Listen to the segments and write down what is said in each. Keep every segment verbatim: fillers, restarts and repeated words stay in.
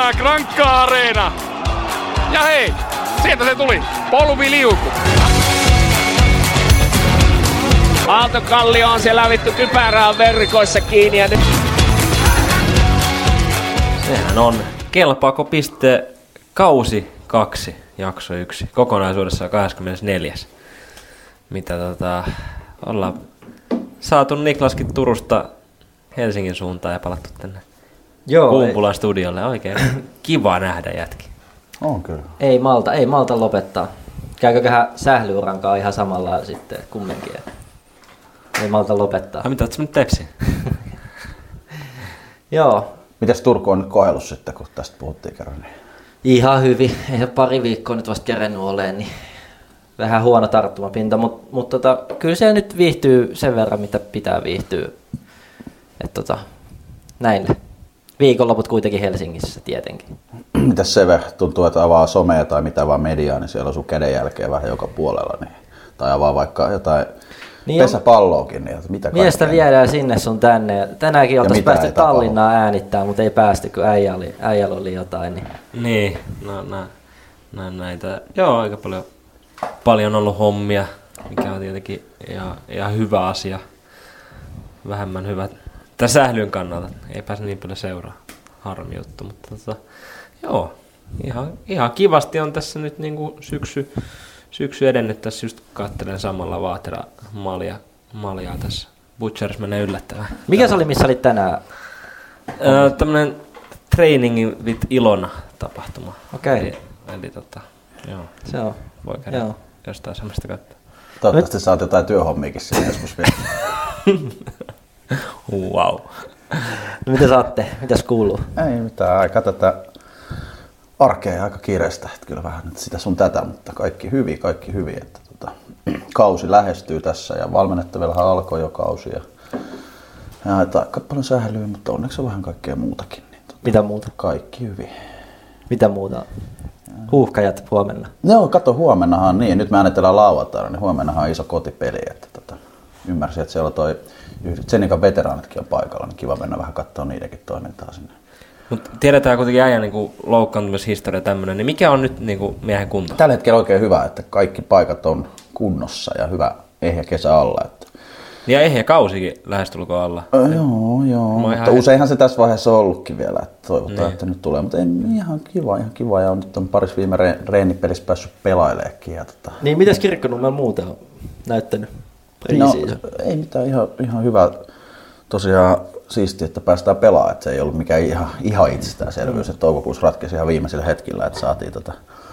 täyttää Grankka Areena. Ja hei, sieltä se tuli, polviliuku. Aaltokallio on siellä vittu kypärää verkoissa kiinni ja nyt... Sehän on kelpaako piste kausi kaksi, jakso yksi, kokonaisuudessaan kahdeskymmenesneljäs. Mitä tota, ollaan saatu Niklaskin Turusta Helsingin suuntaan ja palattu tänne Kumpulan studiolle. Oikein kiva nähdä jätki. On kyllä. Ei malta, ei malta lopettaa. Käykököhän sählyurankaan ihan samalla sitten kumminkin. Ei malta lopettaa. Ai mitä, ootko nyt tepsi? Joo. Mites Turku on nyt kohdellut sitten, kun tästä puhuttiin kerran? Niin... Ihan hyvin. Ei ole pari viikkoa nyt vasta kerennyt olemaan, niin vähän huono tarttumapinta, mutta mut tota, kyllä se nyt viihtyy sen verran, mitä pitää viihtyä. Et tota, näille. Viikonloput kuitenkin Helsingissä tietenkin. Mitäs Seve, tuntuu, että avaa somea tai mitä vaan mediaa, niin siellä on sun kädenjälkeä vähän joka puolella. Niin, tai avaa vaikka jotain niin pesäpalloakin. Niin, mitä miestä viedään sinne sun tänne. Tänäänkin oltaisiin päästy Tallinnaan äänittämään, mutta ei päästy, kun äijä oli, äijällä oli jotain. Niin, niin no, nä, nä, näitä. Joo, aika paljon, paljon ollut hommia, mikä on tietenkin ihan, ihan hyvä asia. Vähemmän hyvä tämän sählyn kannalta. Ei pääse niin paljon seuraa. Harmi juttu, mutta tota, joo, ihan, ihan kivasti on tässä nyt niinku syksy, syksy edennyt. Tässä just katselen samalla Vaatera malja, maljaa tässä. Butchers menee yllättävän. Mikä se oli, missä olit tänään? Öö, tämmönen Training with Ilona -tapahtuma. Okei. Eli, eli tota, joo. Se on. Voi käydä joo. Jostain semmoista katsoa. Toivottavasti saat jotain työhommiakin sinne joskus vielä. Wow. No mitä saatte? Mitäs kuuluu? Ei mitään, aika tätä arkea aika kiireistä, että kyllä vähän nyt sitä sun tätä, mutta kaikki hyvin, kaikki hyvin, että tota, kausi lähestyy tässä ja valmennettavillahan alkoi jo kausi ja, ja aika paljon sählyy, mutta onneksi on vähän kaikkea muutakin. Niin tota, mitä muuta? Kaikki hyvin. Mitä muuta? Huuhkajat huomenna? Joo, kato huomennahan niin, nyt me äänetellään lauantaina, niin huomennahan on iso kotipeli, että tota, ymmärsin, että siellä toi Zenikan veteraanitkin on paikalla, niin kiva mennä vähän katsoa niidenkin toimintaa sinne. Mutta tiedetään kuitenkin äijän niin loukkaantumishistoria tämmöinen, niin mikä on nyt niin miehen kunto? Tällä hetkellä oikein hyvä, että kaikki paikat on kunnossa ja hyvä ehjä kesä alla. Että... Ja ehjä kausikin lähestulkoon alla. Ö, joo, joo. Mutta ihan... useinhan se tässä vaiheessa on ollutkin vielä, että toivotaan, niin. Että nyt tulee. Mutta ei, ihan kiva, ihan kiva. Ja on nyt on paris viime re- reenipelissä päässyt pelaileekin. Ja tota... Niin, mitäs Kirkkonummella muuten on näyttänyt? No, ei mitään, ihan, ihan hyvä. Tosiaan siistiä, että päästään pelaamaan, että se ei ollut mikään ihan, ihan itsestäänselvyys, että toukokuussa ratkesi ihan viimeisellä hetkellä, että saatiin tota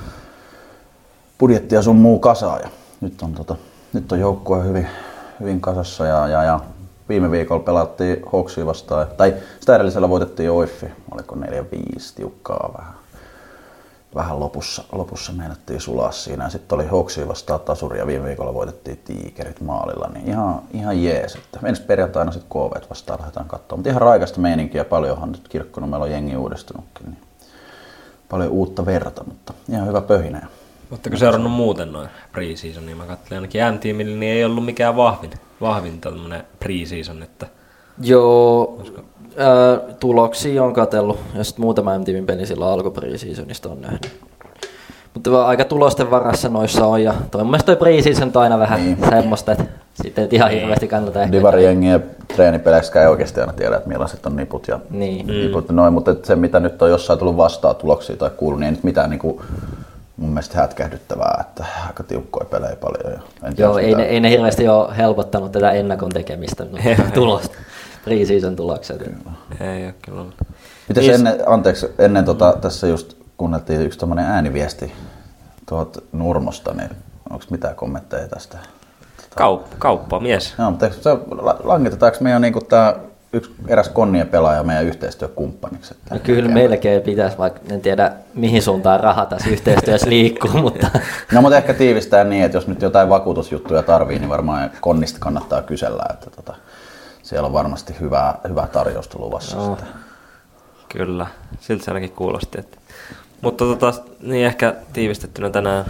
budjettia sun muu kasaan ja nyt on, tota, nyt on joukkue hyvin, hyvin kasassa ja, ja, ja viime viikolla pelattiin Hawksia vastaan, tai sitä edellisellä voitettiin Oiffi, oliko neljä viisi tiukkaa vähän. Vähän lopussa, lopussa meinattiin sulaa siinä ja sitten oli Hawksia vastaan tasuri ja viime viikolla voitettiin Tiikerit maalilla, niin ihan, ihan jees. Että ensi perjantaina sitten K V vastaan lähdetään katsomaan, mutta ihan raikasta meininkiä, paljonhan nyt Kirkkonummella on jengi uudistunutkin, niin paljon uutta verta, mutta ihan hyvä pöhinä. Oletteko seurannut muuten noin pre-season, niin mä katselin ainakin M-tiimillä, niin ei ollut mikään vahvin, vahvin tämmönen pre-season, että... Joo, olisiko... Ää, tuloksia on katsellut ja sitten muutama M-tiimin peli silloin alkoi pre-seasonista on nähnyt. Mutta aika tulosten varassa noissa on ja toi mun mielestä toi pre-season on aina vähän niin semmoista, että sitten et ihan hirveästi kannata ehkä. Divari-jengien treenipeleissä ei oikeasti aina tiedä, että millaiset on niput ja niin. niput mm. noin, mutta se mitä nyt on jossain tullut vastaan tuloksia tai kuullut, niin ei nyt mitään niinku mun mielestä hätkähdyttävää, että aika tiukkoja pelejä paljon. Ja en joo, ei ne, ei ne hirveästi ole helpottanut tätä ennakon tekemistä tulosta. Pre-season tulokset. Ei ole kyllä. Mites ennen, anteeksi, ennen tota, tässä just kuunneltiin yksi tommonen ääniviesti tuolta Nurmosta, niin onko mitään kommentteja tästä? Kaup, kauppa, mies. Joo, mutta se, langetetaanko meidän niinku tää yksi eräs konnien pelaaja meidän yhteistyökumppaniksi? No kyllä melkein pitäisi, vaikka en tiedä mihin suuntaan raha tässä yhteistyössä liikkuu, mutta... No mutta ehkä tiivistää niin, että jos nyt jotain vakuutusjuttuja tarvii, niin varmaan Konnista kannattaa kysellä, että tota... Siellä on varmasti hyvää, hyvää tarjousta luvassa. No, kyllä, siltä se ainakin kuulosti. Että. Mutta tota, niin ehkä tiivistettynä tänään,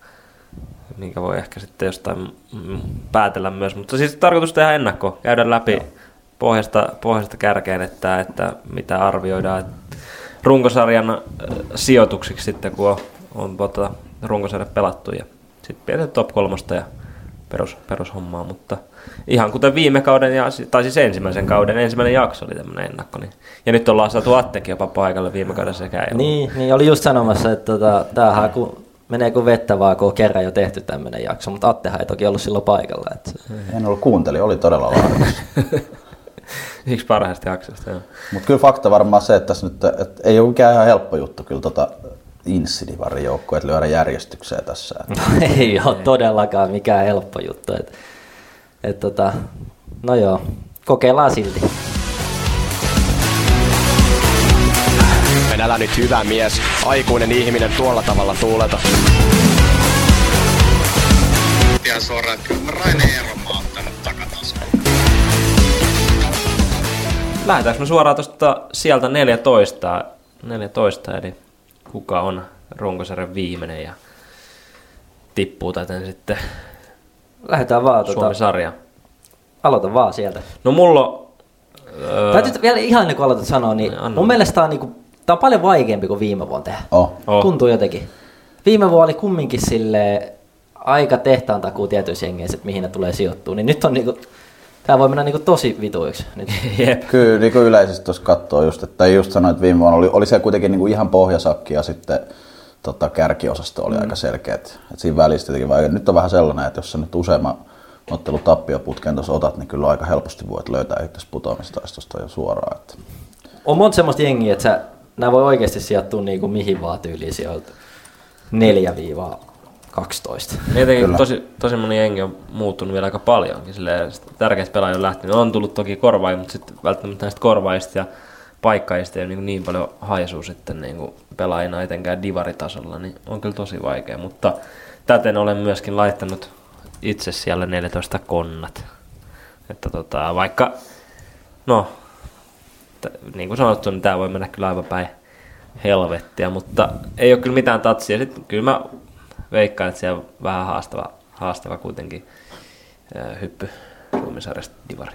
minkä voi ehkä sitten jostain päätellä myös. Mutta siis tarkoitus tehdä ennakko, käydä läpi pohjasta, pohjasta kärkeen, että, että mitä arvioidaan. runkosarjan äh, sijoituksiksi sitten, kun on, on tota, runkosarja pelattu ja sitten pidetään top kolmosta ja perus, perushommaa, mutta ihan kuten viime kauden, ja, tai siis ensimmäisen kauden ensimmäinen jakso oli tämmöinen ennakko. Niin. Ja nyt ollaan saatu Attekin jopa paikalle viime kauden sekä ei Niin, niin, oli just sanomassa, että tota, tämähän kun menee kuin vettä vaan, kun on kerran jo tehty tämmöinen jakso, mutta Attehan ei toki ollut silloin paikalla. Että... En ollut kuunteli, oli todella laadukas. Yksi parhaista jaksoista, joo. Mutta kyllä fakta varmaan se, että tässä nyt että ei ole mikään ihan helppo juttu kyllä tota Insidivarin joukkueet lyödä järjestykseen tässä. No, ei ole todellakaan mikään helppo juttu. Et, et tota, no joo, kokeillaan silti. Älä nyt hyvä mies, aikuinen ihminen tuolla tavalla tuuleta. Ihan suoraan, että kyllä mä Raine Eeron mä oon ottanut takatasoon. Lähdetäänkö me suoraan tuosta sieltä neljätoista, neljätoista, eli kuka on runkosarjan viimeinen ja tippuu täten sitten Lähdetään vaan Suomi-sarjaan. Tota, aloita vaan sieltä. No mulla... Öö, Täytyy vielä ihan ennen kuin aloitat sanoa, niin Anna. mun mielestä tää on, niinku, tää on paljon vaikeampi kuin viime vuonna tehdä. Oh. Oh. Tuntuu jotenkin. Viime vuonna oli kumminkin silleen aika tehtaan takuu tietyissä jengeissä, että mihin ne tulee sijoittua. Niin nyt on niinku, tää voi mennä niinku tosi vituiksi. Nyt. Jep. Kyllä niin kuin yleisesti tuossa katsoo just, että just sanoin, että viime vuonna oli, oli se kuitenkin niin kuin ihan pohjasakki ja sitten tota, kärkiosasto oli mm. aika selkeä. Että siinä välissä tietenkin, vai, nyt on vähän sellainen, että jos sä nyt useamman ottelu tappioputken tuossa otat, niin kyllä aika helposti voit löytää itse putoamistaistosta jo suoraan. Että. On monta semmoista jengiä, että sä, nää voi oikeasti sijoittua niinku mihin vaan tyyliin sieltä neljä kaksitoista. Jotenkin tosi, tosi moni jengi on muuttunut vielä aika paljonkin. Silleen, tärkeät pelaajat on lähtenyt. On tullut toki korvaajia, mutta sitten välttämättä näistä korvaajista ja paikkaajista ei ole niin, niin paljon haisua sitten niin kuin pelaajina etenkään divaritasolla, niin on kyllä tosi vaikea. Mutta täten olen myöskin laittanut itse siellä neljätoista konnat. Että tota, vaikka, no, t- niin kuin sanottu, niin tämä voi mennä kyllä aivan päin helvettiä, mutta ei ole kyllä mitään tatsia. Sitten kyllä mä veikkaan, että siellä on vähän haastava, haastava kuitenkin ää, hyppy Suomi-sarjasta divari.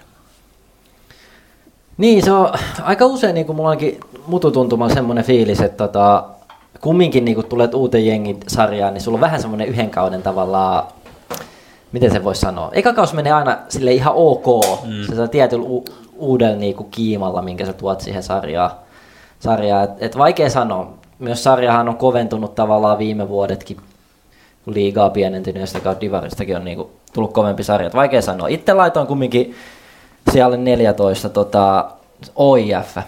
Niin, se on aika usein, niin kuin mulla onkin mututuntumalla semmoinen fiilis, että tota, kumminkin niin kun tulet uuteen jengin sarjaan, niin sulla on vähän semmoinen yhden kauden tavallaan, miten se voisi sanoa, eka kausi menee aina sille ihan ok, mm. se saa tietyllä u- uudella niin kuin kiimalla, minkä sä tuot siihen sarjaan. sarjaan. Et, et vaikea sanoa, myös sarjahan on koventunut tavallaan viime vuodetkin, kun liigaa pienentynyt ja sitä kautta divaristakin on niin kuin tullut kovempi sarja, et vaikea sanoa. Itse laitoin kumminkin siellä neljätoista tota, O I F.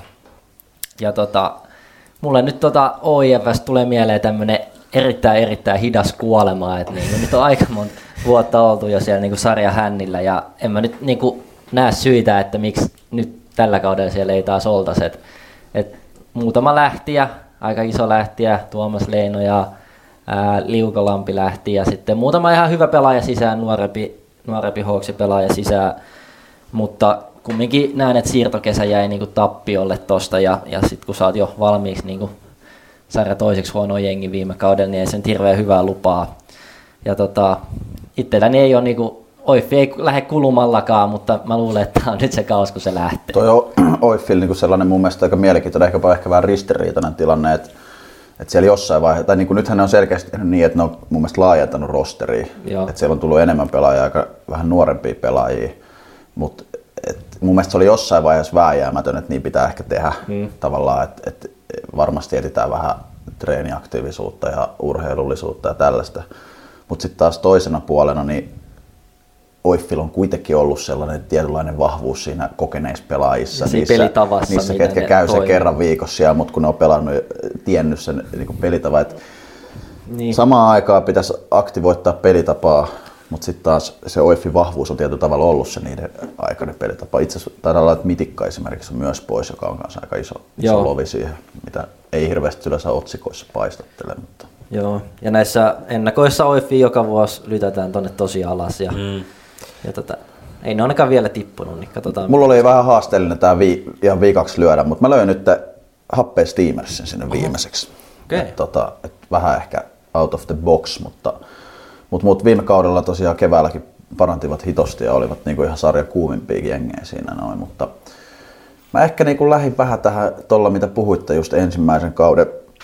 Ja tota, mulle nyt tota O I F:stä tulee mieleen tämmönen erittäin erittäin hidas kuolema, että niinku, nyt on aika monta vuotta oltu jo siellä niinku sarjan hännillä ja en mä nyt niinku näe syitä, että miksi nyt tällä kaudella siellä ei taas oltaisi. Et, et muutama lähtiä, aika iso lähtiä, Tuomas Leino ja ää, Liukolampi lähti ja sitten muutama ihan hyvä pelaaja sisään, nuorempi, nuorempi Hawksi pelaaja sisään. Mutta kumminkin näen, että siirtokesä jäi niinku tappiolle tosta ja, ja sitten kun sä oot jo valmiiksi niinku sarja toiseksi huono jengi viime kaudella, niin ei sen hirveän hyvää lupaa. Ja tota, itselläni ei ole niinku, Oiffi ei lähde kulumallakaan, mutta mä luulen, että tää on nyt se kaus, kun se lähtee. Toi on Oiffilla niinku sellainen mun mielestä aika mielenkiintoinen, ehkäpä ehkä vähän ristiriitainen tilanne, että että siellä jossain vaiheessa, tai niinku nythän ne on selkeästi niin, että ne on mun mielestä laajentanut rosteria, että siellä on tullut enemmän pelaajia, aika vähän nuorempia pelaajia. Mutta mun mielestä se oli jossain vaiheessa vääjäämätön, että niin pitää ehkä tehdä mm. tavallaan, että et varmasti etsitään vähän treeniaktiivisuutta ja urheilullisuutta ja tällaista. Mutta sitten taas toisena puolena, niin Oiffilla on kuitenkin ollut sellainen tietynlainen vahvuus siinä kokeneissa pelaajissa. Ja niissä, pelitavassa, niissä ketkä käy sen kerran viikossa siellä, mutta kun ne on pelannut ja tiennyt sen niin pelitavan. Niin. Samaan aikaan pitäisi aktivoittaa pelitapaa. Mutta sitten taas se Oiffin vahvuus on tietyllä tavalla ollut se niiden aikainen pelitapa. Itse asiassa taitaa olla, että Mitikka esimerkiksi on myös pois, joka on kanssa aika iso, iso lovi siihen, mitä ei hirveästi yleensä otsikoissa paistattele. Mutta. Joo, ja näissä ennakoissa Oiffi joka vuosi lytätään tonne tosi alas. Ja, mm. ja tota, ei ne ainakaan vielä tippunut, niin katsotaan. Mulla oli vähän haasteellinen tämä vi, ihan viikaksi lyödä, mutta mä löin nyt Happea Steamersin sinne viimeiseksi. Okay. Et, tota, et vähän ehkä out of the box, mutta Mutta mut viime kaudella tosiaan keväälläkin parantivat hitosti ja olivat niinku ihan sarjan kuumimpiakin jengejä siinä noin, mutta Mä ehkä niin kuin lähdin vähän tähän tuolla, mitä puhuitte just ensimmäisen kauden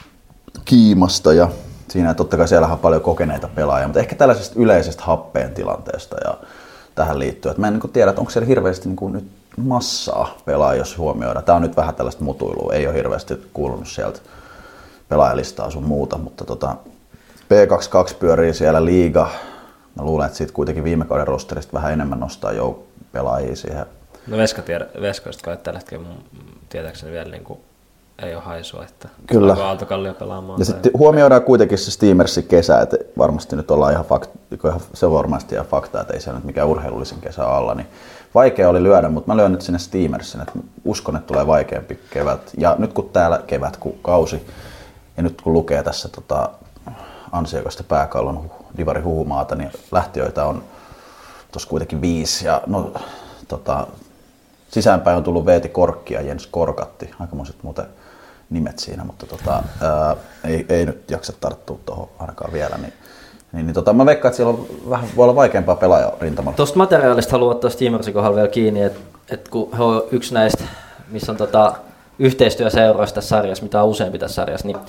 kiimasta ja siinä totta kai siellähän on paljon kokeneita pelaajia, mutta ehkä tällaisesta yleisestä happeen tilanteesta ja tähän liittyen. Että mä en niin kuin tiedä, että onko siellä hirveästi niin kuin nyt massaa pelaajia, jos huomioidaan. Tää on nyt vähän tällaista mutuilua, ei ole hirveästi kuulunut sieltä pelaajalistaa sun muuta, mutta tota, P kaksikymmentäkaksi pyörii siellä liiga. Mä luulen, että siitä kuitenkin viime kauden rosterista vähän enemmän nostaa jouk- pelaajia siihen. No Veska tiedä, Veskoista kai tällä hetkellä tietääkseni vielä niin kuin ei ole haisua, että kyllä. Aalto-Kallio pelaamaan. Ja sitten huomioidaan kuitenkin se Steamersin kesä, että varmasti nyt ollaan ihan, fakt- se on varmasti ihan fakta, että ei siellä nyt mikään urheilullisen kesä alla, niin vaikea oli lyödä, mutta mä lyön nyt sinne Steamersin, että uskon, että tulee vaikeampi kevät. Ja nyt kun täällä kevät, kun kausi, ja nyt kun lukee tässä tota, ansiokasta pääkallon divari huumaata, niin lähtiöitä on tuossa kuitenkin viisi. Ja no, tota, sisäänpäin on tullut Veeti Korkki ja Jens Korkatti, aikamoiset muuten nimet siinä, mutta tota, ää, ei, ei nyt jaksa tarttua tuohon ainakaan vielä. Niin, niin, niin tota, mä veikkaan, että siellä on vähän, voi olla vaikeampaa pelaajarintamalla. Tuosta materiaalista haluan ottaa Steamersin kohdalla vielä kiinni, että et kun he on yksi näistä, missä on tota, yhteistyöseuroista tässä sarjassa, mitä on useampi tässä sarjassa, niin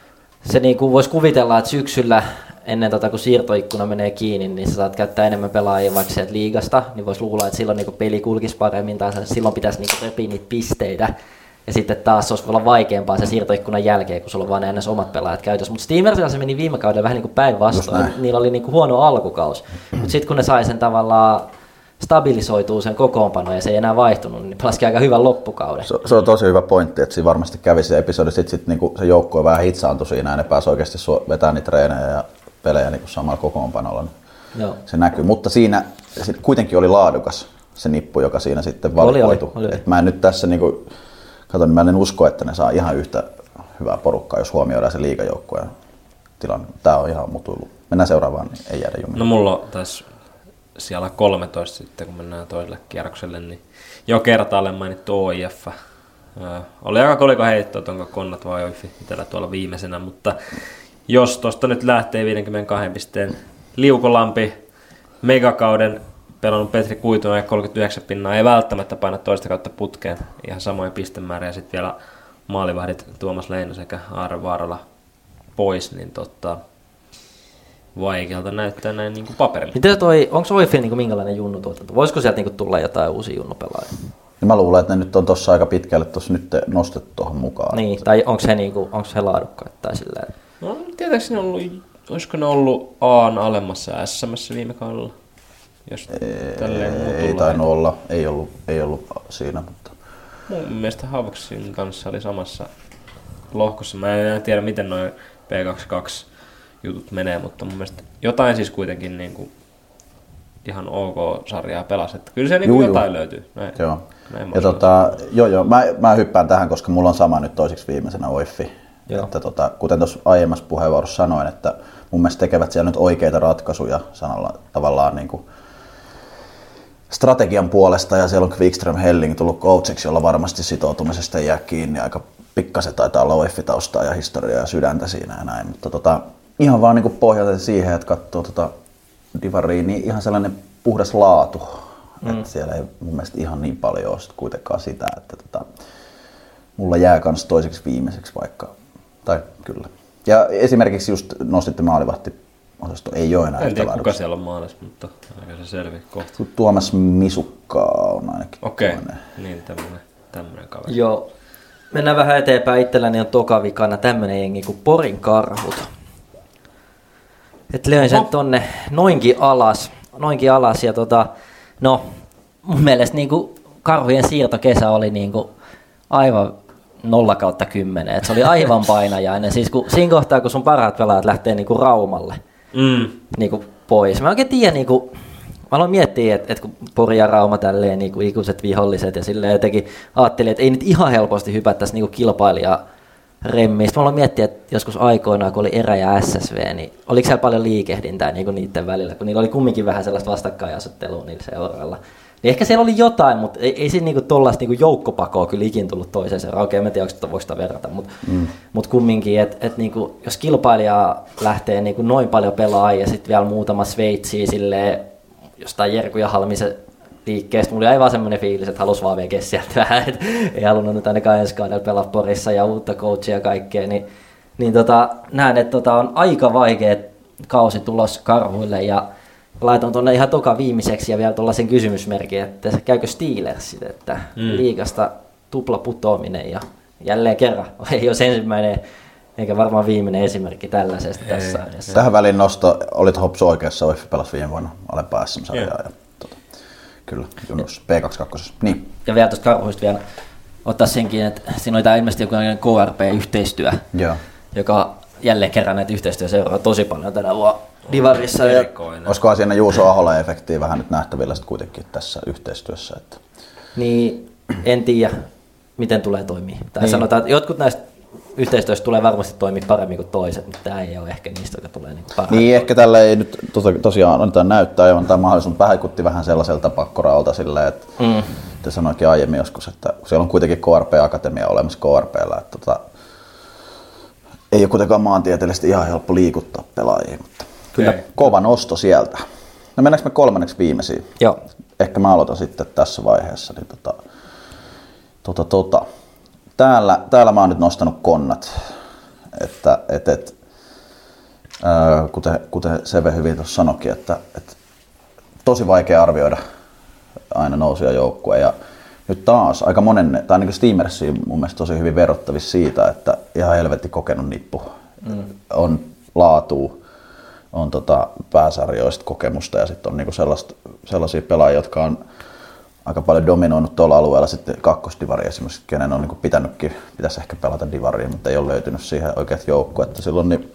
se niin kuin voisi kuvitella, että syksyllä ennen tota, kun siirtoikkuna menee kiinni, niin sä saat käyttää enemmän pelaajia vaikka sieltä liigasta, niin voisi luulla, että silloin niin kuin peli kulkisi paremmin, tai silloin pitäisi niin kuin repiä niitä pisteitä. Ja sitten taas se olisi olla vaikeampaa se siirtoikkunan jälkeen, kun sulla on vaan ne ennäs omat pelaajat käytössä. Mutta Steamersilla se meni viime kaudella vähän niin kuin päinvastoin. Niillä oli niin kuin huono alkukausi. Mutta sitten kun ne sai sen tavallaan stabilisoituu sen kokoonpano ja se ei enää vaihtunut, niin pelasikin aika hyvän loppukauden. Se, se on tosi hyvä pointti, että siinä varmasti kävi se episodi, sitten sit, niinku se joukkue vähän hitsaantui siinä ja ne pääsi oikeasti vetämään niitä treenejä ja pelejä niinku samalla kokoonpanolla. Joo. Se näkyy, mutta siinä kuitenkin oli laadukas se nippu, joka siinä sitten valikoitu. Oli, oli, oli. Mä en nyt tässä, niinku, katon, mä en usko, että ne saa ihan yhtä hyvää porukkaa, jos huomioidaan se liigajoukkueen tilanne. Tää on ihan mutuilu. Mennään seuraavaan, niin ei jäädä jumiin. No mulla on tässä siellä kolmetoista sitten, kun mennään toiselle kierrokselle, niin jo kertaalleen mainittu O I F. Öö, oli aika koliko heittoa, onko Konnat vai O I F itsellä tuolla viimeisenä, mutta jos tuosta nyt lähtee viisikymmentäkaksi pisteen Liukolampi, megakauden pelannut Petri Kuitunen ja kolmekymmentäyhdeksän pinnaa, ei välttämättä paina toista kautta putkeen, ihan samoja pistemääriä, ja sitten vielä maalivahdit Tuomas Leino sekä Aare Vaarola pois, niin totta, vaikealta näyttää näin niin kuin paperilla. Miten toi, onko O I F niin minkälainen junnutuotanto? Voisiko sieltä niin kuin tulla jotain uusia junnupelaajia? Ja mä luulen, että ne nyt on tuossa aika pitkälle tuossa nyt nostettu tuohon mukaan. Niin, tai onko he, niin kuin, onko he laadukkaita tai silleen? No tietääkseni ollut, olisiko ne ollut A:n alemmassa S M:ssä viime kaudella? Jos ei, ei tainnut olla, ei ollut, ei ollut siinä. Mutta mun mielestä Havoksin kanssa oli samassa lohkossa. Mä en enää tiedä, miten noin P kaksikymmentäkaksi jutut menee, mutta mun mielestä jotain siis kuitenkin niin kuin ihan ok-sarjaa pelasi. Että kyllä se niin kuin jotain löytyy. Näin, joo. Näin ja tota, joo, joo. Mä, mä hyppään tähän, koska mulla on sama nyt toiseksi viimeisenä O I F. Että tota, kuten tuossa aiemmassa puheenvuorossa sanoin, että mun mielestä tekevät siellä nyt oikeita ratkaisuja sanalla, tavallaan niin kuin strategian puolesta, ja siellä on Quickström Helling tullut coachiksi, jolla varmasti sitoutumisesta ei jää kiinni. Aika pikkasen taitaa olla O I F-taustaa ja historiaa ja sydäntä siinä ja näin. Mutta tota, ihan vaan niin pohjaten siihen, että katsoo tota divaria, niin ihan sellainen puhdas laatu. Mm. Että siellä ei mun mielestä ihan niin paljon ole kuitenkaan sitä, että tota, mulla jää kans toiseksi viimeiseksi vaikka. Tai kyllä. Ja esimerkiksi just nostitte maalivahti. Osasto ei ole enää en yhtä tiedä, laadukas. kuka siellä on maalissa, mutta aika se selviää kohta. Tuomas Misukka on ainakin. Okei, okay. Niin tämmönen, tämmönen kaveri. Joo. Mennään vähän eteenpäin. Itselläni on toka vikana tämmönen jengi kuin Porin Karhut. Et löin sen no. tonne noinkin alas. Noinkin alas ja tota, no mun mielestä niinku Karhujen siirtokesä oli niinku aivan nolla kautta kymmenen. Et se oli aivan painajainen. Siis kun, siinä kohtaa, kun sun parhaat pelaajat lähtee niinku Raumalle mm. niinku pois. Mä oikein tiedän, niinku, mä aloin miettiä, että et kun Pori ja Rauma tälleen niinku ikuiset viholliset ja silleen jotenkin ajattelin, että ei nyt ihan helposti hypättäisi niinku kilpailija remmistä. Mä aloin miettiä, että joskus aikoinaan, kun oli Erä ja S S V, niin oliko siellä paljon liikehdintää niinku niiden välillä, kun niillä oli kumminkin vähän sellaista vastakkainasettelua niillä seuralla. Niin ehkä siellä oli jotain, mutta ei, ei siinä niinku tollaista niinku joukkopakoa kyllä ikin tullut toiseen seuraan. Okei, mä en tiedä, onko voiko sitä verrata, mutta mm. mut kumminkin, että et niinku, jos kilpailija lähtee niinku noin paljon pelaajia ja sitten vielä muutama Sveitsiä silleen, jostain Jerku ja Halmisen liikkeestä. Mulla oli aivan semmoinen fiilis, että halusi vaan vielä sieltä vähän, että ei halunnut nyt ainakaan ensi kaudella pelaa Porissa ja uutta coachia ja kaikkea. Niin, niin tota, näen, että tota on aika vaikea kausi tulos Karhuille ja laitan tuonne ihan toka viimeiseksi ja vielä tuollaisen kysymysmerkin, että käykö Steelersit, että mm. liigasta tupla putoaminen ja jälleen kerran ei ole ensimmäinen eikä varmaan viimeinen esimerkki tällaisesta ei, tässä ajassa. Tähän väliin nosto, olit Hopsu oikeassa, O F F pelasi viime vuonna alempaa S M-sarjaa. Ja, tota, kyllä, Junus P kaksikymmentäkaksi. Niin. Ja vielä tuosta Karhuista vielä ottaa senkin, että siinä oli tämä ilmeisesti joku K R P-yhteistyö, Joo. joka jälleen kerran näitä yhteistyö seuraa tosi paljon tänä vuonna Divarissa. Ja... Olisikohan siinä Juuso Ahola-efektiä vähän nyt nähtävillä kuitenkin tässä yhteistyössä? Että... Niin, en tiedä, miten tulee toimia. Tai niin. Sanotaan, että jotkut näistä yhteistyöstä tulee varmasti toimia paremmin kuin toiset, mutta tämä ei ole ehkä niistä, joka tulee niin parhaiten. Niin, ehkä tällä ei nyt to, tosiaan annetaan näyttää ja antaa mahdollisuus, mutta vaikutti vähän sellaiselta pakkoraolta silleen, että mm. te sanoikin aiemmin joskus, että siellä on kuitenkin K R P-akatemia olemassa K R P:llä, että tota, ei ole kuitenkaan maantieteellisesti ihan helppo liikuttaa pelaajia, mutta kyllä okay. Kova nosto sieltä. No mennäänkö me kolmanneksi viimeisiin? Joo. Ehkä mä aloitan sitten tässä vaiheessa. Niin tota, tota, tota. Täällä, täällä mä oon nyt nostanut Konnat, että et, et, ää, kuten, kuten Seve hyvin tuossa sanoikin, että et, tosi vaikea arvioida aina nousuja joukkue ja nyt taas aika monen, tai niin kuin Steamersiin mun mielestä tosi hyvin verrattavissa siitä, että ihan helvetti kokenut nippu, mm. on laatua, on tota pääsarjoista kokemusta ja sitten on niin kuin sellaisia pelaajia, jotka on aika paljon dominoinut tuolla alueella sitten kakkosdivari esimerkiksi, kenen on niin pitänytkin, pitäisi ehkä pelata divariin, mutta ei ole löytynyt siihen oikeat joukkuetta silloin. Niin,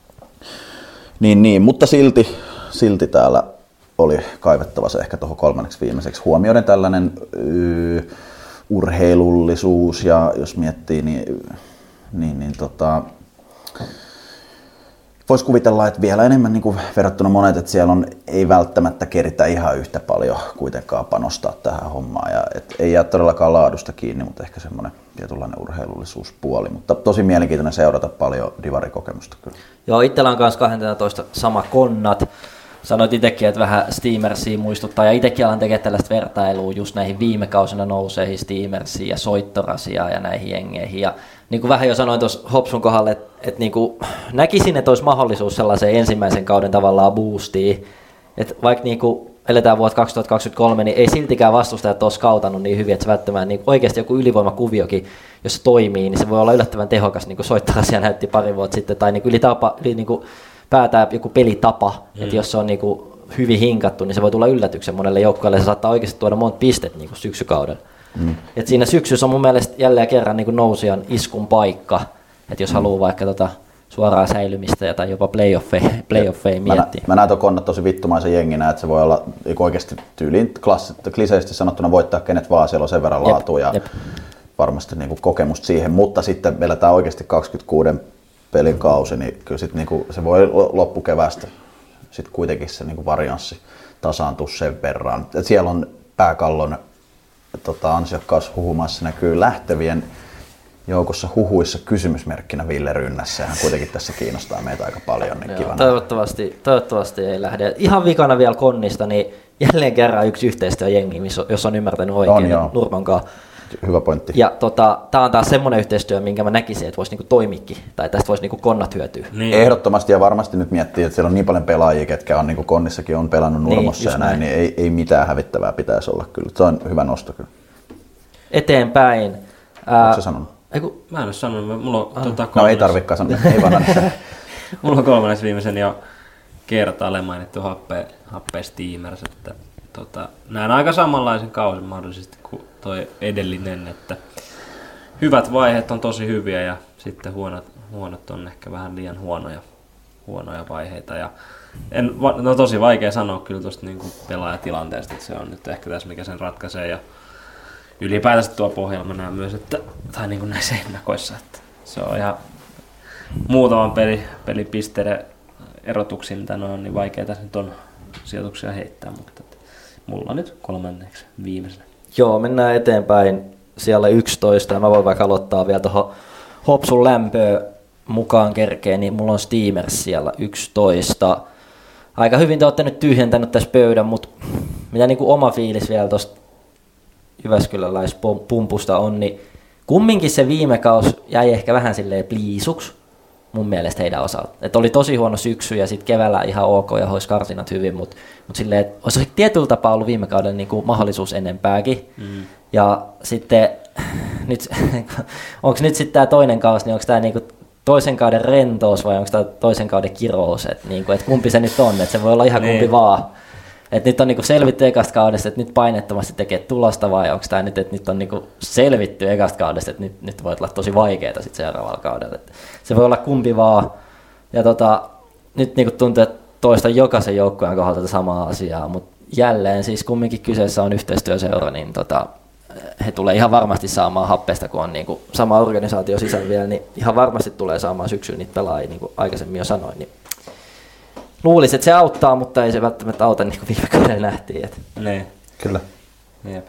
niin, niin, mutta silti, silti täällä oli kaivettava se ehkä tuohon kolmanneksi viimeiseksi. Huomioiden tällainen yy, urheilullisuus ja jos miettii, niin, niin, niin tota, voisi kuvitella, että vielä enemmän niin kuin verrattuna monet, että siellä on, ei välttämättä keritä ihan yhtä paljon kuitenkaan panostaa tähän hommaan. Ja, et ei jää todellakaan laadusta kiinni, mutta ehkä semmoinen tietynlainen urheilullisuuspuoli. Mutta tosi mielenkiintoinen seurata paljon divarikokemusta kyllä. Joo, itsellä on kanssa kaksitoista sama Konnat. Sanoit itsekin, että vähän Steamersia muistuttaa, ja itsekin alan tekemään tällaista vertailua just näihin viime kausina nouseihin Steamersiin ja Soittorasia ja näihin jengeihin. Ja niin kuin vähän jo sanoin tuossa Hopsun kohdalle, että, että niin kuin näkisin, että olisi mahdollisuus sellaiseen ensimmäisen kauden tavallaan boostiin. Että vaikka niin kuin eletään vuotta kaksituhattakaksikymmentäkolme, niin ei siltikään vastustajat ole skautannut niin hyvin, että se välttämättä niin oikeasti joku ylivoimakuviokin, jos se toimii, niin se voi olla yllättävän tehokas, niin kuin Soittorasia näytti pari vuotta sitten, tai niin kuin ylitapa, yli niin kuin päätää joku pelitapa, mm. että jos se on niinku hyvin hinkattu, niin se voi tulla yllätyksen monelle joukkueelle, se saattaa oikeasti tuoda monta pistettä niinku syksykaudella. Mm. Et siinä syksyssä on mun mielestä jälleen kerran niinku nousijan iskun paikka, että jos mm. haluaa vaikka tota suoraa säilymistä tai jopa playoffeja, playoffeja miettiä. Mä, mä näen tuon Konnat tosi vittumaisen jenginä, että se voi olla oikeasti tyyliin kliseisesti sanottuna voittaa kenet vaan, siellä on sen verran laatua ja jep. varmasti niinku kokemusta siihen, mutta sitten meillä tämä oikeasti kaksikymmentäkuusi pelin kausi, niin kyllä sit niinku se voi loppukeväästä sit kuitenkin se niinku varianssi tasaantua sen verran. Et siellä on pääkallon tota, ansiokkaassa huhumassa näkyy lähtevien joukossa huhuissa kysymysmerkkinä Ville Rynnässä. Sehän kuitenkin tässä kiinnostaa meitä aika paljon. Niin Joo, toivottavasti, toivottavasti ei lähde. Ihan vikana vielä Konnista, niin jälleen kerran yksi yhteistyöjengi, jos on ymmärtänyt oikein on, Nurmonkaan. Hyvä pointti. Ja tota, tämä on taas semmoinen yhteistyö, minkä mä näkisin, että voisi niinku toimikin, tai tästä voisi niinku Konnat hyötyä. Niin. Ehdottomasti ja varmasti nyt miettii, että siellä on niin paljon pelaajia, ketkä on niinku Konnissakin on pelannut Nurmossa niin, ja näin, näin, niin ei, ei mitään hävittävää pitäisi olla kyllä. Se on hyvä nosto kyllä. Eteenpäin. Oletko sä sanonut? Eiku, mä en ole sanonut. Mulla on, ah. tota, no ei tarvikaan sanoa, ei vaan mulla on kolmanneksi viimeisen jo kertaalleen mainittu happe, happe Steamers, että tota, näen aika samanlaisen kausin mahdollisesti kuin toi edellinen, että hyvät vaiheet on tosi hyviä ja sitten huonot, huonot on ehkä vähän liian huonoja, huonoja vaiheita. Ja en, no tosi vaikea sanoa kyllä tuosta niin pelaajatilanteesta, että se on nyt ehkä tässä mikä sen ratkaisee. Ja ylipäätänsä tuo pohjalla mä näen myös, että, tai niin kuin näissä ennakoissa, että se on ihan muutaman peli, pelipisteiden erotuksiin, mitä ne on, niin vaikea tässä nyt on sijoituksia heittää, mutta mulla on nyt kolmanneksi viimeisenä. Joo, mennään eteenpäin siellä yksitoista ja mä voin vaikka aloittaa vielä tuohon Hopsun lämpöön mukaan kerkeen, niin mulla on Steamers siellä yksitoista. Aika hyvin te olette nyt tyhjentänyt tässä pöydän, mutta mitä niin kuin oma fiilis vielä tuosta Jyväskyläläispumpusta on, niin kumminkin se viime kaus jäi ehkä vähän silleen pliisuksi mun mielestä heidän osalta. Että oli tosi huono syksy ja sitten keväällä ihan ok ja hoisi karsinat hyvin, mutta mut silleen, että olisi tietyllä tapaa ollut viime kauden niin kuin mahdollisuus enempääkin. Mm. Ja sitten, nyt, onko nyt sitten tämä toinen kaus, niin onko tämä niinku toisen kauden rentous vai onko tämä toisen kauden kirous? Että niinku, et kumpi se nyt on, että se voi olla ihan kumpi vaan. Että nyt on niinku selvitty ekasta kaudesta, että nyt painettomasti tekee tulosta vai onko tämä nyt, että nyt on niinku selvitty ekasta kaudesta, että nyt, nyt voi olla tosi vaikeaa sitten seuraavalla kaudella. Et se voi olla kumpi vaan. Ja tota, nyt niinku tuntuu, että toista jokaisen joukkueen kohdalta tätä samaa asiaa, mutta jälleen siis kumminkin kyseessä on yhteistyöseura, niin tota, he tulee ihan varmasti saamaan happesta, kun on niinku sama organisaatio sisällä vielä, niin ihan varmasti tulee saamaan syksyyn niitä pelaajia, niin kuin aikaisemmin jo sanoin. Niin luulisin, että se auttaa, mutta ei se välttämättä auta, niin kuin viime kaudella nähtiin. Että. Ne. Kyllä. Jep.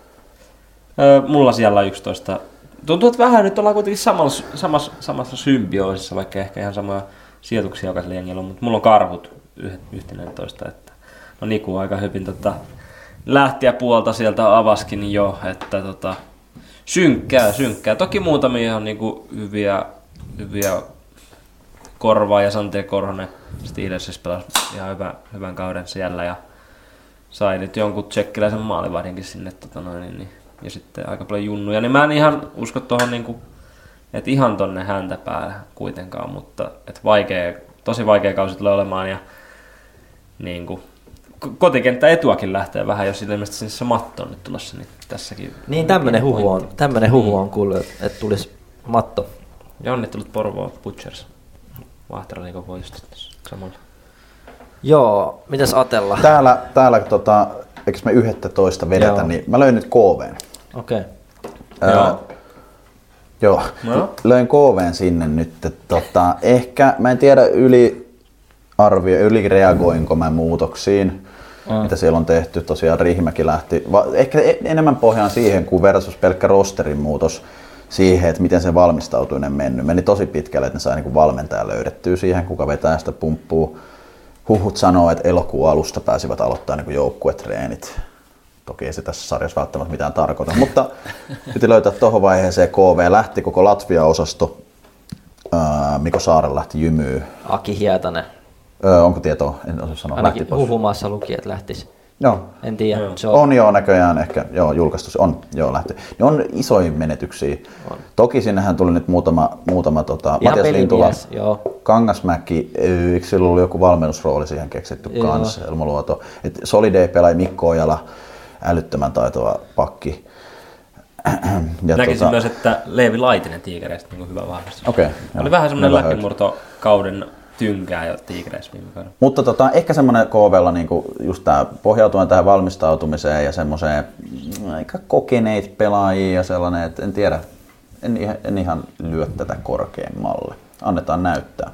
Öö, mulla siellä on yksitoista. Tuntuu, että vähän nyt ollaan kuitenkin samassa, samassa, samassa symbioosissa, vaikka ehkä ihan samoja sijoituksia jokaisella jengillä on, mutta mulla on karhut yhtenätoista, että no Niku aika hyvin tota, lähtiä puolta sieltä avaskin jo, että tota, synkkää, synkkää. Toki muutamia on niinku hyviä, hyviä Korvaa ja Sante Korhonen Steelersissa pelasi ihan hyvän, hyvän kauden siellä ja sai nyt jonkun tsekkiläisen maalivahdinkin sinne tota noin, niin, ja sitten aika paljon junnuja, niin mä en ihan usko tuohon niinku, että ihan tonne häntä päällä kuitenkaan, mutta et vaikea, tosi vaikea kausi tulee olemaan ja niinku, kotikenttä etuakin lähtee vähän, jos ilmeisesti sinne se matto on nyt tulossa, niin tässäkin. Niin tämmönen huhu on, tämmönen huhu on kuullut, että tulisi matto. Ja onnittelut Porvoo Butchers. Vahteraliigon voitosta samalla. Joo, mitäs Atella? Täällä, täällä tota, eikö me yksitoista vedetä, joo. Niin mä löin nyt K V:n. Okei. Okay. Joo. Joo, no. Löin K V:n sinne nyt. Että, tota, ehkä, mä en tiedä yli arvio, ylireagoinko mä muutoksiin, mm. mitä siellä on tehty. Tosiaan Riihimäki lähti, va, ehkä enemmän pohjaan siihen kuin versus pelkkä rosterin muutos siihen, että miten se valmistautuminen mennyt. Meni tosi pitkälle, että ne sai niin kuin valmentaja löydettyä siihen, kuka vetää sitä pumppua. Huhut sanoo, että elokuun alusta pääsivät aloittaa niin kuin joukkuetreenit. Toki ei se tässä sarjassa välttämättä mitään tarkoita, mutta piti löytää tuohon vaiheeseen K V. Lähti koko Latvia-osasto. Mikko Saaren lähti jymyyn. Aki Hietanen. Öö, onko tietoa? En osaa sanoa. Ainakin huhumaassa luki, että lähtisi. Joo. En tiedä. Joo. On joo näköjään ehkä, joo julkaistu, on joo lähti. Ne on isoja menetyksiä. On. Toki sinnehän tuli nyt muutama, muutama tota, Matias Lintula, joo. Kangasmäki, eikö sillä ollut joku valmennusrooli siihen keksitty joo. Kanssa, Elmo Luoto. Et Solidei pelaaja Mikko Ojala, älyttömän taitova pakki. Ja näkisin tota... myös, että Leevi Laitinen Tiikereistä niin hyvä vahvistus. Okay, oli joo. Vähän semmoinen läpimurto kauden tynkää jo Tiikereissä viime kaudella. Mutta tota, ehkä semmoinen K V:lla niinku just tää pohjautuen tähän valmistautumiseen ja semmoiseen aika kokeneita pelaajia ja sellainen, että en tiedä, en, en ihan lyö tätä korkeammalle. Annetaan näyttää.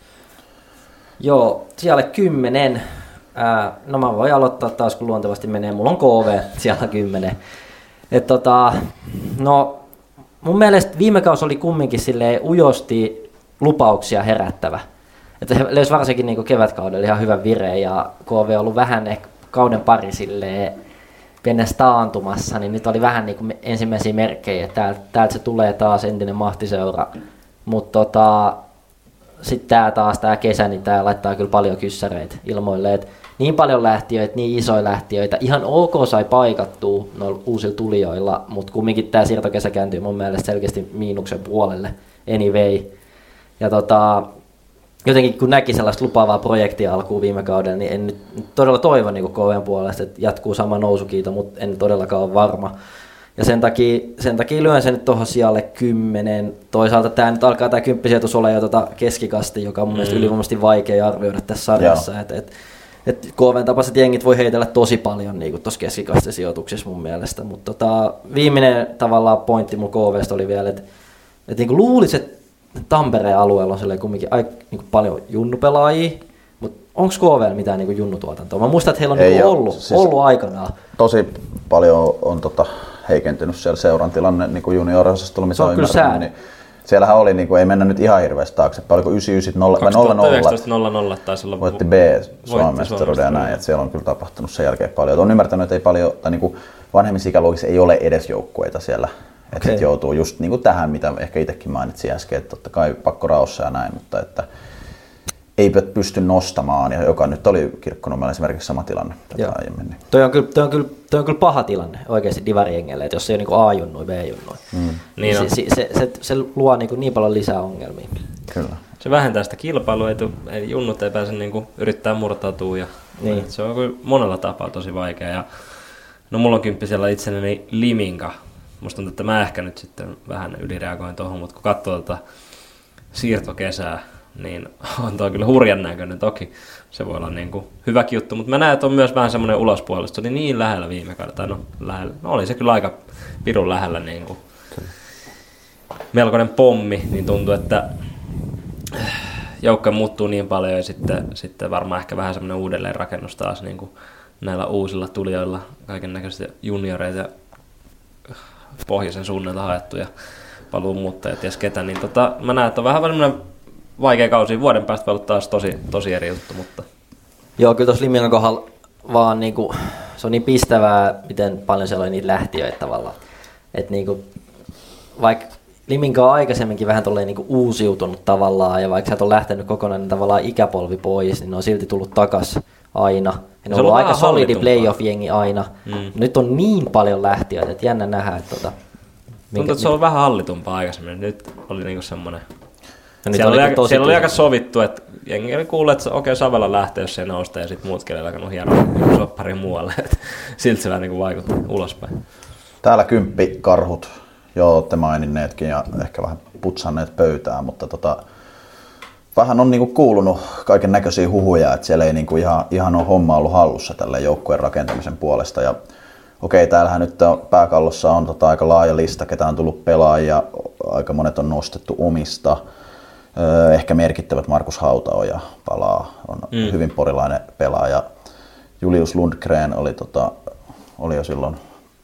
Joo, siellä kymmenen. Ää, no mä voin aloittaa taas, kun luontevasti menee. Mulla on K V siellä kymmenen. Et tota, no mun mielestä viime kausi oli kumminkin silleen ujosti lupauksia herättävä. Että he löysi varsinkin niin kevätkaudella ihan hyvän vireen ja K V on ollut vähän ehkä kauden pari silleen pienessä taantumassa, niin nyt oli vähän niin kuin ensimmäisiä merkkejä, että täältä, täältä se tulee taas entinen mahtiseura. Mutta tota, sitten tämä taas tämä kesä, niin tämä laittaa kyllä paljon kyssäreitä ilmoille, että niin paljon lähtiöitä, niin isoja lähtiöitä, ihan ok sai paikattua noilla uusilla tulijoilla, mutta kumminkin tämä siirtokesä kääntyy mun mielestä selkeästi miinuksen puolelle anyway. Ja tota, jotenkin kun näki sellaista lupaavaa projektia alkuun viime kaudella, niin en nyt todella toivo niin K V:n puolesta, että jatkuu sama nousukiito, mutta en todellakaan ole varma. Ja sen takia, sen takia lyön sen nyt tuohon sijalle kymmenen. Toisaalta tämä nyt alkaa tämä kymppisijoitus olla jo tota keskikasti, joka on mun mm. mielestä ylivoimaisesti vaikea arvioida tässä sarjassa. Et, et, et K V:n tapaiset jengit voi heitellä tosi paljon niin tuossa keskikastin sijoituksessa mun mielestä. Mutta tota, viimeinen tavallaan pointti mun K V:stä oli vielä, että et niin luulisi, että Tampereen alueella on kumminkin aika niin paljon junnupelaajia, mutta onko K V:llä mitään niin junnutuotantoa? Mä muistan, että heillä on niin ollut, siis ollut aikanaan. Tosi paljon on tota, heikentynyt siellä seuran tilanne niin junior-osastolla, missä se on, on kyllä säännö. Niin, Siellähän oli, niin kuin, ei mennä nyt ihan hirveästi taaksepäin, oliko yhdeksänkymmentäyhdeksän nolla vai nolla nolla? kaksituhattayhdeksäntoista nolla nolla taisi olla. Voitti B Suomestaruuden ja näin, että siellä on kyllä tapahtunut sen jälkeen paljon. Olen ymmärtänyt, että ei paljon, tai niin kuin vanhemmissa ikäluokissa ei ole edes joukkueita siellä. Että okay. Sitten joutuu just niin kuin tähän, mitä ehkä itsekin mainitsin äsken, että totta kai pakko raossa ja näin, mutta että ei pysty nostamaan, ja joka nyt oli Kirkkonummella esimerkiksi sama tilanne tätä aiemmin. Niin. Toi on, kyllä, toi, on kyllä, toi on kyllä paha tilanne oikeasti divarijengelle, että jos se ei ole niin A-junnui, B-junnui, mm. niin se, se, se, se, se luo niin, niin paljon lisää ongelmia. Kyllä. Se vähentää sitä kilpailua, ei, ei junnut ei pääse niin kuin yrittää murtautua, ja niin. Se on kyllä monella tapaa tosi vaikea. Ja, no mulla on kymppisellä itselleni Liminka. Musta tuntuu, että mä ehkä nyt sitten vähän ylireagoin tuohon, mutta kun katsoo tätä siirtokesää, niin on toi kyllä hurjan näköinen. Toki se voi olla niin kuin hyväkin juttu, mutta mä näen, että on myös vähän semmoinen ulospuolella. Se oli niin lähellä viime kaudella, tai no lähellä. No oli se kyllä aika pirun lähellä niin kuin melkoinen pommi, niin tuntuu, että joukko muuttuu niin paljon ja sitten, sitten varmaan ehkä vähän semmoinen uudelleenrakennus taas niin kuin näillä uusilla tulijoilla, kaiken näköisiä junioreita ja pohjoisen suunnalta haettuja paluumuuttajia, ties ketä, niin tota, mä näen, että on vähän semmoinen vaikea kausi. Vuoden päästä voi olla taas tosi, tosi eri juttu, mutta... Joo, kyllä tuossa Limingan kohdalla vaan niinku, se on niin pistävää, miten paljon siellä oli niitä lähtiöitä tavallaan. Että niinku, vaikka Liminka on aikaisemminkin vähän tolleen niinku uusiutunut tavallaan, ja vaikka sieltä on lähtenyt kokonainen tavallaan ikäpolvi pois, niin ne on silti tullut takas aina. Ja ne on ollut aika solidi playoff-jengi aina. Mm. Nyt on niin paljon lähtiöitä, että jännä nähdä, että... Tota, tuntuu, että se on vähän hallitumpaa aikaisemmin. Nyt oli niinku semmoinen... Siellä oli, aika, siellä oli aika sovittu, että jengi oli kuullut, että okei, okay, Savela lähtee, jos se nousta, ja sitten muut kelillä alkanut hienoa soppariin muualle. Silti se vähän niin vaikuttaa ulospäin. Täällä kymppi karhut, joo, olette maininneetkin ja ehkä vähän putsanneet pöytää, mutta tota, vähän on niinku kuulunut kaiken näköisiä huhuja, että siellä ei niinku ihan, ihan ole homma ollut hallussa tälle joukkueen rakentamisen puolesta. Ja okei, täällähän nyt on, pääkallossa on tota aika laaja lista, ketä on tullut pelaajia, aika monet on nostettu omista. Ehkä merkittävät Markus Hautaoja palaa, on mm. hyvin porilainen pelaaja. Julius Lundgren oli, tota, oli jo silloin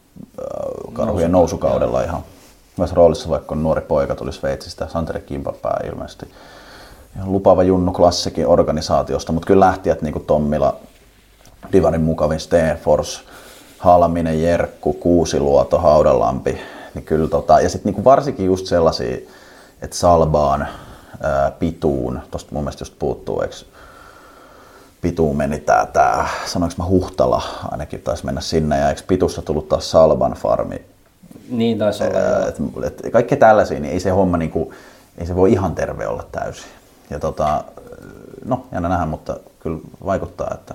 karhujen nousukaudella ihan myös roolissa, vaikka on nuori poika, tuli Sveitsistä, Santeri Kimpapää ilmeisesti. Ihan lupaava junnu klassikin organisaatiosta, mutta kyllä lähtijät niin kuin Tommila, Divarin mukavin Stenfors, Halminen, Jerkku, Kuusiluoto, Haudanlampi. Niin kyllä, tota, ja sitten niin varsinkin just sellaisia, että Salbaan, ää, Pituun, tuosta mun mielestä just puuttuu, eikö Pituun meni tää, tää, sanoinko mä Huhtala, ainakin taisi mennä sinne, ja eikö Pitussa tullut taas Salban farmi. Niin taisi olla. Ää, et, et, kaikki tällaisia, niin ei se homma niinku, ei se voi ihan terve olla täysin. Ja tota, no jännä nähdä, mutta kyllä vaikuttaa, että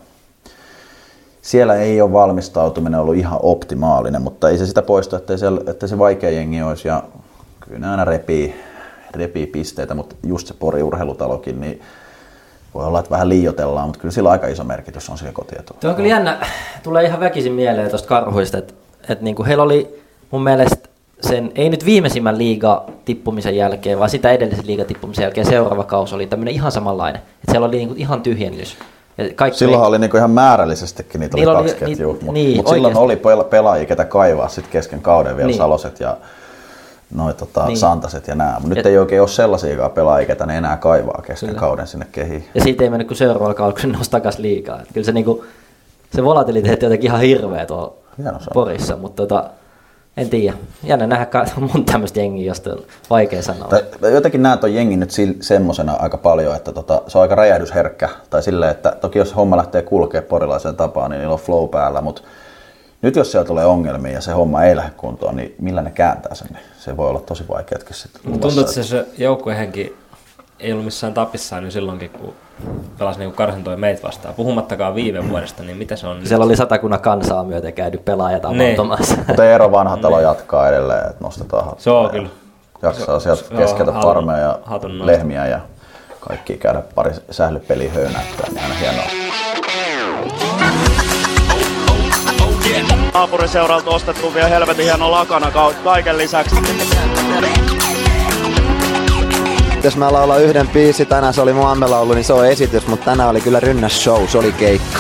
siellä ei ole valmistautuminen ollut ihan optimaalinen, mutta ei se sitä poista, että se, että se vaikea jengi olisi, ja kyllä ne aina repii, repii pisteitä, mutta just se Pori urheilutalokin, niin voi olla, että vähän liioitellaan, mutta kyllä sillä aika iso merkitys on siihen kotietuun. Tuo on kyllä jännä, tulee ihan väkisin mieleen tuosta Karhuista, että, että niinku heillä oli mun mielestä sen, ei nyt viimeisimmän liiga tippumisen jälkeen, vaan sitä edellisen liiga tippumisen jälkeen seuraava kausi oli tämmöinen ihan samanlainen, että siellä oli niinku ihan tyhjennys. Silloin ei... oli niinku ihan määrällisestikin, niitä oli kaksi ketjua, mutta niin, mut silloin oli pelaajia, ketä kaivaa sit kesken kauden vielä, niin. Saloset ja noi, tota, niin. Santaset ja nää. Nyt et... ei oikein ole sellaisia pelaajia, ketä ne enää kaivaa kesken kyllä. Kauden sinne kehiin. Ja siitä ei mennyt kuin seuraavalla kaudella, kun se nousi takaisin liigaa. Et kyllä se, niinku, se volatiliteetti on jotenkin ihan hirveä tuolla Porissa, mutta tota, en tiedä. Jännä nähdä mun tämmöistä jengiä, josta on vaikea sanoa. Tai, jotenkin näen ton jengin nyt semmosena aika paljon, että tota, se on aika räjähdysherkkä. Tai silleen, että toki jos homma lähtee kulkea porilaiseen tapaan, niin niillä on flow päällä, mutta nyt jos siellä tulee ongelmia ja se homma ei lähde kuntoon, niin millä ne kääntää sen? Se voi olla tosi vaikeatkin sitten. Tuntuu, että se joukkuehenki ei ollut missään tapissaan niin silloinkin, kun pelasi niin karsintoja meitä vastaan. Puhumattakaan viime vuodesta, niin mitä se on? Siellä nyt? Oli satakunnan kansaa myöten käydy pelaajat avautumassa. Mutta Eero Vanhatalo jatkaa edelleen, että nostetaan hattua. Se on kyllä. Jaksaa sieltä keskeltä farmeja ja lehmiä ja kaikki käydä pari sählypeliä höynäyttää, niin aina hienoa. Naapuriseuralta ostettu vielä helvetin hieno lakana kaiken lisäksi. Jos mä laulan yhden biisi, tänään se oli mun ammelaulu, niin se on esitys, mutta tänään oli kyllä rynnäs show, se oli keikka.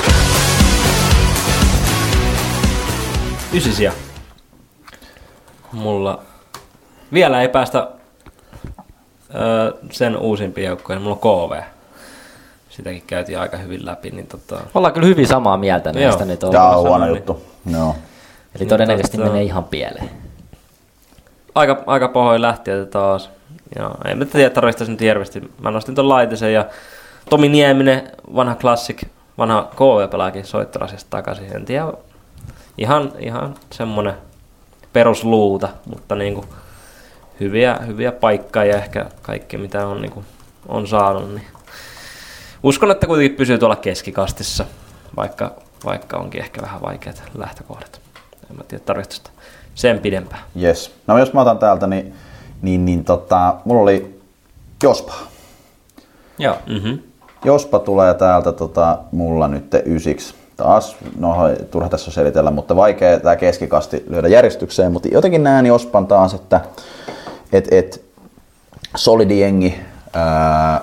Ysisiä. Mulla vielä ei päästä öö, sen uusimpia joukkoja, mulla on K V. Sitäkin käytiin aika hyvin läpi. Niin tota... Ollaan kyllä hyvin samaa mieltä näistä nyt. Jaa, huono juttu. Joo. Eli todennäköisesti niin, menee ihan pieleen. Aika, aika pahoin lähtiöitä taas. Ja en mä tiedä, tarvitsi nyt hirveästi. Mä nostin ton Laitisen ja Tomi Nieminen, vanha klassik, vanha K V-pelaajakin soittorasiasta takaisin. En tiedä, ihan, ihan semmonen perusluuta, mutta niinku hyviä, hyviä paikkaa ja ehkä kaikki mitä on, niinku, on saanut. Niin uskon, että kuitenkin pysyy tuolla keskikastissa, vaikka, vaikka onkin ehkä vähän vaikeat lähtökohdat. En mä tiedä, tarvitsi sitä sen pidempään. Yes. No jos mä otan täältä, niin, niin, niin tota, mulla oli Jospa. Joo. Mm-hmm. Jospa tulee täältä tota, mulla nyt ysiksi. Taas, no turha tässä selitellä, mutta vaikea tää keskikasti lyödä järjestykseen, mutta jotenkin näen Jospan taas, että et, et, solidi jengi ää,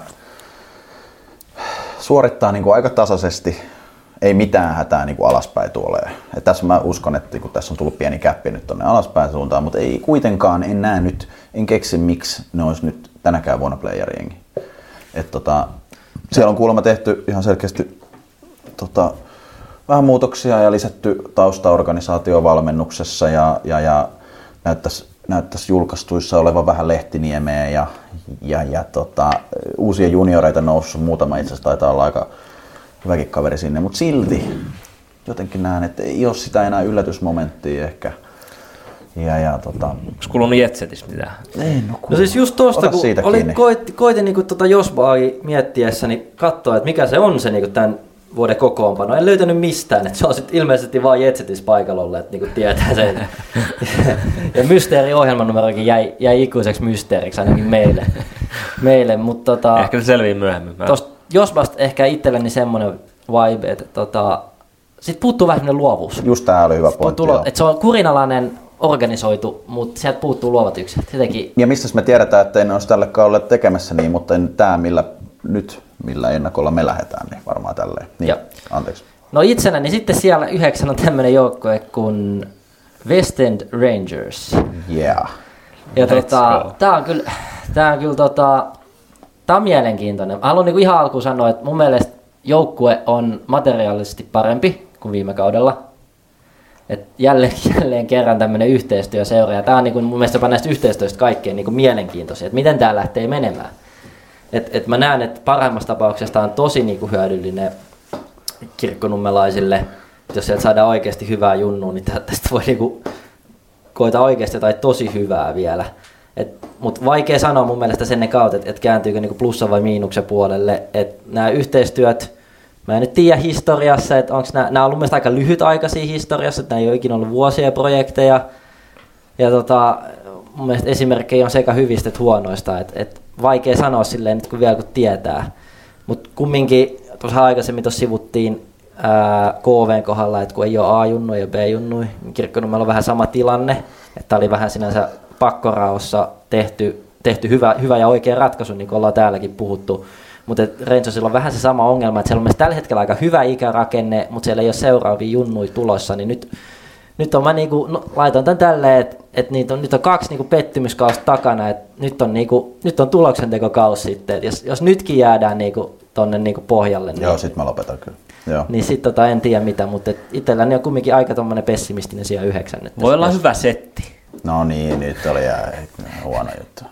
suorittaa niinku aika tasaisesti. Ei mitään hätää niin kuin alaspäin tuoleen. Et tässä mä uskon, että kun tässä on tullut pieni käppi nyt tonne alaspäin suuntaan, mutta ei kuitenkaan, en näe nyt, en keksi miksi ne olisi nyt tänäkään vuonna playeriengi. Et tota, siellä on kuulemma tehty ihan selkeästi tota, vähän muutoksia ja lisätty taustaorganisaatio valmennuksessa ja, ja, ja näyttäisi, näyttäisi julkaistuissa olevan vähän lehtiniemeä ja, ja, ja tota, uusia junioreita noussut, muutama itse asiassa taitaa olla aika hyväkin kaveri sinne, mutta silti jotenkin näen, että ei ole sitä enää yllätysmomenttia ehkä. Ja, ja, tota... Onko kuulunut Jetsetis mitään? Ei, no, no siis just tosta, kun oli, koitin, koitin niin tota Josbaa miettiessäni katsoa, että mikä se on se niin tämän vuoden kokoonpano. En löytänyt mistään, että se on sitten ilmeisesti vaan Jetsetis paikalla ollut, että niin tietää sen. Ja mysteeriohjelmanumerokin jäi, jäi ikuiseksi mysteeriksi ainakin meille. meille mutta tota, ehkä se selvii myöhemmin. Tosta Josbasta ehkä itselleni semmoinen vibe, että tota, sit puuttuu vähän semmoinen luovuus. Just tää oli hyvä pointti. Että se on kurinalainen, organisoitu, mutta sieltä puuttuu luovat yksilöt. Jotenkin... Ja mistä me tiedetään, että ne olisi tälle kaudelle tekemässä niin, mutta tämä millä nyt, millä ennakolla me lähdetään, niin varmaan tälleen. Niin, ja. Anteeksi. No itsenäni niin sitten siellä yhdeksän on tämmöinen joukkue kuin West End Rangers. Yeah. Ja tota, tää on kyllä, tää on kyllä tota, tää on mielenkiintoinen. Haluan niinku ihan alkuun sanoa, että mun mielestä joukkue on materiaalisesti parempi kuin viime kaudella. Et jälleen, jälleen kerran tämmöinen yhteistyöseura. Ja tää on niinku mun mielestä jopa näistä yhteistyöistä kaikkein niinku mielenkiintoisia, että miten tää lähtee menemään. Et, et mä näen, että parhaimmassa tapauksessa tää on tosi niinku hyödyllinen kirkkonummelaisille. Jos sieltä saadaan oikeasti hyvää junnua, niin tästä voi niinku koita oikeasti jotain tosi hyvää vielä. Mutta vaikea sanoa mun mielestä sen kautta, että et kääntyykö niinku plussa vai miinuksen puolelle. Nämä yhteistyöt, mä en nyt tiedä historiassa, että onko nämä ollut mielestäni aika lyhytaikaisia historiassa, että nämä ei ole ikinä ollut vuosia projekteja. Ja tota, mun mielestä esimerkkejä on sekä hyvistä että huonoista, että et vaikea sanoa silleen nyt kun vielä kun tietää. Mutta kumminkin tuossa aikaisemmin tuossa sivuttiin ää, K V:n kohdalla, että kun ei ole A-junnu ja B-junnu, niin Kirkkonummella on vähän sama tilanne, että oli vähän sinänsä pakkoraossa tehty, tehty hyvä, hyvä ja oikea ratkaisu, niin kuin ollaan täälläkin puhuttu. Mutta Rangersilla on vähän se sama ongelma, että siellä on tällä hetkellä aika hyvä ikärakenne, mutta siellä ei ole seuraavia junnuja tulossa, niin nyt, nyt on mä niinku, no, laitan tämän tälleen, että et niitä on, nyt on kaksi niinku pettymyskausta takana, että nyt on, niinku, nyt on tuloksentekokausi sitten, et jos, jos nytkin jäädään niinku tonne niinku pohjalle. Niin, joo, sit mä lopetan kyllä. Joo. Niin sit tota en tiedä mitä, mutta itselläni on kumminkin aika tommonen pessimistinen siellä yhdeksän. Voi olla hyvä setti. No niin, nyt oli jää, huono juttu.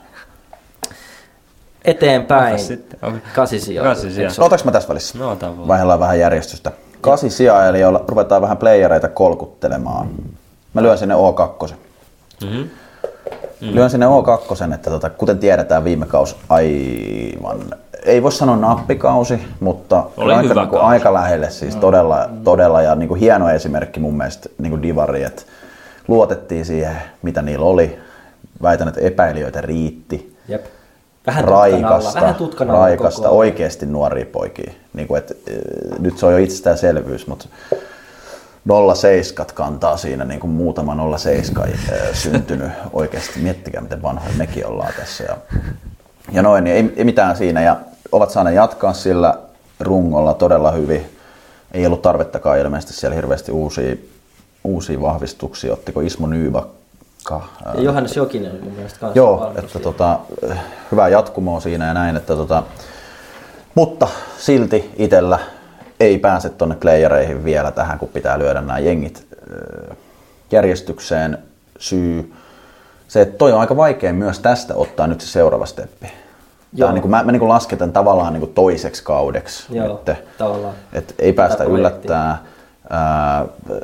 Eteenpäin. Okay. Kasi sijaa. Otaks mä tässä välissä? No, otan vaan. Vaihdellaan vähän järjestystä. Kasi sijaa, eli olla, ruvetaan vähän playereita kolkuttelemaan. Mä lyön sinne O kaksi. Mm-hmm. Mm-hmm. Lyön sinne O kaksi, että tota, kuten tiedetään viime kausi aivan, ei voi sanoa nappikausi, mutta aika, niin kuin, aika lähelle siis no. todella, mm. todella ja niin kuin hieno esimerkki mun mielestä niin kuin divari, että luotettiin siihen, mitä niillä oli. Väitän, että epäilijöitä riitti. Jep. Vähän raikasta, vähän raikasta oikeasti nuoria poikia. Niin kuin, et, nyt se on jo itsestäänselvyys, mutta nolla seitsemän kantaa siinä niin kuin muutama nolla seitsemän syntynyt oikeasti. Miettikää, miten vanhoja mekin ollaan tässä. Ja, ja noin, niin ei, ei mitään siinä. Ja ovat saaneet jatkaa sillä rungolla todella hyvin. Ei ollut tarvettakaan ilmeisesti siellä hirveästi uusia, uusia vahvistuksia. Ottiko Ismo Nyyva Koska, ja Johannes Jokinen mun mielestä kanssa. Joo, että tota, hyvää jatkumoa siinä ja näin. Että tota, mutta silti itsellä ei pääse tonne playereihin vielä tähän, kun pitää lyödä nämä jengit järjestykseen. Syy se, että toi on aika vaikea myös tästä ottaa nyt se seuraava steppi. Tää niin kuin, mä, mä niin kuin lasken tämän tavallaan niin kuin toiseksi kaudeksi. Joo, nyt, tavallaan. Et ei päästä yllättää. Ää,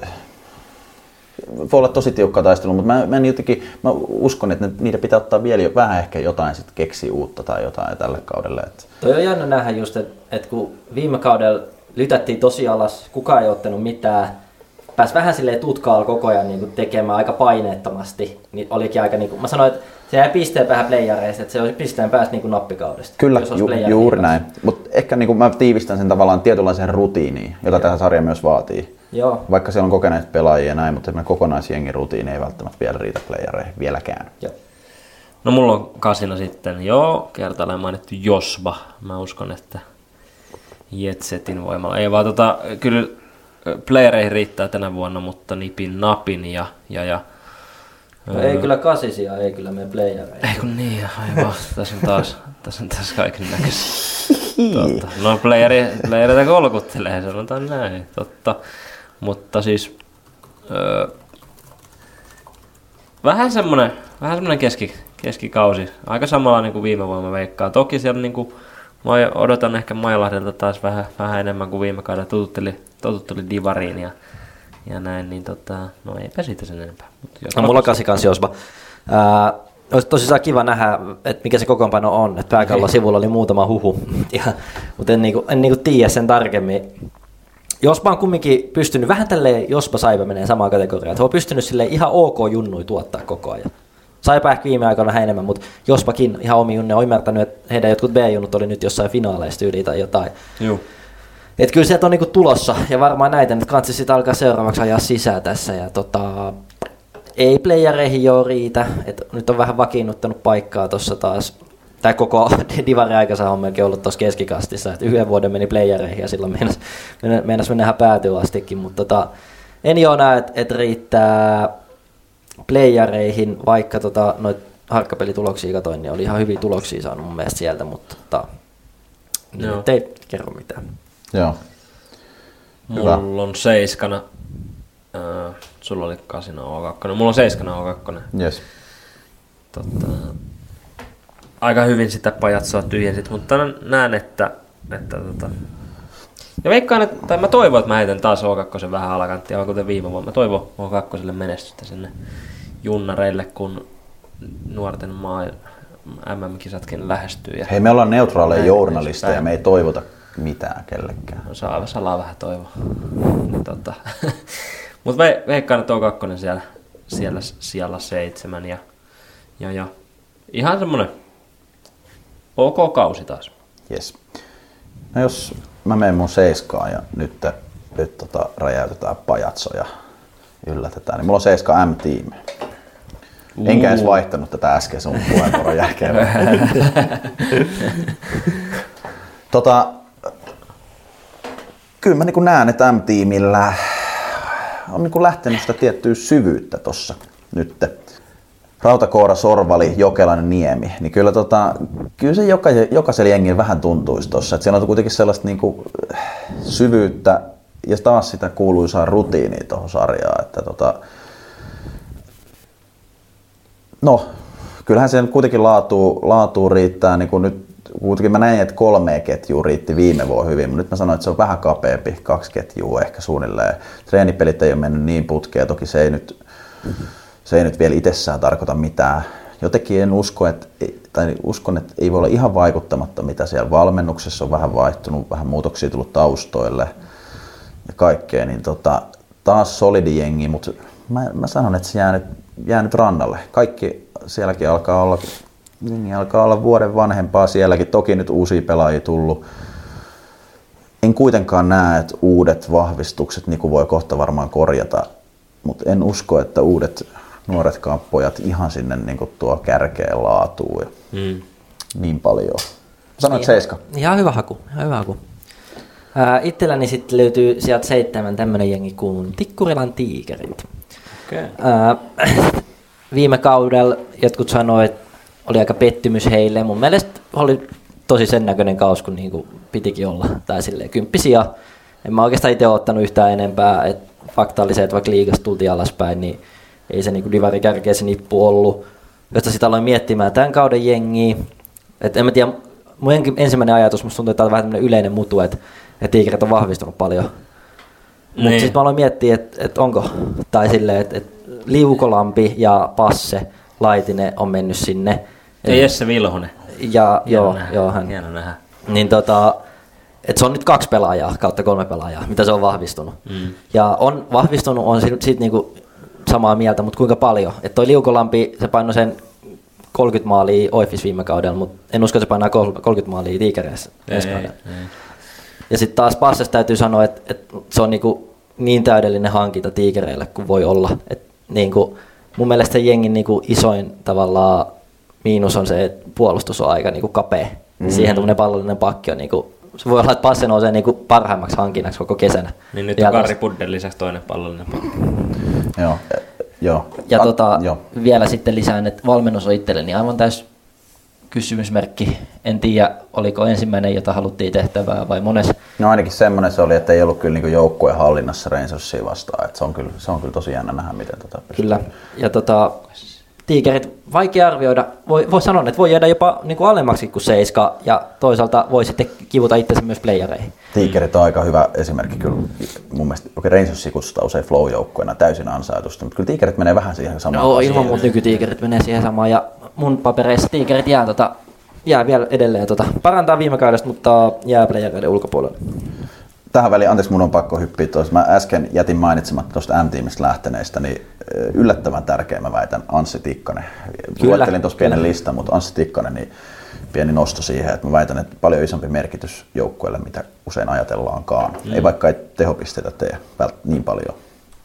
voi olla tosi tiukka taistelu, mutta mä, mä, jotenkin, mä uskon, että niitä pitää ottaa vielä jo, vähän ehkä jotain, sit keksiä uutta tai jotain tälle kaudelle. Että. Toi on jännä nähdä just, että et kun viime kaudella lytättiin tosi alas, kukaan ei ottanut mitään, pääsi vähän silleen tutkaalla koko ajan niin tekemään aika paineettomasti, niin olikin aika, niin kuin, mä sanoin, että se jäi pisteen vähän playareista, että se olisi pisteen päästä niin nappikaudesta. Kyllä, ju, juuri näin. Mutta ehkä niin kuin mä tiivistän sen tavallaan tietynlaiseen rutiiniin, jota tämä sarja myös vaatii. Joo. Vaikka siellä on kokeneet pelaajia ja näin, mutta kokonaisjengin rutiini ei välttämättä vielä riitä playareihin vieläkään. Joo. No mulla on kasina sitten, joo, kertaalleen mainittu Josba. Mä uskon, että Jetsetin voimalla. Ei vaan tota, kyllä playereihin riittää tänä vuonna, mutta nipin napin ja... ja, ja no ei kyllä kasisia, ei kyllä meidän playereihin. Ei kun niin, aivan. Tässä on taas, tässä on taas kaiken näköisiä. Totta. No playeri, playereita kolkuttelee, sanotaan näin. Totta. Mutta siis öö, vähän semmonen, vähän semmonen keski, keskikausi. Aika samanlainen kuin viime vuonna veikkaa. Toki siellä niinku, mä odotan ehkä Maijalahdelta taas vähän, vähän enemmän kuin viime kaudella. Totutteli, totutteli divariin ja, ja näin, niin tota, no eipä siitä sen enempää. No, mulla on kasi kanssa Josba. Ää, olisi tosiaan kiva nähdä, että mikä se kokoonpano on. Että pääkallon sivulla oli muutama huhu, ja, mutta en, niinku, en niinku tiedä sen tarkemmin. Jospa on kumminkin pystynyt, vähän tälleen Jospa Saipa menee samaan kategoriaan, että he on pystynyt silleen ihan ok junnui tuottaa koko ajan. Saipa ehkä viime aikoina vähän enemmän, mutta Jospakin ihan omi junne on ymmärtänyt, että heidän jotkut B-junnut oli nyt jossain finaaleista yli tai jotain. Joo. Että kyllä sieltä on niinku tulossa, ja varmaan näitä nyt kanssa sitten alkaa seuraavaksi ajaa sisään tässä, ja tota, ei playereihin jo riitä, että nyt on vähän vakiinnuttanut paikkaa tuossa taas. Tämä koko divari-aikansa on melkein ollut tuossa keskikastissa, että yhden vuoden meni playereihin ja silloin meinas, meinas mennä päätyä astikin, mutta tota, en jo näe, että et riittää playereihin, vaikka tota, noita harkkapelituloksia katoin, niin oli ihan hyviä tuloksia saanut mun mielestä sieltä, mutta tota, niin nyt ei kerro mitään. Joo. Mulla on seiskana, äh, sulla oli kasina O kaksi, mulla on seiskana O kaksi. Yes. Tota, aika hyvin sitä pajatsoa tyhjensit, mutta näen, että, että tota, ja veikkaan, että, tai mä toivon, että mä heitän taas O kaksi vähän alakanttia, vaan kuten viime vuonna. Mä toivon O kaksi menestystä sinne junnareille, kun nuorten maa M M-kisatkin lähestyy. Ja hei, me ollaan neutraaleja journalisteja, me ei toivota mitään kellekään. No, saa, salaa vähän toivoa. Tota. Mutta ve, veikkaan, että O kaksi siellä, siellä, siellä seitsemän ja, ja, ja ihan semmonen ok kausi taas. Yes. No jos mä menen mun seiskaan ja nyt, nyt tota, räjäytetään pajatso ja yllätetään, niin mulla on seiska M-tiimi. Enkä edes vaihtanut tätä äsken sun puheenvuoron jälkeen. tota, kyllä mä niin näen, että M-tiimillä on niin lähtenyt sitä tiettyä syvyyttä tossa nyt. Rautakoora, Sorvali, Jokelainen, Niemi, niin kyllä, tota, kyllä se joka, jokaisella jengillä vähän tuntuisi tuossa, että siellä on kuitenkin sellaista niin kuin syvyyttä ja taas sitä kuuluisaa rutiinia tuohon sarjaan, että tota, no, kyllähän siellä kuitenkin laatu, laatu riittää, niin kuin nyt kuitenkin mä näin, että kolme ketjua riitti viime vuonna hyvin, mutta nyt mä sanoin, että se on vähän kapeampi, kaksi ketjua ehkä suunnilleen. Treenipelit ei ole mennyt niin putkeen, toki se ei nyt, se ei nyt vielä itsessään tarkoita mitään. Jotenkin en usko, että, tai uskon, että ei voi olla ihan vaikuttamatta, mitä siellä valmennuksessa on vähän vaihtunut, vähän muutoksia tullut taustoille ja kaikkea, niin tota, taas solidi jengi, mutta mä, mä sanon, että se jää nyt, jää nyt rannalle. Kaikki sielläkin alkaa olla, jengi alkaa olla vuoden vanhempaa sielläkin, toki nyt uusia pelaajia tullut. En kuitenkaan näe, että uudet vahvistukset Niku voi kohta varmaan korjata, mutta en usko, että uudet nuoretkaan pojat ihan sinne niin kuin tuo kärkeen laatuun ja mm. niin paljon. Sanoit ihan, seiska. Ihan hyvä haku. Ihan hyvä haku. Ää, itselläni sitten löytyy sieltä seitsemän tämmönen jengi kuin Tikkurilan Tiikerit. Okay. Ää, viime kaudella jotkut sanoivat, että oli aika pettymys heille. Mun mielestä oli tosi sen näköinen kaus, kun niinku pitikin olla. Tai silleen kymppisiä. En mä oikeastaan itse ole ottanut yhtään enempää. Et fakta oli se, että vaikka liigasta tultiin alaspäin, niin ei se niinku divari kärkeä se nippu ollut. Josta sitä aloin miettimään tämän kauden jengiä. Et en mä tiedä, mun ensimmäinen ajatus, musta tuntuu, että tämä on vähän tämmöinen yleinen mutu, että et Tiikerit on vahvistunut paljon. Mutta niin. Sitten mä aloin miettiä, että et onko, tai silleen, että et Liukolampi ja Passe Laitinen on mennyt sinne. Ja Jesse Vilhonen. Ja joo, joo hän. Hieno nähdä. Niin tota, että se on nyt kaksi pelaajaa kautta kolme pelaajaa, mitä se on vahvistunut. Mm. Ja on vahvistunut, on siitä sit niinku samaa mieltä, mutta kuinka paljon. Että toi Liukolampi, se painoi sen kolmekymmentä maalia Oifis viime kaudella, mutta en usko, että se painaa kolmekymmentä maalia Tiikereissä ensi kaudella. Ja sitten taas Passesta täytyy sanoa, että, että se on niinku niin täydellinen hankinta Tiikereille kuin voi olla. Et niinku, mun mielestä se jengin niinku isoin tavallaan miinus on se, että puolustus on aika niinku kapea. Mm. Siihen tämmöinen pallollinen pakki on, niinku, se voi olla, että Passe nousee niinku parhaimmaksi hankinnaksi koko kesänä. Niin nyt on Karri Pudden lisäksi toinen pallollinen pakki. Joo, joo. Ja A, tota, jo. vielä sitten lisään, että valmennus on itselleni aivan täys kysymysmerkki. En tiedä, oliko ensimmäinen, jota haluttiin tehtävää vai mones. No ainakin semmoinen se oli, että ei ollut kyllä niinku joukkueen hallinnassa Rangersia vastaan. Et se, on kyllä, se on kyllä tosi jännä nähdä, miten tota pystyy. Kyllä. Ja tota, Tiikerit, vaikea arvioida. Voi, voi sanoa, että voi jäädä jopa niin kuin alemmaksi kuin seiska, ja toisaalta voi sitten kivuta itsensä myös playereihin. Tiikerit on aika hyvä esimerkki kyllä. Mun mielestä okay, Rangersia kutsutaan usein flow-joukkueena täysin ansaitusta, mutta kyllä Tiikerit menee vähän siihen samaan. No ilman muuta nykytiikerit menee siihen samaan, ja mun papereissa Tiikerit jää, tota, jää vielä edelleen tota, parantaa viime kaudesta, mutta jää playereiden ulkopuolelle. Tähän väliin, anteeksi, mun on pakko hyppiä tuossa. Mä äsken jätin mainitsematta tuosta M-tiimistä lähteneistä, niin yllättävän tärkeä mä väitän Anssi Tikkanen. Luettelin tuossa pienen listan, mutta Anssi Tikkanen, niin pieni nosto siihen, että mä väitän, että paljon isompi merkitys joukkueelle, mitä usein ajatellaankaan. Mm. Ei vaikka ei tehopisteitä tee niin paljon.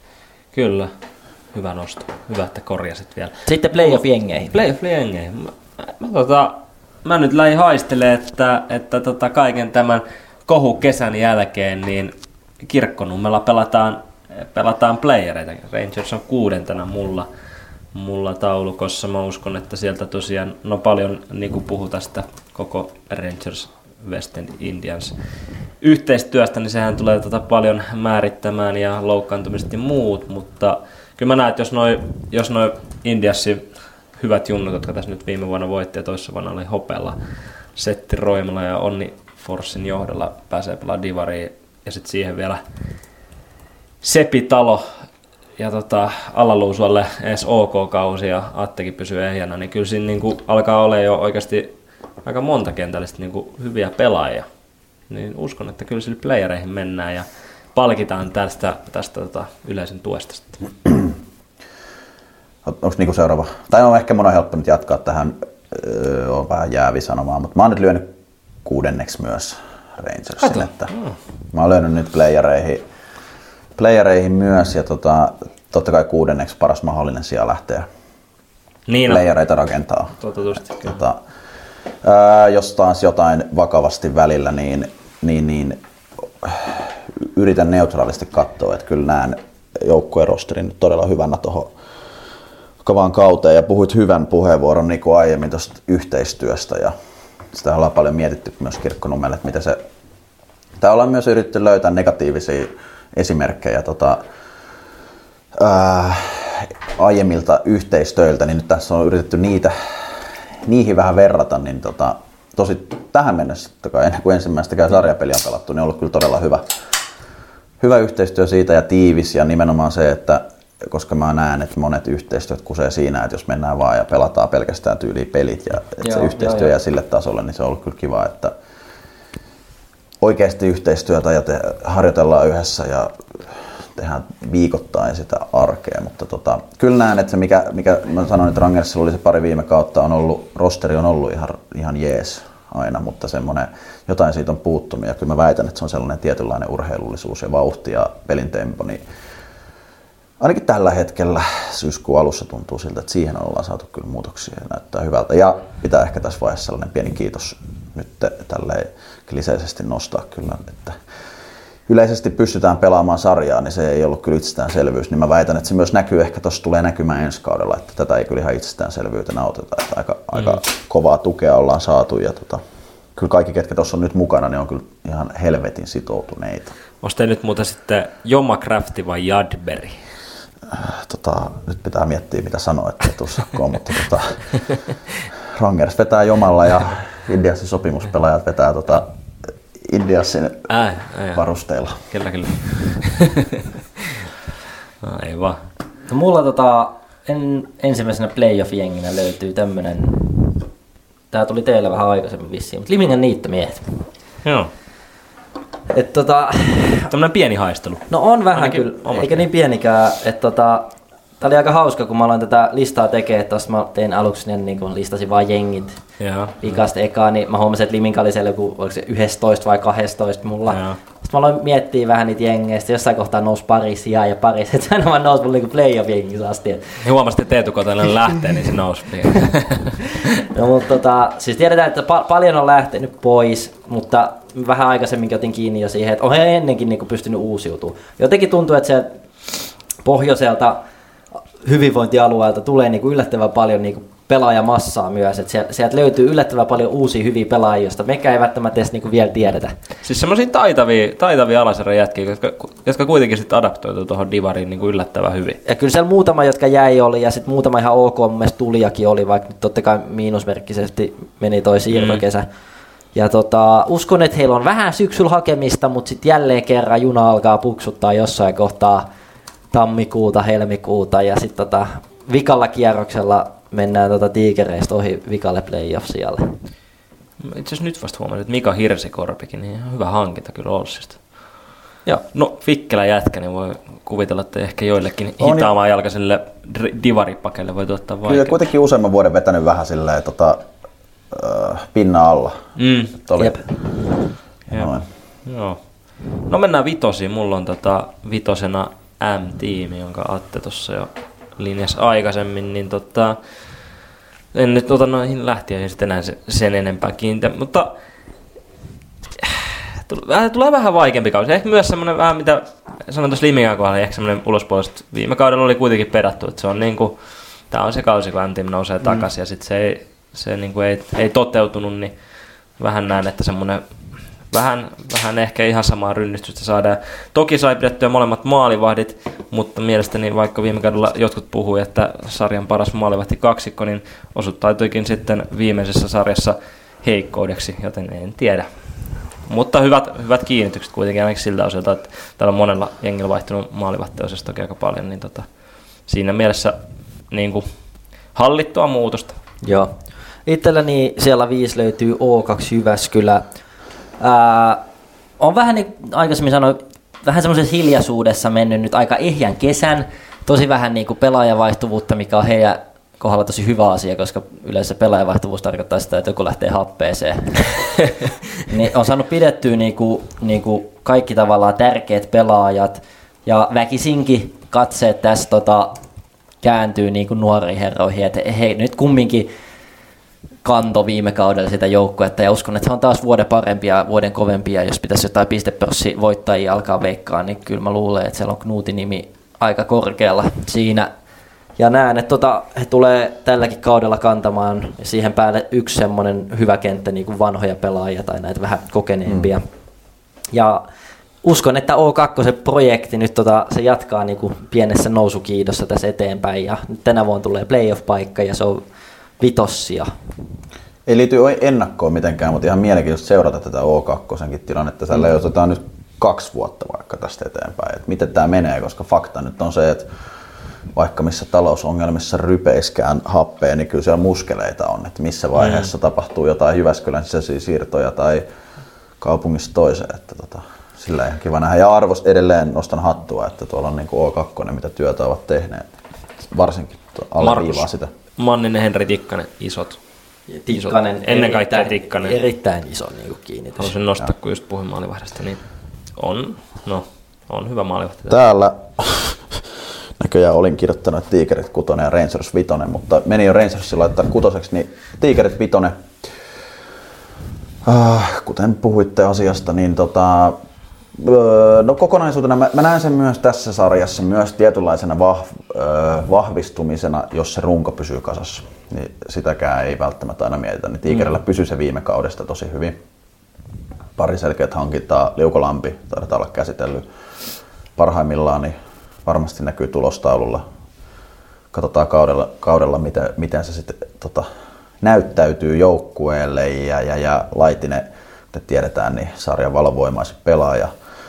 Kyllä, hyvä nosto. Hyvä, että korjasit vielä. Sitten playoff-jengeihin. Playoff-jengeihin. Mä, mä, tota, mä nyt lähdin haistelemaan, että, että tota, kaiken tämän kohu kesän jälkeen, niin Kirkkonummella pelataan, pelataan playereita. Rangers on kuudentena mulla, mulla taulukossa. Mä uskon, että sieltä tosiaan, no paljon niin kuin puhu tästä koko Rangers West End Indians yhteistyöstä, niin sehän tulee tota paljon määrittämään ja loukkaantumiset ja muut, mutta kyllä mä näen, että jos noi, jos noi Indiansin hyvät junnut, jotka tässä nyt viime vuonna voitti ja toissa vuonna oli hopealla, Setti Roimala ja Onni Forssin johdolla pääsee pelaamaan divariin ja sitten siihen vielä Sepi Talo ja tota, Alaluusualle edes OK-kausi ja Attekin pysyy ehjänä, niin kyllä siinä niinku alkaa olla jo oikeasti aika monta kentällistä niinku hyviä pelaajia. Niin uskon, että kyllä sille playereihin mennään ja palkitaan tästä, tästä tota, yleisön tuesta sitten. Onko niinku seuraava? Tai on ehkä mun on helppo nyt jatkaa tähän, öö, on vähän jäävi sanomaan, mutta mä oon nyt lyönyt kuudenneksi myös Rangersin. Että mm. Mä oon lyönyt nyt playereihin, playereihin myös ja tota, totta kai kuudenneksi paras mahdollinen sija lähteä niin playereita rakentaa. Totutusti. Tota, ää, jos taas jotain vakavasti välillä, niin, niin, niin yritän neutraalisti katsoa, että kyllä näen joukkueen rosterin todella hyvänä tuohon kovaan kauteen ja puhuit hyvän puheenvuoron niin kuin aiemmin tuosta yhteistyöstä ja sitä ollaan paljon mietitty myös Kirkkonummelle, että mitä se... Tää ollaan myös yritetty löytää negatiivisia esimerkkejä tota, ää, aiemmilta yhteistöiltä, niin nyt tässä on yritetty niitä, niihin vähän verrata, niin tota, tosi tähän mennessä, ennen kuin ensimmäistäkään sarjapeliä on pelattu, niin on ollut kyllä todella hyvä, hyvä yhteistyö siitä ja tiivis ja nimenomaan se, että koska mä näen, että monet yhteistyöt kusee siinä, että jos mennään vaan ja pelataan pelkästään tyyliin pelit ja että joo, se yhteistyö jää sille tasolle, niin se on ollut kyllä kiva, että oikeasti yhteistyötä ja te harjoitellaan yhdessä ja tehdään viikoittain sitä arkea, mutta tota, kyllä näen, että se mikä, mikä mä sanoin, että Rangersilla oli se pari viime kautta on ollut, rosteri on ollut ihan, ihan jees aina, mutta semmoinen, jotain siitä on puuttunut ja kyllä mä väitän, että se on sellainen tietynlainen urheilullisuus ja vauhti ja pelin tempo, niin ainakin tällä hetkellä syyskuun alussa tuntuu siltä, että siihen ollaan saatu kyllä muutoksia ja näyttää hyvältä. Ja pitää ehkä tässä vaiheessa sellainen pieni kiitos nyt tälleen kliseisesti nostaa kyllä, että yleisesti pystytään pelaamaan sarjaa, niin se ei ollut kyllä itsestäänselvyys. Niin mä väitän, että se myös näkyy, ehkä tuossa tulee näkymään ensi kaudella, että tätä ei kyllä ihan itsestäänselvyytenä oteta. Että aika, mm. aika kovaa tukea ollaan saatu ja tota, kyllä kaikki, ketkä tuossa on nyt mukana, niin on kyllä ihan helvetin sitoutuneita. Onko te nyt muuten sitten Joma Crafti vai Jadberg? Tota, nyt pitää miettiä, mitä sanoa, ettei tuu sakkoon, mutta tota, Rangers vetää Jomalla ja Indiasin sopimuspelaajat vetää tota, Indiasin ää, ää, varusteilla. Kyllä, kyllä. No, ei vaan. No, mulla tota, en, ensimmäisenä playoff-jenginä löytyy tämmönen, tää tuli teillä vähän aikaisemmin vissiin, mutta Limingan niittomiehet. Joo. Et tota, tämmönen pieni haistelu. No on vähän ainakin kyllä, omasta. Eikä niin pienikään. Että tota, tää oli aika hauska, kun mä aloin tätä listaa tekemään, että mä tein aluksi, niin kun listasin vaan jengit vikasta ekaa, niin mä huomasin, että Liminka oli siellä joku, oliko se yksitoista vai kaksitoista mulla. Ja. Sitten mä aloin miettiä vähän niitä jengejä, sitten jossain kohtaa nousi pari sijaa ja pari, että se aina vaan nousi mulla niinku playoff-jengissä asti. Ja huomasit, että Teetu Kotainen lähtee, niin se nousi. No mutta tota, siis tiedetään, että pa- paljon on lähtenyt pois, mutta vähän aikaisemminkin otin kiinni jo siihen, että on he ennenkin niinku pystynyt uusiutumaan. Jotenkin tuntuu, että se pohjoiselta hyvinvointialueelta tulee niinku yllättävän paljon niinku pelaajamassaa myös, että sieltä, sieltä löytyy yllättävän paljon uusia hyviä pelaajia, joista mekä ei välttämättä edes niinku vielä tiedetä. Siis semmoisia taitavia, taitavia alaserran jätkiä, jotka, jotka kuitenkin sitten adaptoituu tuohon divariin niinku yllättävän hyvin. Ja kyllä siellä muutama, jotka jäi oli, ja sitten muutama ihan ok mun mielestä tulijakin oli, vaikka nyt totta kai miinusmerkkisesti meni toi siirtokesä. Mm. Ja tota, uskon, että heillä on vähän syksyllä hakemista, mutta sitten jälleen kerran juna alkaa puksuttaa jossain kohtaa tammikuuta, helmikuuta, ja sitten tota, vikalla kierroksella mennään tota tiikereistä ohi vikalle playoff-sijalle. Itse asiassa nyt vasta huomasin, että Mika Hirsikorpikin, niin ihan hyvä hankinta kyllä Olssista. Joo. No Fikkelä jätkä, niin voi kuvitella, että ehkä joillekin hitaamaan jalkaiselle divaripakelle voi tuottaa vaikeaa. Kyllä kuitenkin useamman vuoden vetänyt vähän silleen tota, äh, pinnan alla. Mm. Oli... Jep. Jep. Joo. No mennään vitosiin. Mulla on tota vitosena M-tiimi, jonka Atte tuossa jo linjasi aikaisemmin, niin tota, en nyt ota noihin lähtiöihin sitten enää sen enempää kiinniä, mutta tulee vähän vaikeampi kausi. Ehkä myös semmoinen vähän, mitä sanoin tuossa Limingan kohdalla, ehkä semmoinen ulospuolesta viime kaudella oli kuitenkin pedattu, että se on niinku, tää on se kausi, kun M-tiimi nousee mm. takaisin ja sitten se, ei, se niinku ei, ei toteutunut, niin vähän näen, että semmoinen Vähän, vähän ehkä ihan samaa rynnistystä saadaan. Toki sai pidettyä molemmat maalivahdit, mutta mielestäni vaikka viime kaudella jotkut puhui, että sarjan paras maalivahti kaksikko, niin osoittautuikin sitten viimeisessä sarjassa heikkoudeksi, joten en tiedä. Mutta hyvät, hyvät kiinnitykset kuitenkin ainakin siltä osalta, että täällä on monella jengillä vaihtunut maalivahtiosastokin aika paljon, niin tota, siinä mielessä niin kuin hallittua muutosta. Joo. Itselläni siellä viisi löytyy O kaksi Jyväskylä. Ää, on vähän niin aikaisemmin sanoin, vähän semmoisessa hiljaisuudessa mennyt nyt aika ehjän kesän, tosi vähän niin kuin pelaajavaihtuvuutta, mikä on heidän kohdalla tosi hyvä asia, koska yleensä pelaajavaihtuvuus tarkoittaa sitä, että joku lähtee happeeseen. Niin on saanut pidettyä niin kuin, niin kuin kaikki tavallaan tärkeät pelaajat ja väkisinkin katseet tässä tota, kääntyy niin kuin nuoriin herroihin, että he nyt kumminkin kanto viime kaudella sitä joukkuetta ja uskon, että se on taas vuoden parempia ja vuoden kovempia. Jos pitäisi jotain pistepörssivoittajia alkaa veikkaa, niin kyllä mä luulen, että siellä on Knutin nimi aika korkealla siinä. Ja näen, että tota, he tulee tälläkin kaudella kantamaan siihen päälle yksi semmoinen hyvä kenttä, niin kuin vanhoja pelaajia tai näitä vähän kokeneempia. Mm. Ja uskon, että O kaksi-projekti nyt tota, se jatkaa niin kuin pienessä nousukiidossa tässä eteenpäin ja nyt tänä vuonna tulee playoff-paikka ja se on vitossia. Ei liity ennakkoon mitenkään, mutta ihan mielenkiintoista seurata tätä O kaksi tilannetta. Tällä mm. otetaan nyt kaksi vuotta vaikka tästä eteenpäin, että miten tämä menee, koska fakta nyt on se, että vaikka missä talousongelmissa rypeiskään happea, niin kyllä siellä muskeleita on, että missä vaiheessa mm. tapahtuu jotain Jyväskylän sisäisiä siirtoja tai kaupungista toiseen. Että tota, sillä ihan kiva nähdä. Ja arvost edelleen nostan hattua, että tuolla on niin kuin O kaksi, mitä työtä ovat tehneet. Varsinkin alleviivaa sitä. Manninen, Henri Tikkanen, isot. Tikkanen, isot. Ennen kaikkea Tikkanen. Erittäin iso niin kiinnitys. Haluaisin nostaa, ja. kun just puhuin maalivahdesta, niin on, no, on hyvä maalivahti. Täällä näköjään olin kirjoittanut, että Tiikerit kutonen ja Rangers vitonen, mutta meni jo Rangersin laittaa kutoseksi, niin Tiikerit vitonen. Äh, kuten puhuitte asiasta, niin tota, No kokonaisuutena mä, mä näen sen myös tässä sarjassa myös tietynlaisena vah, vahvistumisena, jos se runko pysyy kasassa. Niin sitäkään ei välttämättä aina mietitä. Niin Tiikerillä mm. pysyy se viime kaudesta tosi hyvin. Pari selkeät hankintaa. Liukolampi taitaa olla käsitellyt parhaimmillaan, niin varmasti näkyy tulostaululla. Katsotaan kaudella, kaudella miten, miten se sitten tota, näyttäytyy joukkueelle ja, ja, ja Laitinen, kuten tiedetään, niin sarjan valovoimaisin pelaaja.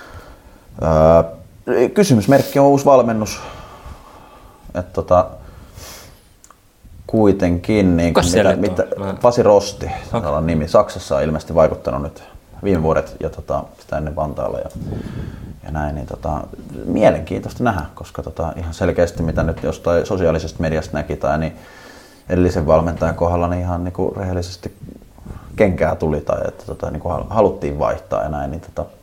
Öö, kysymysmerkki on uusi valmennus. Et, tota, kuitenkin, niin kuin mitä, mitä, Pasi Rosti, okay. nimi. Saksassa on ilmeisesti vaikuttanut nyt viime vuodet ja tota, sitä ennen Vantaalla ja, ja näin. Niin, tota, mielenkiintoista nähdä, koska tota, ihan selkeästi mitä nyt jostain sosiaalisesta mediasta näki tai niin edellisen valmentajan kohdalla niin ihan niin kuin rehellisesti kenkää tuli tai että tota, niin kuin haluttiin vaihtaa ja näin. Niin, tota,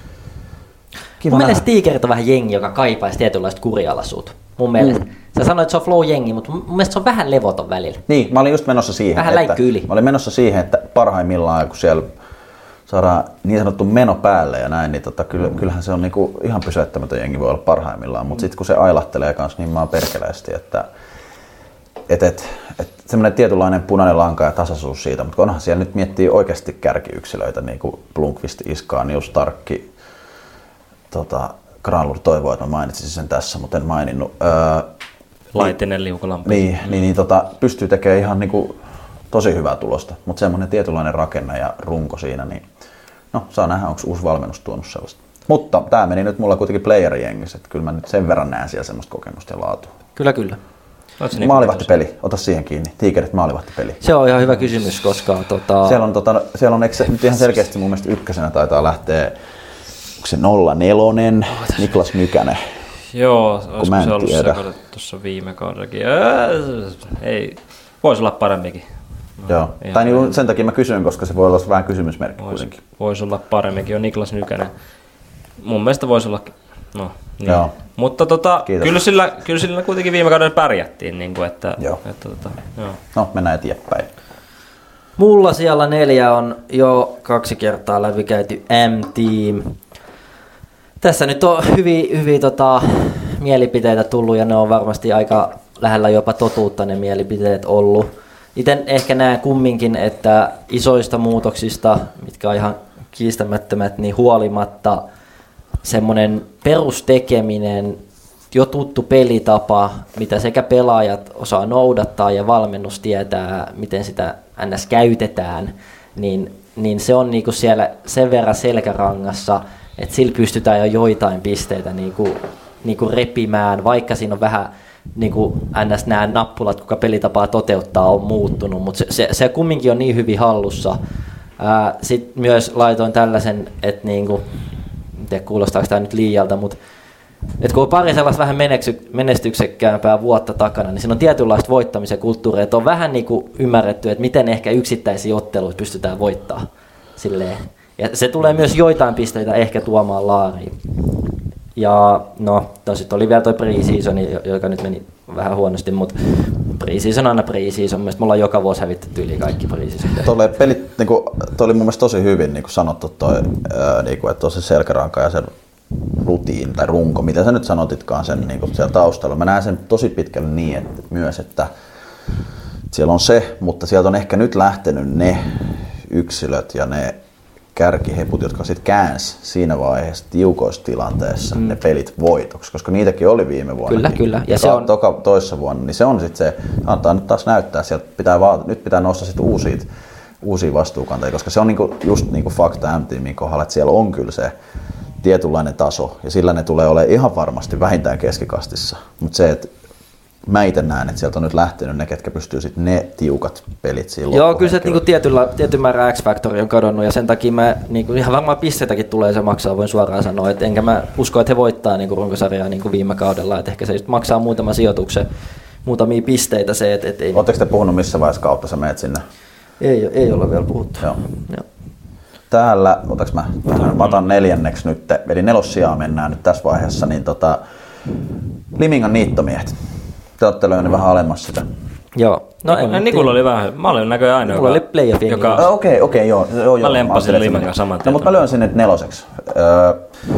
mun mielestä Tiikerit on vähän jengi, joka kaipaisi tietynlaista kurialaisuutta. Mun mielestä. Mm. Sä sanoit, että se on flow-jengi, mutta mun mielestä se on vähän levoton välillä. Niin, mä olin just menossa siihen, vähän että, yli. Mä olin menossa siihen, että parhaimmillaan, kun siellä saadaan niin sanottu meno päälle ja näin, niin tota, kyllähän se on niinku ihan pysäyttämätön jengi voi olla parhaimmillaan, mutta sitten kun se ailahtelee kanssa niin maan perkeleesti, että et, et, et, semmoinen tietynlainen punainen lanka ja tasaisuus siitä, mutta onhan siellä nyt miettii oikeasti kärkiyksilöitä, niin kuin Blomqvist, Iskaanius, Tarkki, tota, Granlund toivoo, että mä mainitsisin sen tässä, mutta en maininnut. Öö, Laitinen, Liukolampi. Niin, niin, niin tota, pystyy tekemään ihan niinku tosi hyvää tulosta, mutta semmoinen tietynlainen rakenne ja runko siinä, niin no saa nähdä, onko uusi valmennus tuonut sellaista. Mutta tämä meni nyt mulla kuitenkin playerijengissä, että kyllä mä nyt sen verran näen siellä semmoista kokemusta ja laatua. Kyllä, kyllä. Maalivahtipeli, ota siihen kiinni. Tiikerit maalivahtipeli. Se on ihan hyvä kysymys, koska tota... siellä on, tota, siellä on se, nyt ihan selkeästi mun mielestä ykkösenä taitaa lähteä, onko se nolla nelonen, Niklas Nykänen. Joo, olisiko se ollut sekoitettu tuossa viime kaudellakin. Ei, voisi olla paremminkin. No, joo, tai niin, sen takia mä kysyn, koska se voi olla vähän kysymysmerkki vois, kuitenkin. Voisi olla paremminkin, on Niklas Nykänen. Mun mielestä voisi olla, no niin. Joo. Mutta tota, kyllä, sillä, kyllä sillä kuitenkin viime kaudella pärjättiin. Niin kuin, että, joo. Että, että, joo. No, mennään eteenpäin. Mulla siellä neljä on jo kaksi kertaa läpikäyty M-Team. Tässä nyt on hyviä, hyviä tota, mielipiteitä tullut ja ne on varmasti aika lähellä jopa totuutta ne mielipiteet ollut. Itse ehkä näen kumminkin, että isoista muutoksista, mitkä on ihan kiistämättömät, niin huolimatta semmoinen perustekeminen, jo tuttu pelitapa, mitä sekä pelaajat osaa noudattaa ja valmennus tietää, miten sitä ns. Käytetään, niin, niin se on niinku siellä sen verran selkärangassa, että sillä pystytään jo joitain pisteitä niinku, niinku repimään, vaikka siinä on vähän niinku ns. Nämä nappulat, kuka pelitapaa toteuttaa, on muuttunut, mutta se, se, se kumminkin on niin hyvin hallussa. Sitten myös laitoin tällaisen, että niinku, en tiedä kuulostaako tämä nyt liialta, mutta et kun on pari sellaista vähän menestyksekkäämpää vuotta takana, niin siinä on tietynlaista voittamisen kulttuuria, että on vähän niinku ymmärretty, että miten ehkä yksittäisiä otteluita pystytään voittamaan silleen. Ja se tulee myös joitain pisteitä ehkä tuomaan laariin. Ja no, tosi oli vielä toi pre-season, joka nyt meni vähän huonosti, mutta pre-season on aina pre-season. Mielestäni me ollaan joka vuosi hävitetty yli kaikki pre-season. Tuolle pelit, niin kuin, toi oli mun mielestä tosi hyvin niin kuin sanottu toi, ää, niin kuin, että on se selkäranka ja se rutiin tai runko, mitä sä nyt sanotitkaan sen niin kuin siellä taustalla. Mä näen sen tosi pitkälle niin, että myös, että siellä on se, mutta sieltä on ehkä nyt lähtenyt ne yksilöt ja ne kärkiheput, jotka sitten käänsi siinä vaiheessa tiukoissa tilanteessa mm. ne pelit voitoksi, koska niitäkin oli viime vuonna. Kyllä, kyllä. Ja, ja se on toka, toissa vuonna, niin se on sitten se, antaa nyt taas näyttää, sieltä pitää vaan, nyt pitää nostaa sitten uusia, uusia vastuukantajia, koska se on niinku, just niinku fakta M-tiimin kohdalla, että siellä on kyllä se tietynlainen taso, ja sillä ne tulee olemaan ihan varmasti vähintään keskikastissa, mutta se, että mä itse näen, että sieltä on nyt lähtenyt ne, ketkä pystyy sitten ne tiukat pelit siinä Joo, kyllä se niinku tietyllä, tietyn määrä X-Factori on kadonnut ja sen takia mä, niinku, ihan varmaan pisteitäkin tulee se maksaa, voin suoraan sanoa. Et enkä mä usko, että he voittaa niinku runkosarjaa niinku viime kaudella. Et ehkä se just maksaa muutama sijoituksen, muutamia pisteitä se. Et, et ei... Oletteko te puhunut missä vaiheessa kautta sä meet sinne? Ei, ei olla vielä puhuttu. Joo. Joo. Täällä, otaks mä, mä otan neljänneksi nyt, eli nelossijaa mennään nyt tässä vaiheessa, niin tota, Limingan niittomiehet. Te olette löynyt vähän alemmas sitä. Joo. No, no Nikulla oli vähän, mä olin näköjään aina, mulla oli playoffin. Okei, okay, okei, okay, joo, joo. Mä lempasin Limen kanssa saman tien. No, mutta mä lyön sinne neloseksi. Öö,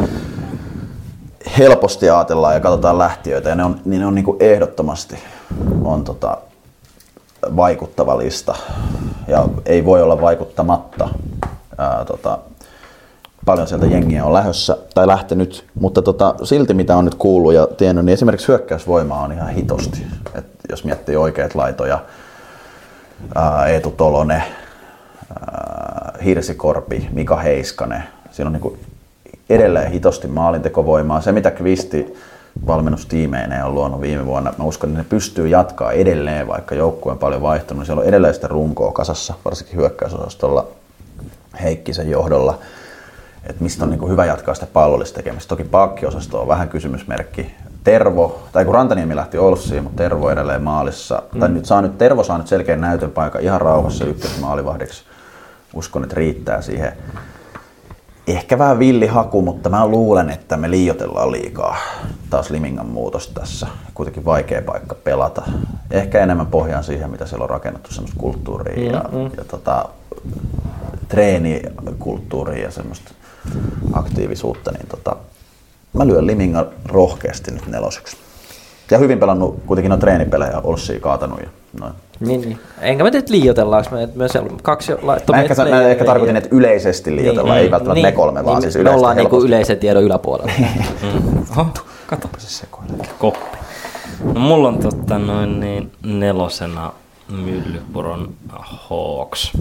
helposti ajatellaan ja katsotaan lähtiöitä, ja ne on, niin ne on niinku ehdottomasti on tota, vaikuttava lista. Ja ei voi olla vaikuttamatta. Ää, tota, paljon sieltä jengiä on lähdössä tai lähtenyt, mutta tota, silti mitä on nyt kuullut ja tiennyt, niin esimerkiksi hyökkäysvoimaa on ihan hitosti. Et jos miettii oikeat laitoja, ää, Eetu Tolonen, ää, Hirsi Korpi, Mika Heiskanen, siinä on niinku edelleen hitosti maalintekovoimaa. Se mitä Kvisti valmennustiimeineen on luonut viime vuonna, mä uskon, että ne pystyy jatkaa edelleen, vaikka joukkue on paljon vaihtunut. Siellä on edelleen sitä runkoa kasassa, varsinkin hyökkäysosastolla Heikkisen johdolla. Että mistä on niin kuin hyvä jatkaa sitä pallollista tekemistä. Toki pakkiosasto on vähän kysymysmerkki. Tervo, tai kun Rantaniemi lähti Olssiin, mutta Tervo edelleen maalissa. Mm. Tai nyt saa nyt, Tervo saa nyt selkeän näytön paikan ihan rauhassa ykkösmaalivahdiksi. Uskon, että riittää siihen. Ehkä vähän villihaku, mutta mä luulen, että me liioitellaan liikaa taas Limingan muutos tässä. Kuitenkin vaikea paikka pelata. Ehkä enemmän pohjaan siihen, mitä siellä on rakennettu, semmoista kulttuuria ja, mm-hmm. ja tota, treenikulttuuria ja semmoista aktiivisuutta. Niin tota, mä lyön Limingan rohkeasti nyt neloseksi. Ja hyvin pelannut kuitenkin on treenipelejä, Olssia kaatanut ja noin. Niin, niin. Enkä mä teet liioitellaanko me, me kaksi laittoa. Mä ehkä, mä ehkä tarkoitin, että yleisesti liioitellaan, niin, ei välttämättä niin, me kolme, vaan niin, siis yleisesti. Me ollaan niinku yleisen tiedon yläpuolella. mm. Oho, katsopa se sekoilee. Koppi. No mulla on totta noin niin nelosena Myllypuron Hawks.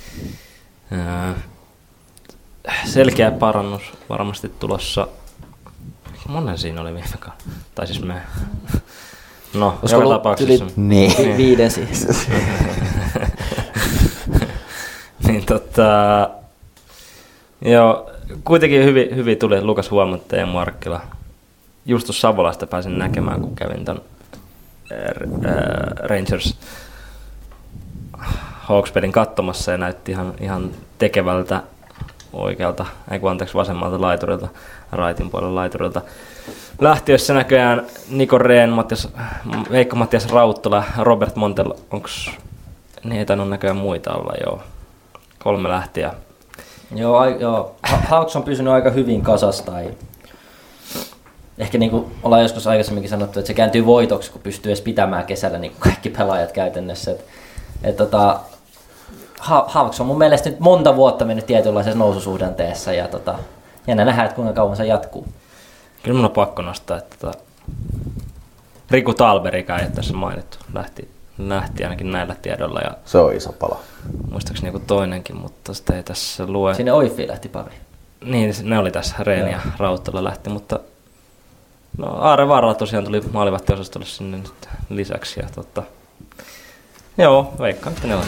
Selkeä parannus varmasti tulossa. Monen siinä oli viime kaudella. Tai siis me... No, joka tapauksessa. Niin. niin. Viiden siis. niin tota... Joo, kuitenkin hyvin, hyvin tuli Lukas Huomatta ja Markkila. Justus Savolasta pääsin näkemään, kun kävin ton Rangers Hawks-pelin katsomassa ja näytti ihan, ihan tekevältä oikealta, ei kun anteeksi vasemmalta laiturilta, raitin puolella laiturilta. Lähtiössä näköjään Niko Rehn, Mattias, Veikko Mattias Rauttola, Robert Montel, onks, niin ei tainnut näköjään muita olla, joo. Kolme lähtiä. Joo, ai, joo. Hawks on pysynyt aika hyvin kasasta. Ehkä niin kuin ollaan joskus aikaisemminkin sanottu, että se kääntyy voitoksi, kun pystyy edes pitämään kesällä niin kaikki pelaajat käytännössä. Et, et tota, Hawks on mun mielestä nyt monta vuotta mennyt tietynlaisessa noususuhdanteessa ja tota, jännä nähdään, että kuinka kauan se jatkuu. Kyllä mun on pakko nostaa, että tota, Riku Talberikään ei ole tässä mainittu. Lähti, lähti ainakin näillä tiedoilla. Ja se on iso pala. Muistaakseni joku toinenkin, mutta sitä ei tässä lue. Sinne Oiffiin lähti pari. Niin, ne oli tässä. Rehn ja Rauttola lähti, mutta no, Aare Varla tosiaan tuli maalivahtiosastolle sinne nyt lisäksi. Ja, tota, joo, veikkaan, että ne on.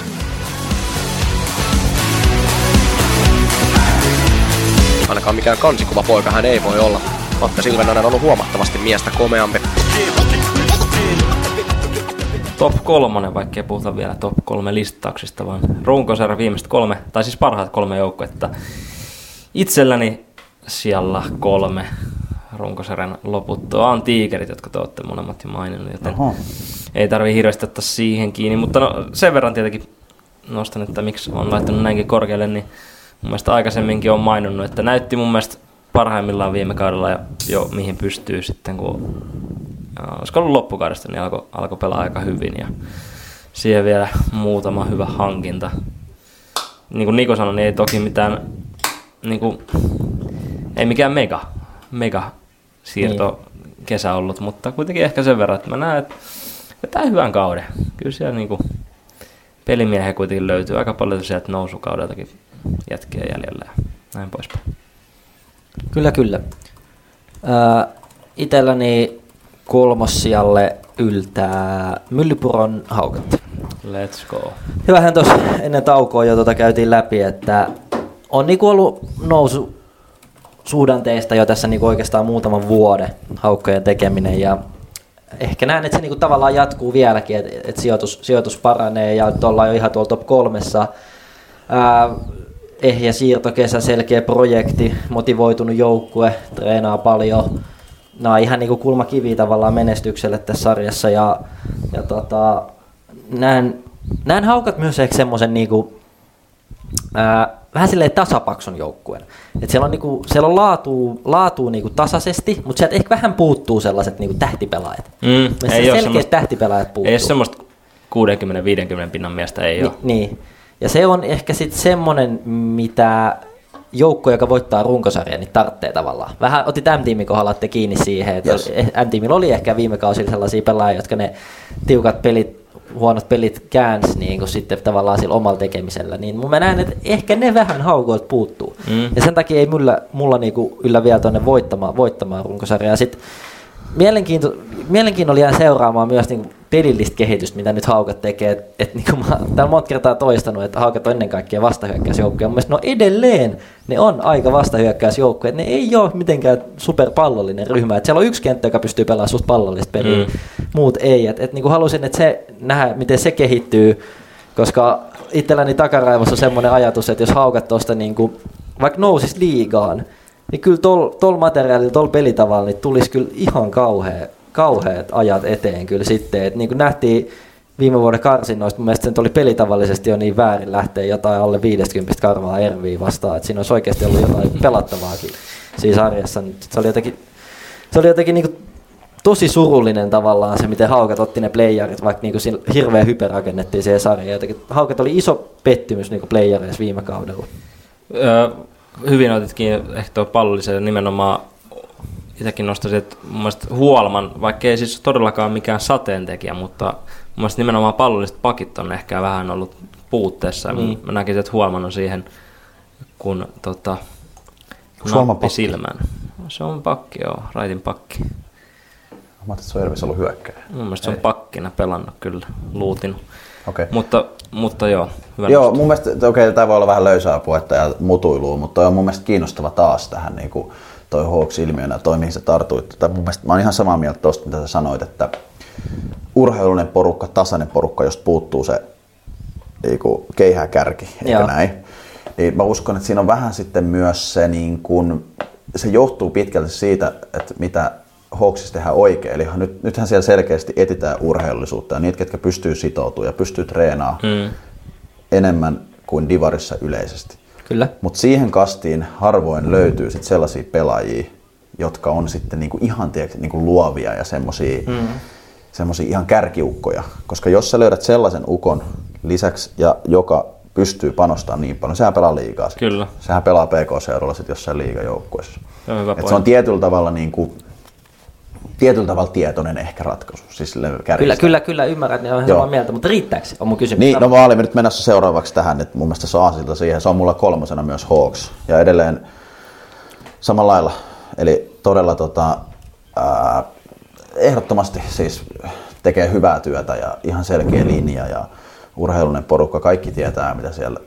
Ainakaan mikään kansikuva poika hän ei voi olla. Atte Silvenainen on ollut huomattavasti miestä komeampi. Top kolmonen, vaikkei puhuta vielä top kolme listauksista, vaan runkosarjan viimeiset kolme, tai siis parhaat kolme joukkuetta. Itselläni siellä kolme runkosarjan loputtua on Tiikerit, jotka te olette molemmat jo maininnut, joten Oho. ei tarvitse hirveästi ottaa siihen kiinni. Mutta no, sen verran tietenkin nostan, että miksi on laittanut näinkin korkealle, niin mun mielestä aikaisemminkin on maininnut, että näytti mun mielestä parhaimmillaan viime kaudella ja jo mihin pystyy sitten, kun olisiko ollut loppukaudesta, niin alkoi alko pelaa aika hyvin ja siihen vielä muutama hyvä hankinta. Niin kuin Niko sanoi, niin ei toki mitään, niin kuin, ei mikään mega, mega siirto niin. kesä ollut, mutta kuitenkin ehkä sen verran, että mä näen, että tämä on hyvän kauden. Kyllä siellä niin kuin pelimiehiä kuitenkin löytyy aika paljon sieltä nousukaudeltakin jätkiä jäljellä ja näin poispäin. Kyllä, kyllä. Äh, itselläni kolmossijalle yltää Myllypuron Haukat. Let's go. Hyvähän tuossa ennen taukoa jo tuota käytiin läpi, että on niinku ollut nousu suhdanteista jo tässä niinku oikeastaan muutaman vuoden haukkojen tekeminen ja ehkä näen, että se niinku tavallaan jatkuu vieläkin, että et sijoitus, sijoitus paranee ja ollaan jo ihan tuolla top kolmessa. Ää, ehjä siirtokesä, selkeä projekti, motivoitunut joukkue, treenaa paljon. Nämä on ihan niinku kulmakivi tavallaan menestykselle tässä sarjassa ja, ja tota, näen, näen Haukat myös ehkä semmoisen niinku, ää, vähän silleen tasapaksun joukkueen. Et siellä on, niinku, siellä on laatua, laatua niinku tasaisesti, mutta sieltä ehkä vähän puuttuu sellaiset niinku tähtipelaajat. Mm, selkeät semmoista, tähtipelaajat puuttuu. Ei ole semmoista kuusikymmentä viisikymmentä pinnan miestä, ei Ni, ole. Niin. Ja se on ehkä sitten semmoinen, mitä joukko, joka voittaa runkosarjan, niin tarvitsee tavallaan. Vähän otit M-tiimin kohdalla te kiinni siihen, että yes. M-tiimillä oli ehkä viime kausilla sellaisia pelaajia, jotka ne tiukat pelit, huonot pelit käänsi niin kuin sitten tavallaan sillä omalla tekemisellä. Niin mä näen, että ehkä ne vähän Haukoilta puuttuu. Mm. Ja sen takia ei mulla, mulla niinku yllä vielä tuonne voittamaan, voittamaan runkosarjaa. Sitten Mielenkiinto, mielenkiinnolla jää seuraamaan myös niin pelillistä kehitystä, mitä nyt Haukat tekee. Et, et, niin kuin mä täällä monta kertaa toistanut, että Haukat on ennen kaikkea vastahyökkäysjoukkoja. Mun mielestä no edelleen ne on aika vastahyökkäysjoukkoja. Ne ei ole mitenkään superpallollinen ryhmä. Et siellä on yksi kenttä, joka pystyy pelaamaan suht pallollista peliä, mm. muut ei. Et, et, niin kuin halusin, että se nähdä, miten se kehittyy, koska itselläni takaraivossa on semmoinen ajatus, että jos Haukat tuosta niin kuin, vaikka nousisi liigaan, niin kyllä tuolla tol materiaalilla, tuolla pelitavalla niin tulisi kyllä ihan kauhea, kauheat ajat eteen kyllä sitten. Et niin kuin nähtiin viime vuoden karsinnoista, mun mielestä se oli pelitavallisesti jo niin väärin lähteä jotain alle viisikymmentä karvaa Erviin vastaan. Että siinä olisi oikeasti ollut jotain pelattavaakin siinä sarjassa. Se oli jotenkin, se oli jotenkin niin kuin tosi surullinen tavallaan se, miten Haukat otti ne playerit, vaikka niin kuin hirveä hype rakennettiin siihen sarjaan. Jotenkin Haukat oli iso pettymys niin kuin playereissa viime kaudella. Öö. Hyvin otitkin ehkä tuo pallollisen nimenomaan, itsekin nostaisin, että mun mielestä Huolman, vaikka ei siis todellakaan mikään sateentekijä, mutta mun mielestä nimenomaan pallolliset pakit on ehkä vähän ollut puutteessa. Mm. Mä näkisin, että Huolman on siihen, kun tota, nappi silmään. Se on pakki, joo, raitin pakki. Mä ajattelin, että se on Ervis ollut hyökkääjä. Mun mielestä se on pakkina pelannut kyllä, luutinut. Okay. Mutta, mutta joo, hyvä Joo, nosto. mun mielestä, okei, okay, tämä voi olla vähän löysää puhetta ja mutuilua, mutta toi on mun mielestä kiinnostava taas tähän niin kuin toi Hawks-ilmiönä ja toi, mihin sä tartuit. Tai mun mielestä, mä oon ihan samaa mieltä tosta, mitä sä sanoit, että urheilullinen porukka, tasainen porukka, josta puuttuu se niin kuin keihääkärki, eikö näin? Niin mä uskon, että siinä on vähän sitten myös se, niin kuin, se johtuu pitkälti siitä, että mitä Hawksissa tehdään oikein. Eli nyt, nythän siellä selkeästi etsitään urheilullisuutta ja niitä, ketkä pystyy sitoutumaan ja pystyy treenaamaan mm. enemmän kuin divarissa yleisesti. Kyllä. Mutta siihen kastiin harvoin löytyy sit sellaisia pelaajia, jotka on sitten niinku ihan tiedätkö, niinku luovia ja semmosia, mm. semmosia ihan kärkiukkoja. Koska jos sä löydät sellaisen ukon lisäksi, ja joka pystyy panostamaan niin paljon, sehän pelaa liigaa. Sit. Kyllä. Sehän pelaa P K-seuralla sit jossain liigajoukkueessa. Se, se on tietyllä tavalla niinku tietyllä tavalla tietoinen ehkä ratkaisu. Siis kyllä, kyllä, kyllä, ymmärrän, että ne on samaa mieltä, mutta riittääkö se? On mun kysymys. Niin, no mä olin nyt menossa seuraavaksi tähän, että mun mielestä se on aasilta siihen. Se on mulla kolmosena myös Hawks. Ja edelleen samalla lailla. Eli todella tota, ää, ehdottomasti siis tekee hyvää työtä ja ihan selkeä linja ja urheilullinen porukka. Kaikki tietää, mitä siellä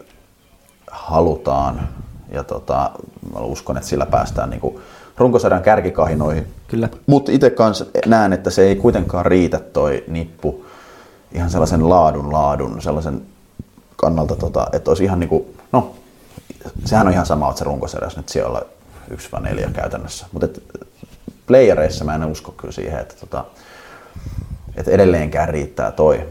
halutaan. Ja tota, mä uskon, että sillä päästään niinku runkosarjan kärkikahinoihin. Kyllä. Mutta itse kanssa näen, että se ei kuitenkaan riitä toi nippu ihan sellaisen laadun laadun, sellaisen kannalta, tota, että olisi ihan niinku, no sehän on ihan sama, että se runkosarjassa nyt siellä yksi vai neljä käytännössä. Mutta playereissa mä en usko kyllä siihen, että, tota, että edelleenkään riittää toi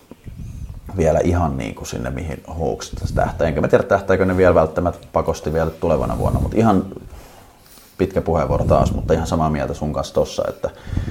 vielä ihan niin kuin sinne, mihin Hawks tähtää. Enkä mä tiedä, tähtääkö ne vielä välttämättä pakosti vielä tulevana vuonna, mutta ihan pitkä puheenvuoro taas, mutta ihan samaa mieltä sun kanssa tossa, että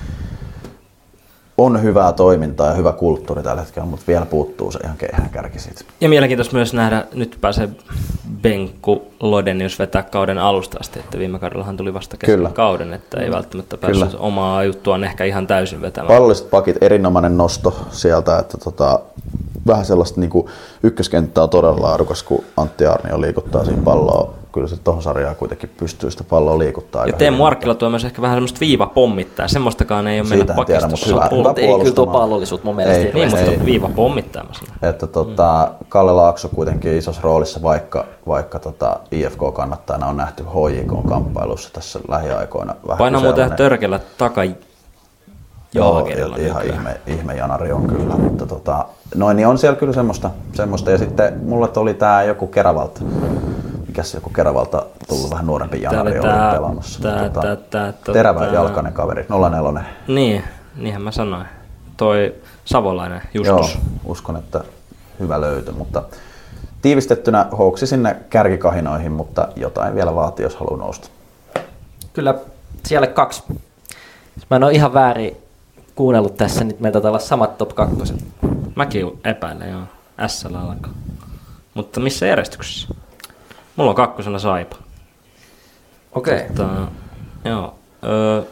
on hyvää toimintaa ja hyvä kulttuuri tällä hetkellä, mutta vielä puuttuu se ihan keihäänkärki siitä. Ja mielenkiintoista myös nähdä, nyt pääsee Benkku Lodenius vetää kauden alusta asti, että viime kaudellahan tuli vasta kesken kauden, että ei välttämättä päässyt Kyllä. omaa juttuaan ehkä ihan täysin vetämään. Pallolliset pakit, erinomainen nosto sieltä, että tota, vähän sellaista niin kuin ykköskenttä on todella laadukas, kun Antti Aarnio liikuttaa siinä palloa. Kyllä se tuohon sarjaan kuitenkin pystyy sitä palloa liikuttaa. Ja Teemu Arkkila tuo myös ehkä vähän semmoista viivapommittaa. Semmoistakaan ei ole mennä pakistossa. Ei kyllä tuo pallollisuutta mun mielestä. Ei, niin, mutta viivapommittaamassa. Että tota, Kalle Laakso kuitenkin isossa roolissa, vaikka, vaikka tota I F K-kannattajana on nähty H J K-kamppailussa tässä lähiaikoina. Painaa muuten törkellä taka Joo, ihan ihme, ihme janari on kyllä. Mutta tota, noin, niin on siellä kyllä semmoista, semmoista. Ja sitten mulle oli tää joku Keravalta. Mikäs joku Keravalta tullut vähän nuorempi janari oli tää, pelaamassa. Tää, tota, tää, tää, terävä tää, jalkainen kaveri, nolla neljä. Niin, niinhän mä sanoin. toi savolainen Justus. Joo, uskon, että hyvä löytö, mutta tiivistettynä Hawksi sinne kärkikahinoihin, mutta jotain vielä vaatii, jos haluaa nousta. Kyllä siellä kaksi. Mä en ole ihan väärin kuunnellut tässä, niin meiltä taitaa olla samat top kakkoset. Mäkin epäilen, joo. S-llä alkaa. Mutta missä järjestyksessä? Mulla on kakkosena Saipa. Okei. Tota, joo. Öö,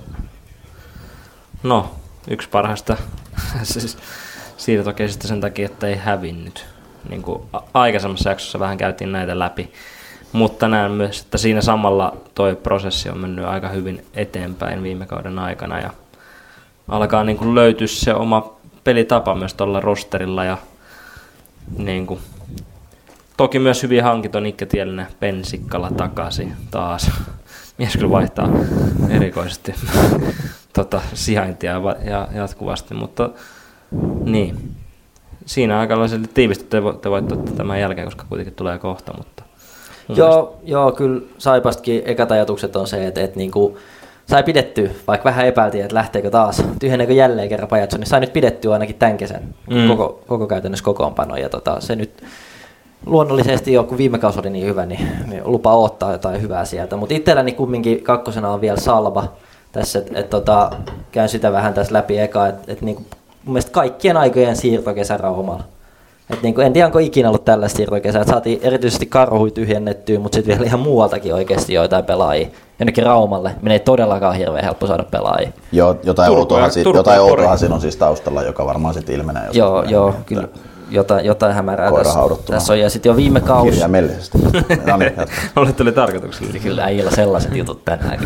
no, yksi parhaista. Siis siitä toki sitten sen takia, että ei hävinnyt. Niin kuin aikaisemmassa jaksossa vähän käytiin näitä läpi. Mutta näen myös, että siinä samalla toi prosessi on mennyt aika hyvin eteenpäin viime kauden aikana. Ja alkaa niin kuin löytyä se oma pelitapa myös tuolla rosterilla. Ja niin kuin, toki myös hyvin hankinto Nikke Tielinen Pensikkala takaisin taas. Mies kyllä vaihtaa erikoisesti tota, sijaintia ja jatkuvasti, mutta niin. Siinä aika lailla tiivistetty te, te voitte ottaa tämän jälkeen, koska kuitenkin tulee kohta. Mutta joo, joo, kyllä Saipastakin ekat ajatukset on se, että, että niin kuin sai pidettyä, vaikka vähän epäiltiin, että lähteekö taas, tyhjenneekö jälleen kerran Pajatso, niin sai nyt pidettyä ainakin tämän kesän mm. koko, koko käytännössä kokoonpano. Ja tota, se nyt luonnollisesti jo, kun viime kausi oli niin hyvä, niin lupa odottaa jotain hyvää sieltä. Mutta itselläni kumminkin kakkosena on vielä Salba tässä, että et, tota, käyn sitä vähän tässä läpi eka, että et, niinku, mun mielestä kaikkien aikojen siirtokesä Raumalla. Et, niinku, en tiedä, onko ikinä ollut tällaista siirtokesää, että saatiin erityisesti Karhui tyhjennettyä, mutta sitten vielä ihan muualtakin oikeasti joitain pelaajia. Jonnekin Raumalle menee todellakaan hirveän helppo saada pelaajia. Joo, jotain outoahan siinä on siis taustalla, joka varmaan sitten ilmenee. Joo, joo, kyllä. Jotain, jotain hämärää tässä, tässä on. Ja sitten jo viime kausi... Kirjaimellisesti. No niin, olet oli tarkoituksella. Kyllä äijillä sellaiset jutut tänään.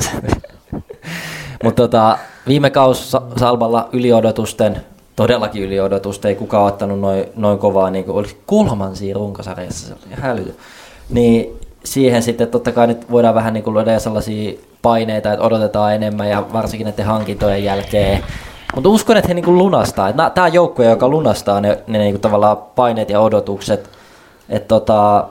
Mutta tota, viime kausi Salballa yliodotusten, todellakin yliodotusten, ei kukaan ottanut noin, noin kovaa, niin kuin olisi kolmansia runkosarjassa, se oli hälytö. Niin siihen sitten totta kai nyt voidaan vähän niin kuin luoda sellaisia paineita, että odotetaan enemmän ja varsinkin näiden hankintojen jälkeen. Mutta uskon, että he niinku lunastaa. Tämä on joukkue, joka lunastaa ne, ne niinku tavallaan paineet ja odotukset. Et tota,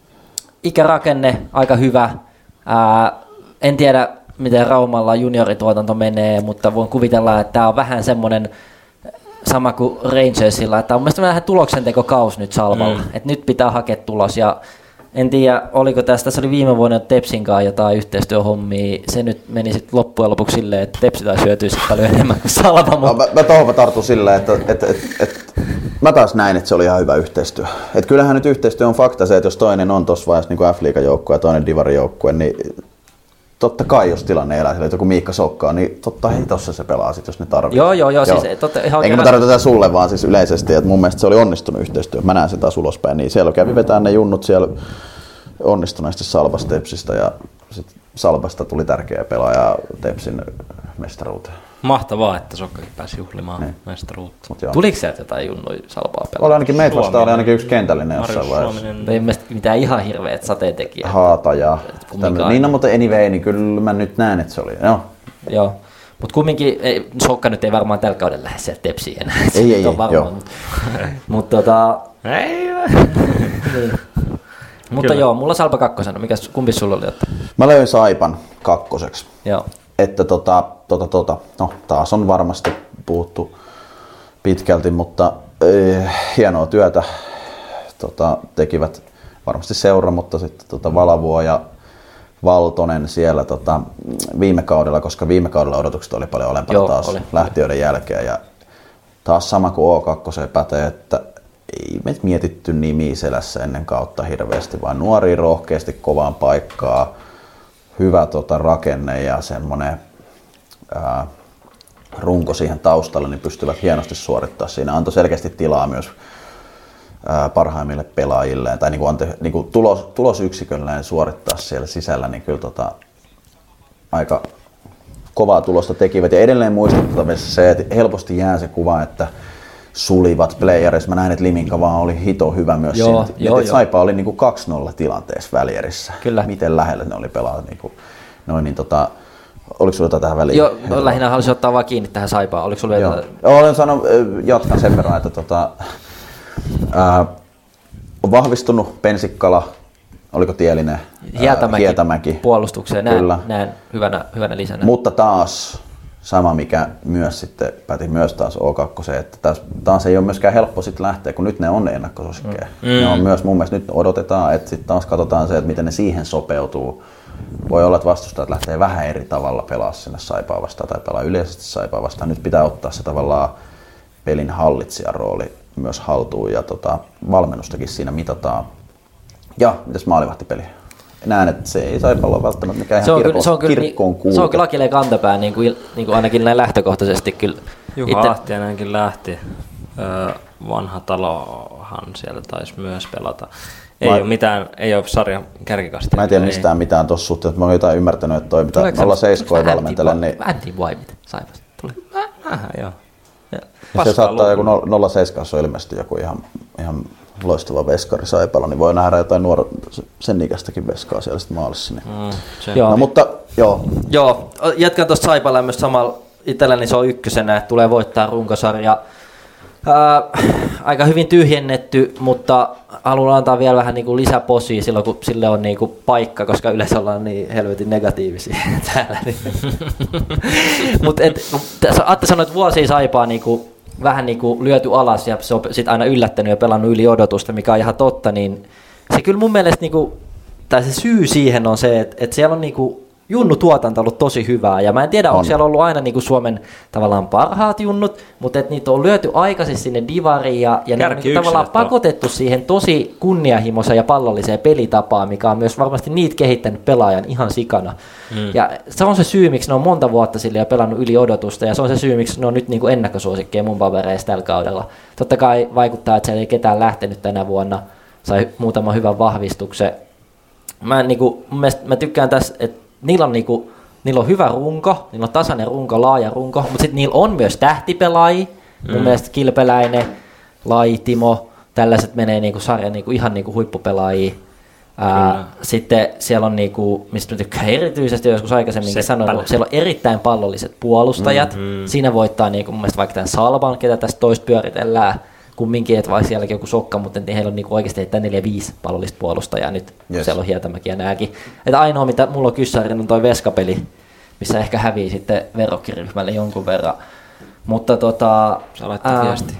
ikärakenne aika hyvä. Ää, en tiedä, miten Raumalla juniorituotanto menee, mutta voin kuvitella, että tämä on vähän semmoinen sama kuin Rangersilla. Että on mielestäni vähän tuloksentekokaus nyt Salvalla. Mm. Et nyt pitää hakea tulos. Ja en tiedä, oliko tässä, tässä oli viime vuonna Tepsin kanssa jotain yhteistyöhommia, se nyt meni sitten loppujen lopuksi silleen, että Tepsi taisi hyötyä sitten paljon enemmän kuin Salva. Mutta... No, mä, mä tohon mä tartun silleen, että et, et, et, mä taas näin, että se oli ihan hyvä yhteistyö. Et kyllähän nyt yhteistyö on fakta se, että jos toinen on tuossa vaiheessa niin F-liigan joukkue ja toinen Divarin joukkue, niin totta kai jos tilanne elää sille, että joku Miikka Sokkaa, niin totta hei tossa se pelaa sit, jos ne tarvitsee. Joo, joo, joo. Siis, totta, ihan enkä mä tarvita tätä sulle, vaan siis yleisesti, että mun mielestä se oli onnistunut yhteistyö. Mä näen sen taas ulospäin, niin siellä kävi vetää ne junnut siellä onnistuneesti Salbasta Tepsistä ja sitten Salbasta tuli tärkeä pelaaja Tepsin mestaruuteen. Mahtavaa, että Sokkakin pääsi juhlimaan niin mestaruutta. Tuliko sieltä jotain junnuja Salbaa pelaa? Oli ainakin meitä vastaan, oli ainakin yksi kentällinen jossain vaiheessa. Ei mielestäni mitään ihan hirveät sateentekijä. Haata ja niin, no, mutta anyway, niin kyllä mä nyt näen, että se oli. No. Joo. Mutta kumminkin, ei, Sokka nyt ei varmaan tällä kaudella lähde sieltä Tepsiin enää. Ei, ei, ei. Mutta mut, tota... Ei niin. Mutta kyllä. Joo, mulla Salpa kakkosena. Mikäs, kumpi sulla oli? Että... Mä löin Saipan kakkoseksi. Joo. Että tota, tota, tota, no taas on varmasti puhuttu pitkälti, mutta eh, hienoa työtä tota, tekivät varmasti seura, mutta sitten tota, Valavuo ja Valtonen siellä tota, viime kaudella, koska viime kaudella odotukset oli paljon alempana Joo, taas oli. lähtiöiden jälkeen. Ja taas sama kuin O kaksi pätee, että ei me mietitty nimiä selässä ennen kautta hirveästi, vaan nuoria rohkeasti kovaan paikkaa, hyvä tota, rakenne ja semmoinen ää, runko siihen taustalle, niin pystyvät hienosti suorittaa siinä. Antoi selkeästi tilaa myös ää, parhaimmille pelaajille tai niinku, ante, niinku tulos, tulosyksiköllä suorittaa siellä sisällä, niin kyllä tota, aika kovaa tulosta tekivät. Ja edelleen muistettavissa se, että helposti jää se kuva, että sulivat playerissa. Mä näin, että Liminka vaan oli hito hyvä myös joo, siinä. Joo, joo. Saipa oli niinku kaksi nolla tilanteessa välierissä. Kyllä. Miten lähellä ne oli pelaa. Niinku, noin, niin tota, oliko sulla jotain tähän väliin? Joo, no, lähinnä haluaisin ottaa vaan kiinni tähän Saipaan. Oliko sulla jotain? Joo, olen sanonut, jatkan sen verran, että tota, ää, on vahvistunut Pensikkala, oliko Tielinen, Hietämäki, Hietämäki. puolustukseen, näen, näen hyvänä, hyvänä lisänä. Mutta taas sama mikä myös sitten päti myös taas O kaksi, että taas, taas ei ole myöskään helppo sitten lähteä, kun nyt ne on ennakkosuosikkeja. Mm. Ne on myös mun mielestä nyt odotetaan, että sitten taas katsotaan se, että miten ne siihen sopeutuu. Voi olla, että vastustajat lähtee vähän eri tavalla pelaa sinne Saipaa vastaan tai pelaa yleisesti Saipaa vastaan. Nyt pitää ottaa se tavallaan pelin hallitsijan rooli myös haltuun ja tota, valmennustakin siinä mitataan. Ja mitäs maalivahtipeli? Näen, että se ei Saipalla ole välttämättä mikään ihan kirkko, se on kyllä, kirkkoon kuulta. Se on kyllä Akileen kantapää, niin kuin, niin kuin ainakin näin lähtökohtaisesti. Kyllä. Juha Itse... Ahtiainenkin lähti. Öö, vanha talohan siellä taisi myös pelata. Ei Mä... ole mitään, ei ole sarjan kärkikastia. Mä en tiedä mistään mitään tuossa suhteessa. Mä oon jotain ymmärtänyt, että toi mitä nolla seitsemän ei valmentele. Niin... Antti Vaimit Saipasta tuli. Vähän joo. Ja se saattaa joku nolla seitsemän on ilmeisesti joku ihan, ihan loistava veskari Saipalla, niin voi nähdä jotain nuoro, sen ikäistäkin veskaa siellä sitten maalissa. Niin. Mm, no, mutta joo. Joo, jatkan tuosta Saipalla myös samalla. Itselläni se on ykkösenä, että tulee voittaa runkosarja. Ää, aika hyvin tyhjennetty, mutta haluan antaa vielä vähän niin kuin lisäposia silloin, kun sille on niin kuin paikka, koska yleensä ollaan niin helvetin negatiivisia täällä. Mutta Atte sanoi, että vuosia Saipaa niin kuin, vähän niin kuin lyöty alas ja se on sitten aina yllättänyt ja pelannut yli odotusta, mikä on ihan totta, niin se kyllä mun mielestä, niin kuin, tai se syy siihen on se, että, että siellä on niin kuin junnutuotanto ollut tosi hyvää, ja mä en tiedä, on. onko siellä ollut aina niin kuin Suomen tavallaan parhaat junnut, mutta että niitä on lyöty aikaisin sinne divariin, ja, ja ne on niin tavallaan pakotettu siihen tosi kunnianhimoiseen ja pallolliseen pelitapaan, mikä on myös varmasti niitä kehittänyt pelaajan ihan sikana. Mm. Ja se on se syy, miksi ne on monta vuotta sille ja pelannut yli odotusta, ja se on se syy, miksi ne on nyt niin kuin ennakkosuosikkeja mun papereissa tällä kaudella. Totta kai vaikuttaa, että siellä ei ketään lähtenyt tänä vuonna, sai muutaman hyvän vahvistuksen. Mä, niin kuin, mun mielestä, mä tykkään tässä, että Niillä on, niinku, niillä on hyvä runko, niillä on tasainen runko, laaja runko, mutta sitten niillä on myös tähtipelaajia. Mm. Mun mielestä Kilpeläinen, Laitimo, tällaiset menee niinku sarjan niinku ihan niinku huippupelaajia. Ää, sitten siellä on, niinku, mistä mä tykkään erityisesti joskus aikaisemminkin sanonut, siellä on erittäin pallolliset puolustajat. Mm-hmm. Siinä voittaa niinku, mun mielestä vaikka tämän Salvan, ketä tästä toista pyöritellään. Kumminkin, että vaikka sielläkin joku sokka, mutta niin heillä on niinku oikeasti neljä viisi pallollista puolustajaa nyt, yes. Siellä on Hietämäki ja nääkin. Että ainoa, mitä mulla on kyssärin, on toi veskapeli, missä ehkä hävii sitten verrokkiryhmälle jonkun verran. Mutta tota... Sä laittaa viesti.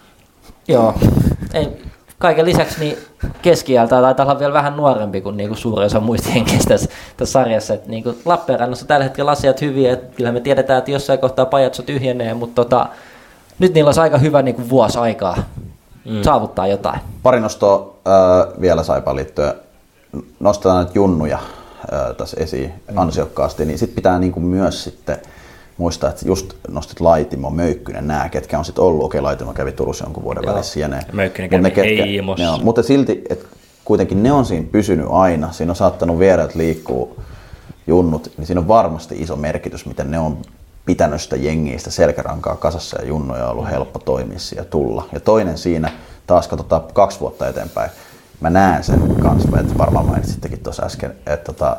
Joo. Ei, kaiken lisäksi niin keski-iältä taitaa olla vielä vähän nuorempi kuin niinku suurin osa muista henkistä tässä, tässä sarjassa. Et niinku Lappeenrannassa tällä hetkellä asiat hyviä, että kyllähän me tiedetään, että jossain kohtaa Pajatso tyhjenee, mutta tota... Nyt niillä olisi aika hyvä niin kuin vuosi aikaa mm. saavuttaa jotain. Pari nostoa äh, vielä Saipaan liittyen. Nostetaan nyt junnuja äh, tässä esiin mm. ansiokkaasti, niin sitten pitää niin kuin myös sitten muistaa, että just nostit Laitimo, Möykkynen, nämä, ketkä on sitten ollut. Okei, Laitimo kävi Turussa jonkun vuoden Joo. välissä ja ne. Möykkynen kävi Heimossa. Mutta silti, että kuitenkin ne on siinä pysynyt aina. Siinä on saattanut viereltä liikkuu junnut, niin siinä on varmasti iso merkitys, miten ne on pitänyt sitä jengiä, sitä selkärankaa kasassa ja junnoja on ollut helppo toimia ja tulla. Ja toinen siinä, taas katsotaan kaksi vuotta eteenpäin, mä näen sen kanssa, että varmaan mainitsittekin tuossa äsken, että tota,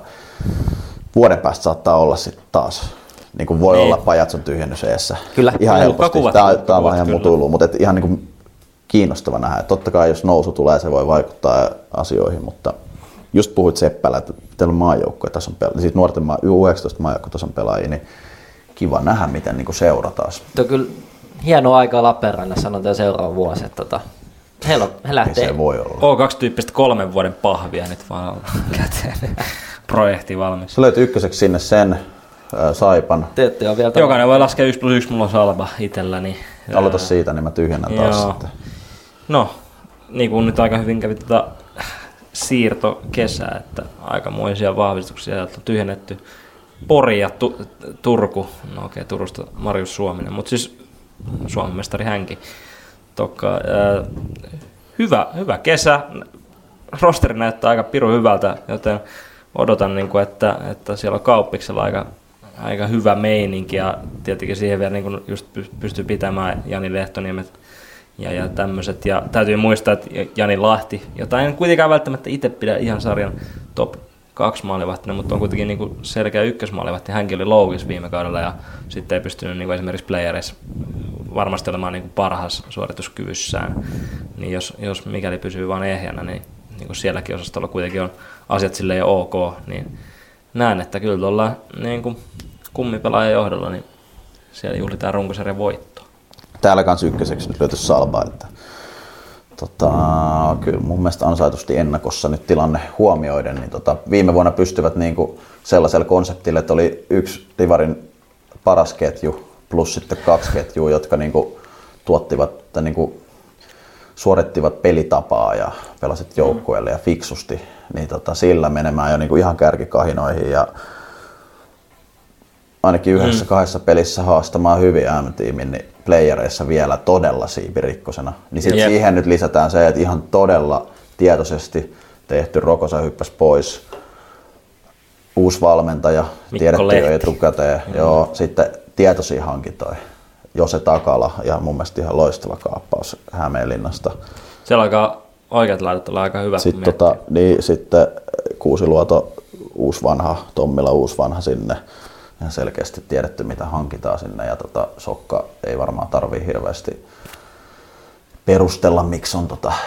vuoden päästä saattaa olla sitten taas, niin kuin voi niin. olla Pajatson tyhjennys eessä. Kyllä. Ihan helposti, tämä on vähän ihan mutuilua, mutta ihan niin kuin kiinnostava nähdä. Totta kai jos nousu tulee, se voi vaikuttaa asioihin, mutta just puhuit Seppälä, että teillä on maajoukkoja, tässä on pelaajia, siis nuorten maa, U yhdeksäntoista maajoukkoja, tässä on pelaajia, niin kiva nähdä, miten niin seurataan. Tuo on kyllä hienoa aikaa Lappeenrannassa, sanotaan seuraava vuosi. Että tota, he, he lähtee. Ei se voi olla. O kaksi-tyyppistä kolmen vuoden pahvia nyt vaan on käteen. Projekti valmis. Se löytyy ykköseksi sinne sen äh, Saipan. Teette on vielä Jokainen voi laskea yksi plus yksi, mulla on Salva itselläni. Aloita siitä, niin mä tyhjennän taas Joo. sitten. No, niin kuin nyt aika hyvin kävi tuota siirto kesää, että aikamoisia vahvistuksia on tyhjennetty. Pori ja tu- Turku, no okei, okay, Turusta Marius Suominen, mutta siis Suomen mestari hänkin. Tokka, ää, hyvä, hyvä kesä, rosteri näyttää aika pirun hyvältä, joten odotan, niin kuin, että, että siellä on Kauppiksella aika, aika hyvä meininki ja tietenkin siihen vielä niin kuin just pystyy pitämään Jani Lehtoniemet ja, ja tämmöiset. Ja täytyy muistaa, että Jani Lahti, jota en kuitenkaan välttämättä itse pidä ihan sarjan top kaksi maalivahtina, mutta on kuitenkin niin kuin selkeä ykkösmaalivahti. Hänkin oli loukis viime kaudella ja sitten ei pystynyt niin kuin esimerkiksi playereissa varmasti olemaan niin kuin parhaassa suorituskyvyssään. Niin jos, jos mikäli pysyy vaan ehjänä, niin, niin kuin sielläkin osastolla kuitenkin on asiat silleen jo ok, niin näen, että kyllä tuolla niin kuin kummipelaajan johdolla niin siellä juhlitaan runkosarjan voittoa. Täällä kans ykköseksi nyt löyty Salba, että tota, kyllä mun mielestä ansaitusti ennakossa nyt tilanne huomioiden, niin tota, viime vuonna pystyvät niinku sellaisella konseptilla, että oli yksi Divarin paras ketju plus sitten kaksi ketjua, jotka niinku tuottivat niinku suorittivat pelitapaa ja pelasit joukkueelle ja fiksusti, niin tota, sillä menemään jo niinku ihan kärkikahinoihin ja ainakin yhdessä mm. kahdessa pelissä haastamaan hyvin M-tiimin, niin playereissa vielä todella siipirikkosena. Niin sit yep. siihen nyt lisätään se, että ihan todella tietoisesti tehty, Rokosa hyppäsi pois, uusi valmentaja, Mikko tiedettiin Lehti. Jo etukäteen, mm. joo, sitten tietoisia hankintoja. Jose Takala ja mun mielestä ihan loistava kaappaus Hämeenlinnasta. Siellä alkaa oikeat laidat olla aika hyvä. Sitten, tota, niin, sitten Kuusiluoto, uusi vanha, Tommila uusi vanha sinne. Ihan selkeästi tiedetty mitä hankitaan sinne ja tota, Sokka ei varmaan tarvii hirveästi perustella miksi on tota,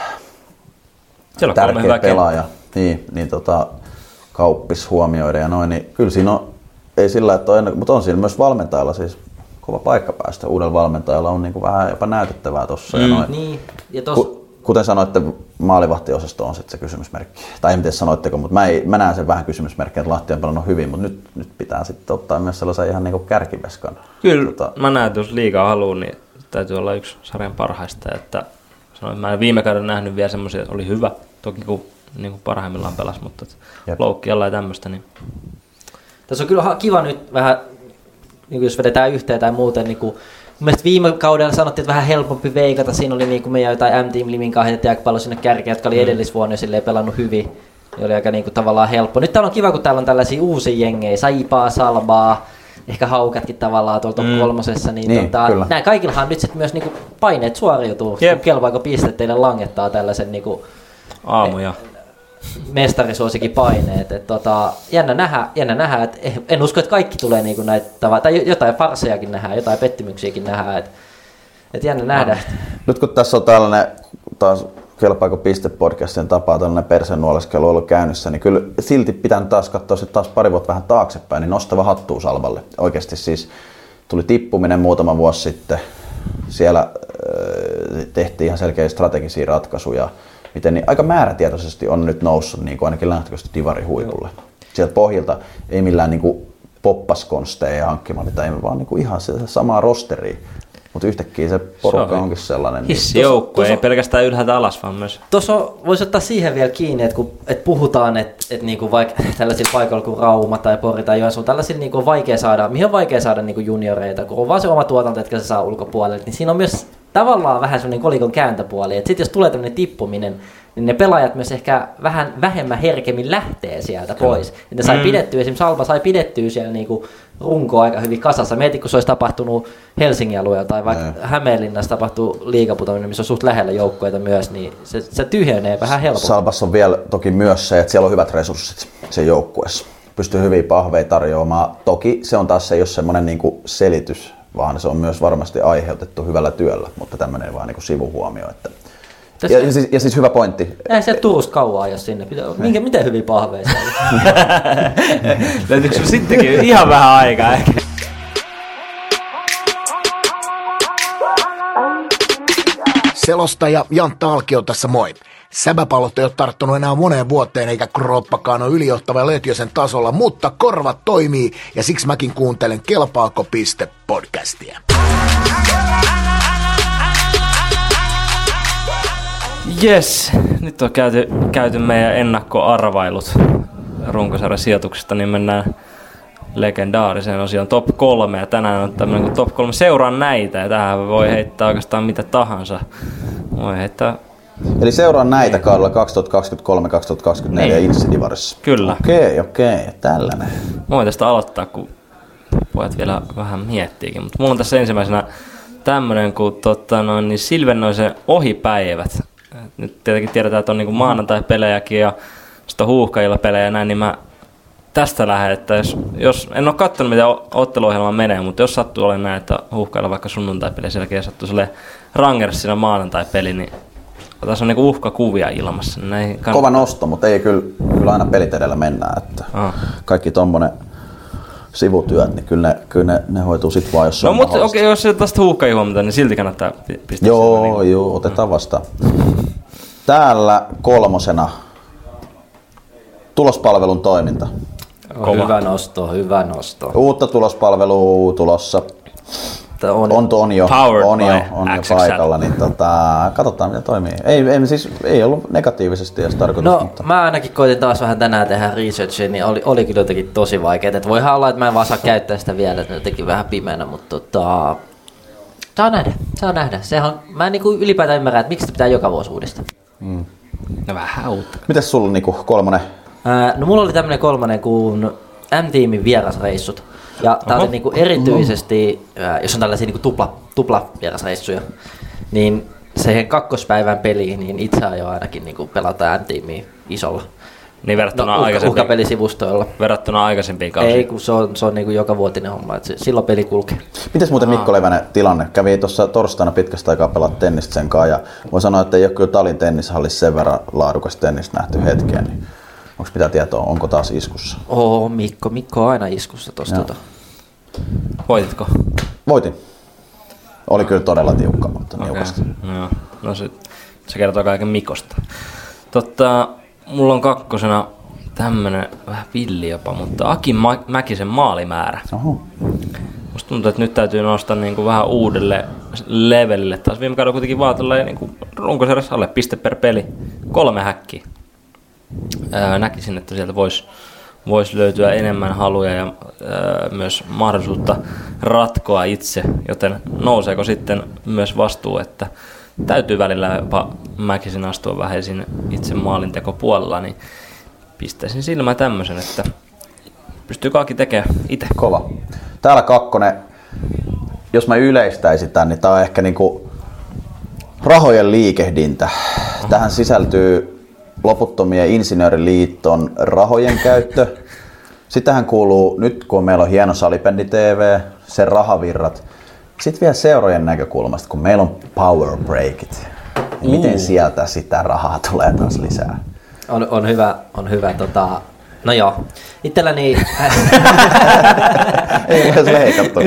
on tärkeä pelaaja. Niin, niin tota, Kauppis huomioida ja noin, niin kyllä siinä on, ei sillä, että on, mutta on siinä myös valmentajalla siis kova paikka päästä. Uudella valmentajalla on niin kuin vähän jopa näytettävää tossa. Mm, ja noin. Niin. Ja tos... Ku, kuten sanoitte, maalivahtiosasto on sitten se kysymysmerkki. Tai en tiedä sanoitteko, mutta mä, ei, mä näen sen vähän kysymysmerkkiä, että Lahti on pelannut hyvin, mutta nyt, nyt pitää sitten ottaa myös sellaisen ihan niin kuin kärkiveskan. Kyllä, tota... mä näen, että jos liigaa haluaa, niin täytyy olla yksi sarjan parhaista. Että sanoin, mä en viime kauden nähnyt vielä semmoisia, että oli hyvä, toki kun niin kuin parhaimmillaan pelasi, mutta loukkialla ja tämmöistä. Niin... Tässä on kyllä kiva nyt vähän, niin jos vedetään yhteen tai muuten, niin kuin mielestäni viime kaudella sanottiin, että vähän helpompi veikata. Siinä oli niin kuin meidän jotain M-Team Limin kanssa heitettiin aika paljon sinne kärkeä, jotka oli mm. edellisvuonna jo pelannut hyvin. Ja oli aika niin kuin tavallaan helppo. Nyt täällä on kiva, kun täällä on tällaisia uusia jengejä. Saipaa, Salbaa, ehkä Haukatkin tavallaan tuolta mm. kolmosessa. Niin, niin tota, nämä kaikillahan nyt sitten myös niin kuin paineet suoriutuu. Yep. Kelpaako piste teille langettaa tällaisen niin kuin aamuja. Mestarisuosikin paineet. Et tota, jännä nähdä, jännä nähdä että en usko, että kaikki tulee niinku näitä, tai jotain farsejakin nähdään, jotain pettymyksiäkin nähdään. Et, et jännä nähdä. Nyt kun tässä on tällainen taas Kelpaako piste podcastin tapaa tällainen persenuoleskelu ollut käynnissä, niin kyllä silti pitää taas katsoa sit taas pari vuotta vähän taaksepäin, niin nostava hattuu Salvalle. Oikeasti siis tuli tippuminen muutama vuosi sitten. Siellä äh, tehtiin ihan selkeä strategisia ratkaisuja. Miten niin aika määrätietoisesti on nyt noussut niin kuin ainakin lähtökohtaisesti Divarin huipulle. Sieltä pohjilta ei millään niin kuin poppaskonsteja hankkimalla, tai ei vaan niin kuin ihan se samaa rosteria. Mutta yhtäkkiä se porukka se onkin sellainen. Hissijoukko, ei pelkästään ylhäältä alas, vaan myös. Tuossa voisi ottaa siihen vielä kiinni, että kun että puhutaan, että, että niinku vaikka tällaisilla paikoilla kuin Rauma tai Pori tai Joensuu, tällaisilla niinku on vaikea saada, mihin on vaikea saada niinku junioreita, kun on vaan se oma tuotanto, että se saa ulkopuolelle, niin siinä on myös tavallaan vähän semmoinen kolikon kääntöpuoli, että sitten jos tulee tämmöinen tippuminen, niin ne pelaajat myös ehkä vähän vähemmän herkemmin lähtee sieltä pois. Että ne sai mm. pidettyä, esimerkiksi Salpa sai pidettyä siellä niinku runkoa aika hyvin kasassa. Mietin, kun se olisi tapahtunut Helsingin alueella tai vaikka mm. Hämeenlinnassa tapahtuu liigaputominen, missä on suht lähellä joukkueita myös, niin se, se tyhjenee vähän helpommin. Salpassa on vielä toki myös se, että siellä on hyvät resurssit sen joukkueessa. Pystyy hyviä pahveja tarjoamaan. Toki se on taas se, jos semmoinen niinku selitys, vaan se on myös varmasti aiheutettu hyvällä työllä, mutta tämmöinen vaan niinku sivuhuomio. Että ja, ja, siis, ja siis hyvä pointti. Eihän se Turusta kauaa, jos sinne pitää. Minkä, miten hyviä pahveja siellä? Löytyykö sinulla sittenkin ihan vähän aikaa ehkä? Selostaja Jantta Alkio tässä moi. Säbäpallot ei ole tarttunut enää moneen vuoteen eikä kroppakaan ole ylijohtava Lötjösen tasolla, mutta korvat toimii ja siksi mäkin kuuntelen Kelpaako piste podcastia. Jes, nyt on käyty, käyty meidän ennakkoarvailut runkosarjan sijoituksesta, niin mennään legendaariseen osioon top kolme. Ja tänään on tämmöinen kuin top kolme seuraa näitä, ja tähän voi heittää oikeastaan mitä tahansa. Voi heittää... Eli seuraa näitä kaudella kaksituhattakaksikymmentäkolme kaksituhattakaksikymmentäneljä niin. Insidivarissa. Kyllä. Okei, okei, tällainen. Mä voin tästä aloittaa, kun pojat vielä vähän miettiikin. Mutta mulla on tässä ensimmäisenä tämmöinen kuin tota, noin, niin Silvennoisen ohipäivät. Nyt tietenkin tiedetään, että on niinku maanantai-pelejäkin ja sitten on huuhkajilla-pelejä ja näin, niin mä tästä lähden, että jos, jos en ole katsonut, miten otteluohjelma menee, mutta jos sattuu olemaan näin, että huuhkajilla vaikka sunnuntai-peli selkeä ja sattuu sellainen Rangersina maanantai-peli, niin tässä on niinku uhkakuvia ilmassa. Näin kannattaa. Kova nosto, mutta ei kyllä, kyllä aina pelit edellä mennään. Että ah. kaikki tommonen sivutyöt, niin kyllä ne, kyllä ne, ne hoituu sit vaan, jos se no, on mutta okei, okay, jos se tästä huuhkaa huomata, niin silti kannattaa pistää. Joo, niin. joo, otetaan vastaan. Täällä kolmosena tulospalvelun toiminta. Kova. Hyvä nosto, hyvä nosto. Uutta tulospalvelua tulossa. On, on, on jo, on jo, on jo paikalla, niin tota, katsotaan mitä toimii. Ei, ei, siis, ei ollut negatiivisesti edes tarkoitus. No mutta... mä ainakin koitin taas vähän tänään tehdä researchia, niin oli, oli kyllä jotenkin tosi vaikeaa. Et voihan olla, että mä en vaan saa käyttää sitä vielä, että jotenkin vähän pimeänä, mutta tota, saa nähdä, saa nähdä. Sehän, mä en niinku ylipäätään ymmärrä, että miksi sitä pitää joka vuosi uudistaa. Mm. No vähän uutta. Mites sulla niinku kolmonen? Ää, no mulla oli tämmönen kolmonen kuin M-tiimin vierasreissut. Ja tää oli niinku erityisesti, ää, jos on tällaisia niinku tupla, tupla vierasreissuja, niin siihen kakkospäivän peliin, niin itse ajoin ainakin niinku pelataan M-tiimiä isolla. Niin verrattuna no, aikaisempiin. Uhkapelisivustoilla. Verrattuna aikaisempiin kausiin. Ei, kun se on, se on niinku joka vuotinen homma, että se, silloin peli kulkee. Mites muuten Mikko Levänen tilanne? Kävi tuossa torstaina pitkästä aikaa pelata tennistä sen kanssa ja voi sanoa, että ei ole kyllä Talin tennishallissa sen verran laadukas tennis nähty hetkeen. Niin onko mitä tietoa, onko taas iskussa? Oo, Mikko, Mikko on aina iskussa tosta. Tota. Voititko? Voitin. Oli kyllä todella tiukka, mutta okay. niukasti. No, no se, se kertoo kaiken Mikosta. Totta, mulla on kakkosena tämmönen vähän villi jopa, mutta Aki Mäkisen maalimäärä. Oho. Musta tuntuu, että nyt täytyy nostaa niinku vähän uudelle levelille. Taas viime kaudella kuitenkin vaan niinku runkosarjassa alle piste per peli. Kolme häkkiä. Ää, näkisin, että sieltä voisi vois löytyä enemmän haluja ja ää, myös mahdollisuutta ratkoa itse, joten nouseeko sitten myös vastuu, että täytyy välillä jopa Mäkisen astua vähän siinä itse maalintekopuolella, niin pistäisin silmään tämmöisen, että pystyy kaikki tekemään itse. Kova. Täällä kakkonen, jos mä yleistäisin tän, niin tää on ehkä niinku rahojen liikehdintä. Tähän sisältyy loputtomien insinööriliiton rahojen käyttö. Sitähän kuuluu, nyt kun meillä on hieno salibändi T V, sen rahavirrat. Sitten vielä seurojen näkökulmasta, kun meillä on power breakit. Niin miten sieltä sitä rahaa tulee taas lisää? On, on hyvä, on hyvä tota... No joo, itselläni... Ei edes leikattu.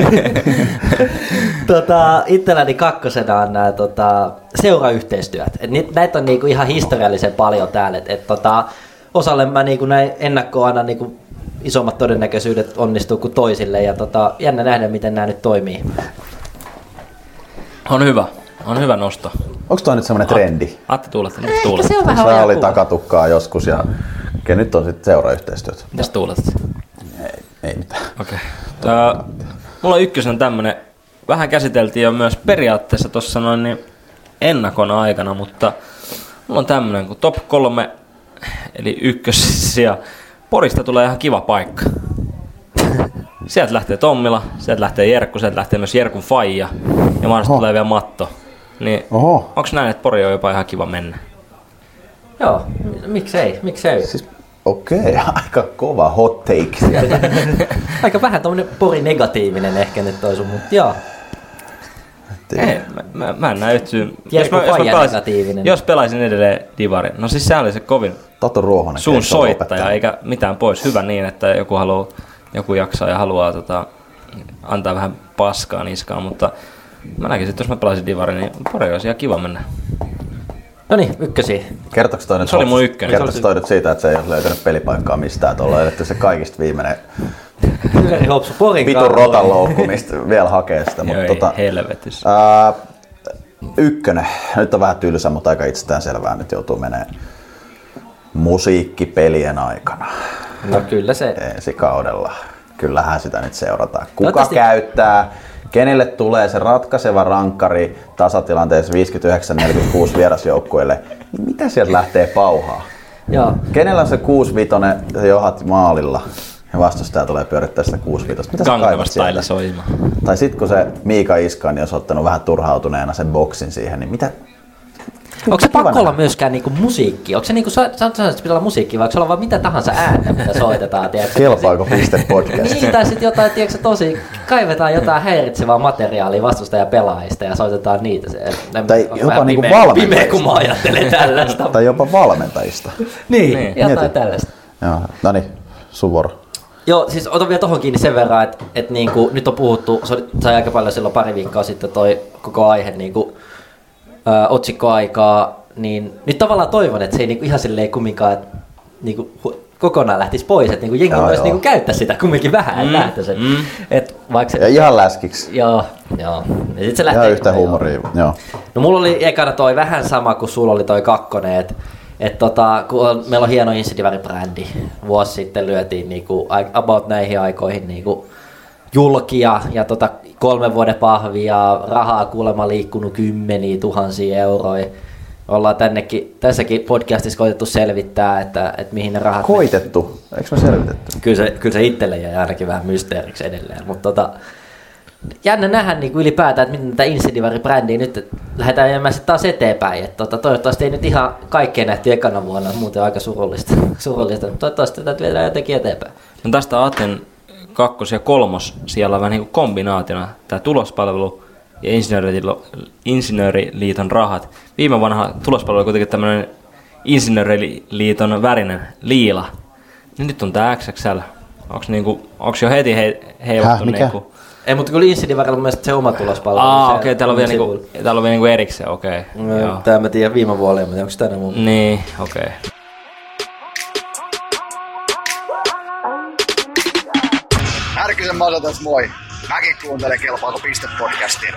tota, itselläni kakkosena on nämä tota, seurayhteistyöt. Et näitä on niinku ihan historiallisen paljon täällä. Et, et, tota, osalle mä niinku näin ennakkoon aina niinku isommat todennäköisyydet onnistuu kuin toisille. Ja tota, jännä nähdä, miten nämä nyt toimii. On hyvä. On hyvä nosto. Onko toi nyt semmoinen trendi? Atte tuulet. Ehkä se on vähän se oli takatukkaa joskus ja okay, nyt on sitten seurayhteistyöt. Mitäs tuulet? Ei, ei mitään. Okei. Okay. Mulla on ykkösenä tämmönen, vähän käsiteltiin jo myös periaatteessa tuossa noin niin ennakon aikana, mutta mulla on tämmönen kuin top kolme, eli ykkössija. Porista tulee ihan kiva paikka. Sieltä lähtee Tommila, sieltä lähtee Jerkku, sieltä lähtee myös Jerkun faija ja mahdollisesti tulee vielä Matto. Niin onko näin, että Pori on jopa ihan kiva mennä? Joo, miksei, miksei. Siis, okei, okay, aika kova hot take sieltä. Aika vähän tommonen Pori negatiivinen ehkä nyt toi sun, mutta joo. Ei, mä, mä, mä en näe yhtsyyn. Jos, jos, pelaisin, jos pelaisin edelleen Divarin, no siis sehän oli se kovin suun soittaja, eikä mitään pois. Hyvä niin, että joku, haluaa, joku jaksaa ja haluaa tota, antaa vähän paskaa niskaan, mutta mä näkisin, että jos mä pelaisin Divarin, niin Pori olisi ihan kiva mennä. No niin, ykkösiä. Kertoiko toi nyt, se oli mun ykkönen. Kertoiko toi nyt siitä, että se ei ole löytänyt pelipaikkaa mistään, tuolla edetty se kaikista viimeinen vitun rotan loukku, mistä vielä hakee sitä. Joo, mutta, tota, helvetys. Ää, ykkönen, nyt on vähän tylsä, mutta aika itsestään selvää, nyt joutuu menee musiikki pelien aikana. No kyllä se. Ensi kaudella. Kyllähän sitä nyt seurataan. Kuka Toivottavasti käyttää? Kenelle tulee se ratkaiseva rankkari tasatilanteessa viisikymmentäyhdeksän neljäkymmentäkuusi vierasjoukkueelle? Niin mitä sieltä lähtee pauhaa? Joo. Kenellä on se kuusi vitonen, se johat maalilla ja vastustaja tulee pyörittää sitä kuusi vitosta? Mitä sä kaivat sieltä? Tai sit kun se Miika Iskani olisi ottanut vähän turhautuneena sen boksin siihen, niin mitä? Onko se pakko olla myöskään niinku musiikki? Onko se niinku, sä sanoit, että pitää olla musiikki, vai onko se olla vaan mitä tahansa ääntä, mitä soitetaan? Tiedätkö? Kelpaako piste podcast? Niin, tai sitten jotain, tiedätkö, tosi, kaivetaan jotain häiritsevää materiaalia vastustaja pelaajista ja soitetaan niitä. Se, tai jopa niinku valmentajista. Pimeä, kun mä ajattelen tällaista. Tai jopa valmentajista. niin, niin, jotain tällaista. Joo, no niin, sun vuoro. Joo, siis otan vielä tohon kiinni sen verran, että et niinku, nyt on puhuttu, se oli sai aika paljon silloin pari viikkoa sitten toi koko aihe niinku, ö, otsikkoaikaa, niin nyt tavallaan toivon, että se ei niinku ihan silleen kumminkaan, että niinku, kokonaan lähtisi pois, että niinku jengi voisi niinku käyttää sitä kumminkin vähän, mm, että sen. Mm. Et vaikka se, ja ihan läskiksi. Joo, joo. Ja sit se lähtee ihan yhtä huumoria, joo. No mulla oli ekana toi vähän sama kuin sulla oli toi kakkonen, että et tota, kun on, meillä on hieno Insidivari-brändi, vuosi sitten lyötiin niinku, about näihin aikoihin niinku, julkia ja tota, kolmen vuoden pahvia, rahaa kuulemma liikkunut kymmeniä tuhansia euroja. Ollaan tännekin, tässäkin podcastissa koitettu selvittää, että, että mihin ne rahat... Koitettu? Me... Eikö me selvitetty? Kyllä se, kyllä se itselle jäi ainakin vähän mysteeriksi edelleen, mutta tota, jännä nähdä niin kuin ylipäätään, että miten tätä Insidivari-brändiä nyt lähdetään jäämään sitten taas eteenpäin. Että tota, toivottavasti ei nyt ihan kaikkea nähty ekana vuonna, muuten aika surullista, surullista mutta toivottavasti tätä viedään jotenkin eteenpäin. No tästä Aten kakkos- ja kolmos siellä on vähän niin kuin kombinaationa tämä tulospalvelu ja Insinööriliiton rahat. Viime vanha tulospalvelu oli kuitenkin tämmöinen Insinööriliiton värinen liila. Nyt on tää X X L. Onks, niinku, onks jo heti he, heivattu niinku... Ei, mutta kyllä Insidivarilla on mielestäni se oma tulospalvelu. Aa, okei, okay, täällä on vielä niinku, täällä on vielä niinku erikseen, okei. Okay. No, tää mä tiedän viime vuodelta, mutta onko tänä mun? Niin, okei. Okay. Härkysen Masa tässä moi. Mäkin kuuntelen Kelpaako piste podcastia.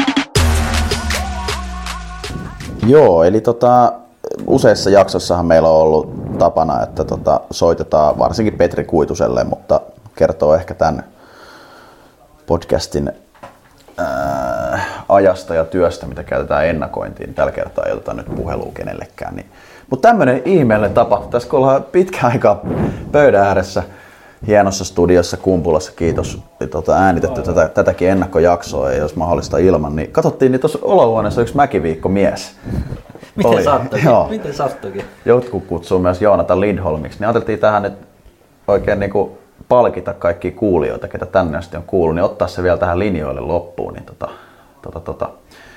Joo, eli tota, useissa jaksossahan meillä on ollut tapana, että tota, soitetaan varsinkin Petri Kuituselle, mutta kertoo ehkä tämän podcastin ää, ajasta ja työstä, mitä käytetään ennakointiin. Tällä kertaa ei oteta nyt puhelua kenellekään. Niin. Mutta tämmöinen ihmeellinen tapa. Tässä kun ollaan pitkä aikaa pöydän ääressä hienossa studiossa Kumpulassa, kiitos, tota, äänitetty tätä, tätäkin ennakkojaksoa, ei jos mahdollista ilman, niin katsottiin, niin tuossa olohuoneessa yksi mäkiviikko mies. Miten sattuikin? Miten sattuikin? Jotkut kutsuu myös Joonatan Lindholmiksi, niin ajateltiin tähän nyt oikein niin kuin palkita kaikkia kuulijoita, ketä tänne asti on kuullut, niin ottaa se vielä tähän linjoille loppuun. Niin tota, tota, tota.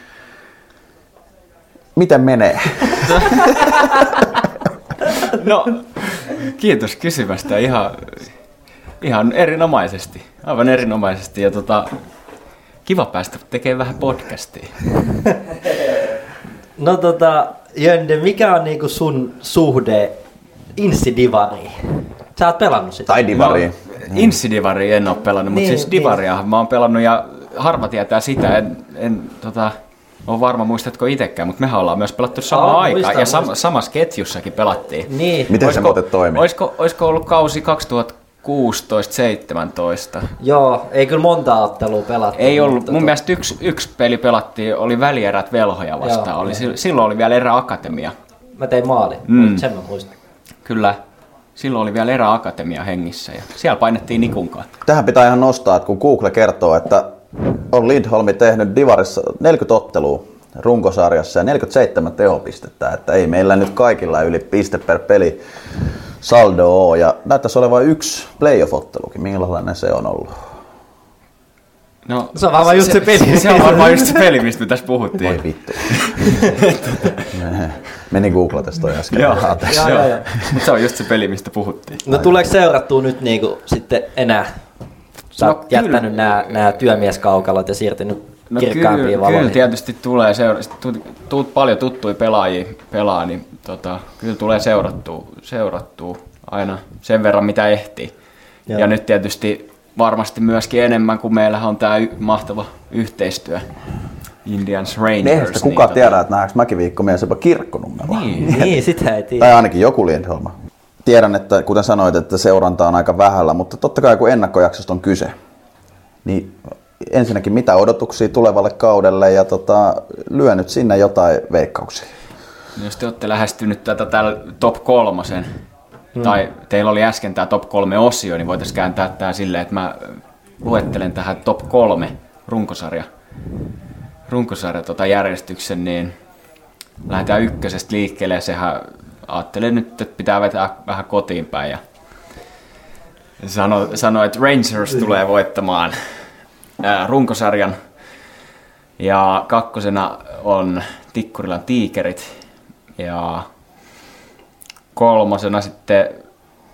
Miten menee? No, kiitos kysymästä. Ihan, ihan erinomaisesti. Aivan erinomaisesti. Ja tota, kiva päästä tekemään vähän podcastia. No tota, Jönde, mikä on niinku sun suhde Insidivariin? Sä oot pelannut sitä. Tai Divariin. No, Insidivaria en oo pelannut, niin, mutta siis Divaria niin. Mä oon pelannut ja harva tietää sitä. En, en tota, ole varma muistatko itsekään, mutta mehän ollaan myös pelattu samaan Aa, aikaan muistan, ja sam- muistan. samassa ketjussakin pelattiin. Niin. Miten oisko, se muuten toimii? Oisko, oisko ollut kausi kaksituhattakuusitoista seitsemäntoista? Joo, ei kyllä monta ottelua pelattu. Ei ollut. Mutta mun to... mielestä yksi, yksi peli pelattiin, oli välierät Velhoja vastaan. Joo, oli, joo. Silloin oli vielä Eräakatemia. Mä tein maalin, Mm. sen mä muistan. Kyllä. Silloin oli vielä Eräakatemia hengissä ja siellä painettiin nikunkaan. Tähän pitää ihan nostaa, että kun Google kertoo, että on Lindholmi tehnyt Divarissa neljäkymmentä ottelua runkosarjassa ja neljäkymmentäseitsemän tehopistettä, että ei meillä nyt kaikilla yli piste per peli saldo ole. Ja näyttäisi olevan yksi playoff-ottelukin. Millainen se on ollut? No, se on varmaan just se peli. Se on varmaan just se peli, mistä me tässä puhuttiin. Voi vittu. Meni googlata toi äsken. Joo, mutta se on just se peli, mistä puhuttiin. No tuleeko seurattua nyt niinku sitten enää? Sä No, oot jättänyt nämä, nämä työmieskaukalot ja siirtynyt No kirkkaampiin kyllä, valoihin. kyllä tietysti tulee seura- tuut, tuut paljon tuttuja pelaajia pelaa, niin tota, kyllä tulee seurattua, seurattua aina sen verran mitä ehtii. Joo. Ja nyt tietysti varmasti myöskin enemmän, kun meillähän on tämä y- mahtava yhteistyö Indians Rangers. Eihän sitä niin, kukaan tota... tiedä, että nähdäänkö mäkiviikkomies jopa Kirkkonummella. Niin, niin sitä ei tiedä. Tai ainakin joku Lindholma. Tiedän, että kuten sanoit, että seuranta on aika vähällä, mutta totta kai kun ennakkojaksosta on kyse, niin ensinnäkin mitä odotuksia tulevalle kaudelle ja tota, lyö nyt sinne jotain veikkauksia. Jos te olette lähestynyt tätä täällä top kolmosen, hmm. tai teillä oli äsken tämä top kolme osio, niin voitaisiin kääntää tämä silleen, että mä luettelen tähän top kolme runkosarja, runkosarja tota järjestyksen, niin lähdetään ykkösestä liikkeelle ja sehän ajattelin nyt, että pitää vetää vähän kotiin päin ja sano, sano että Rangers tulee voittamaan ää, runkosarjan ja kakkosena on Tikkurilan Tiikerit ja kolmosena sitten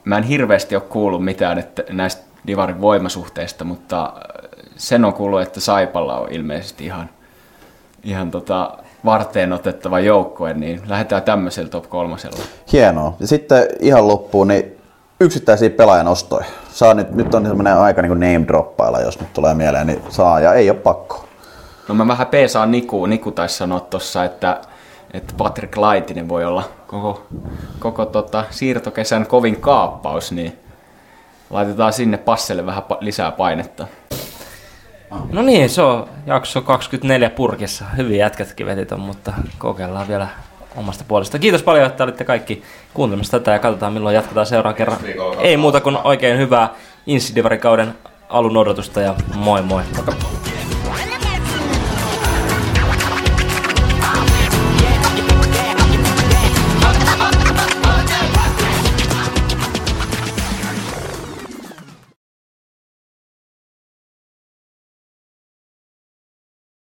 mä en hirveästi ole kuullut mitään että näistä Divarin voimasuhteista, mutta sen on kuullut, että Saipalla on ilmeisesti ihan, ihan tota varteen otettava joukkue, niin lähdetään tämmöisellä top kolmosella. Hienoa. Ja sitten ihan loppuun, niin yksittäisiä pelaajan ostoja. Saa nyt, nyt on sellainen aika niin kuin name droppailla, jos nyt tulee mieleen, niin saa ja ei ole pakko. No mä vähän peesaan Niku. Niku taisi sanoa tossa, että, että Patrick Laitinen voi olla koko, koko tota, siirtokesän kovin kaappaus, niin laitetaan sinne Passelle vähän lisää painetta. No niin, se on jakso kaksikymmentäneljä purkissa. Hyvin jätkätkin veti ton, mutta kokeillaan vielä omasta puolesta. Kiitos paljon, että olitte kaikki kuuntelemassa tätä ja katsotaan milloin jatketaan seuraavan kerran. Ei muuta kuin oikein hyvää Insidivarikauden alun odotusta ja moi moi. Moikka.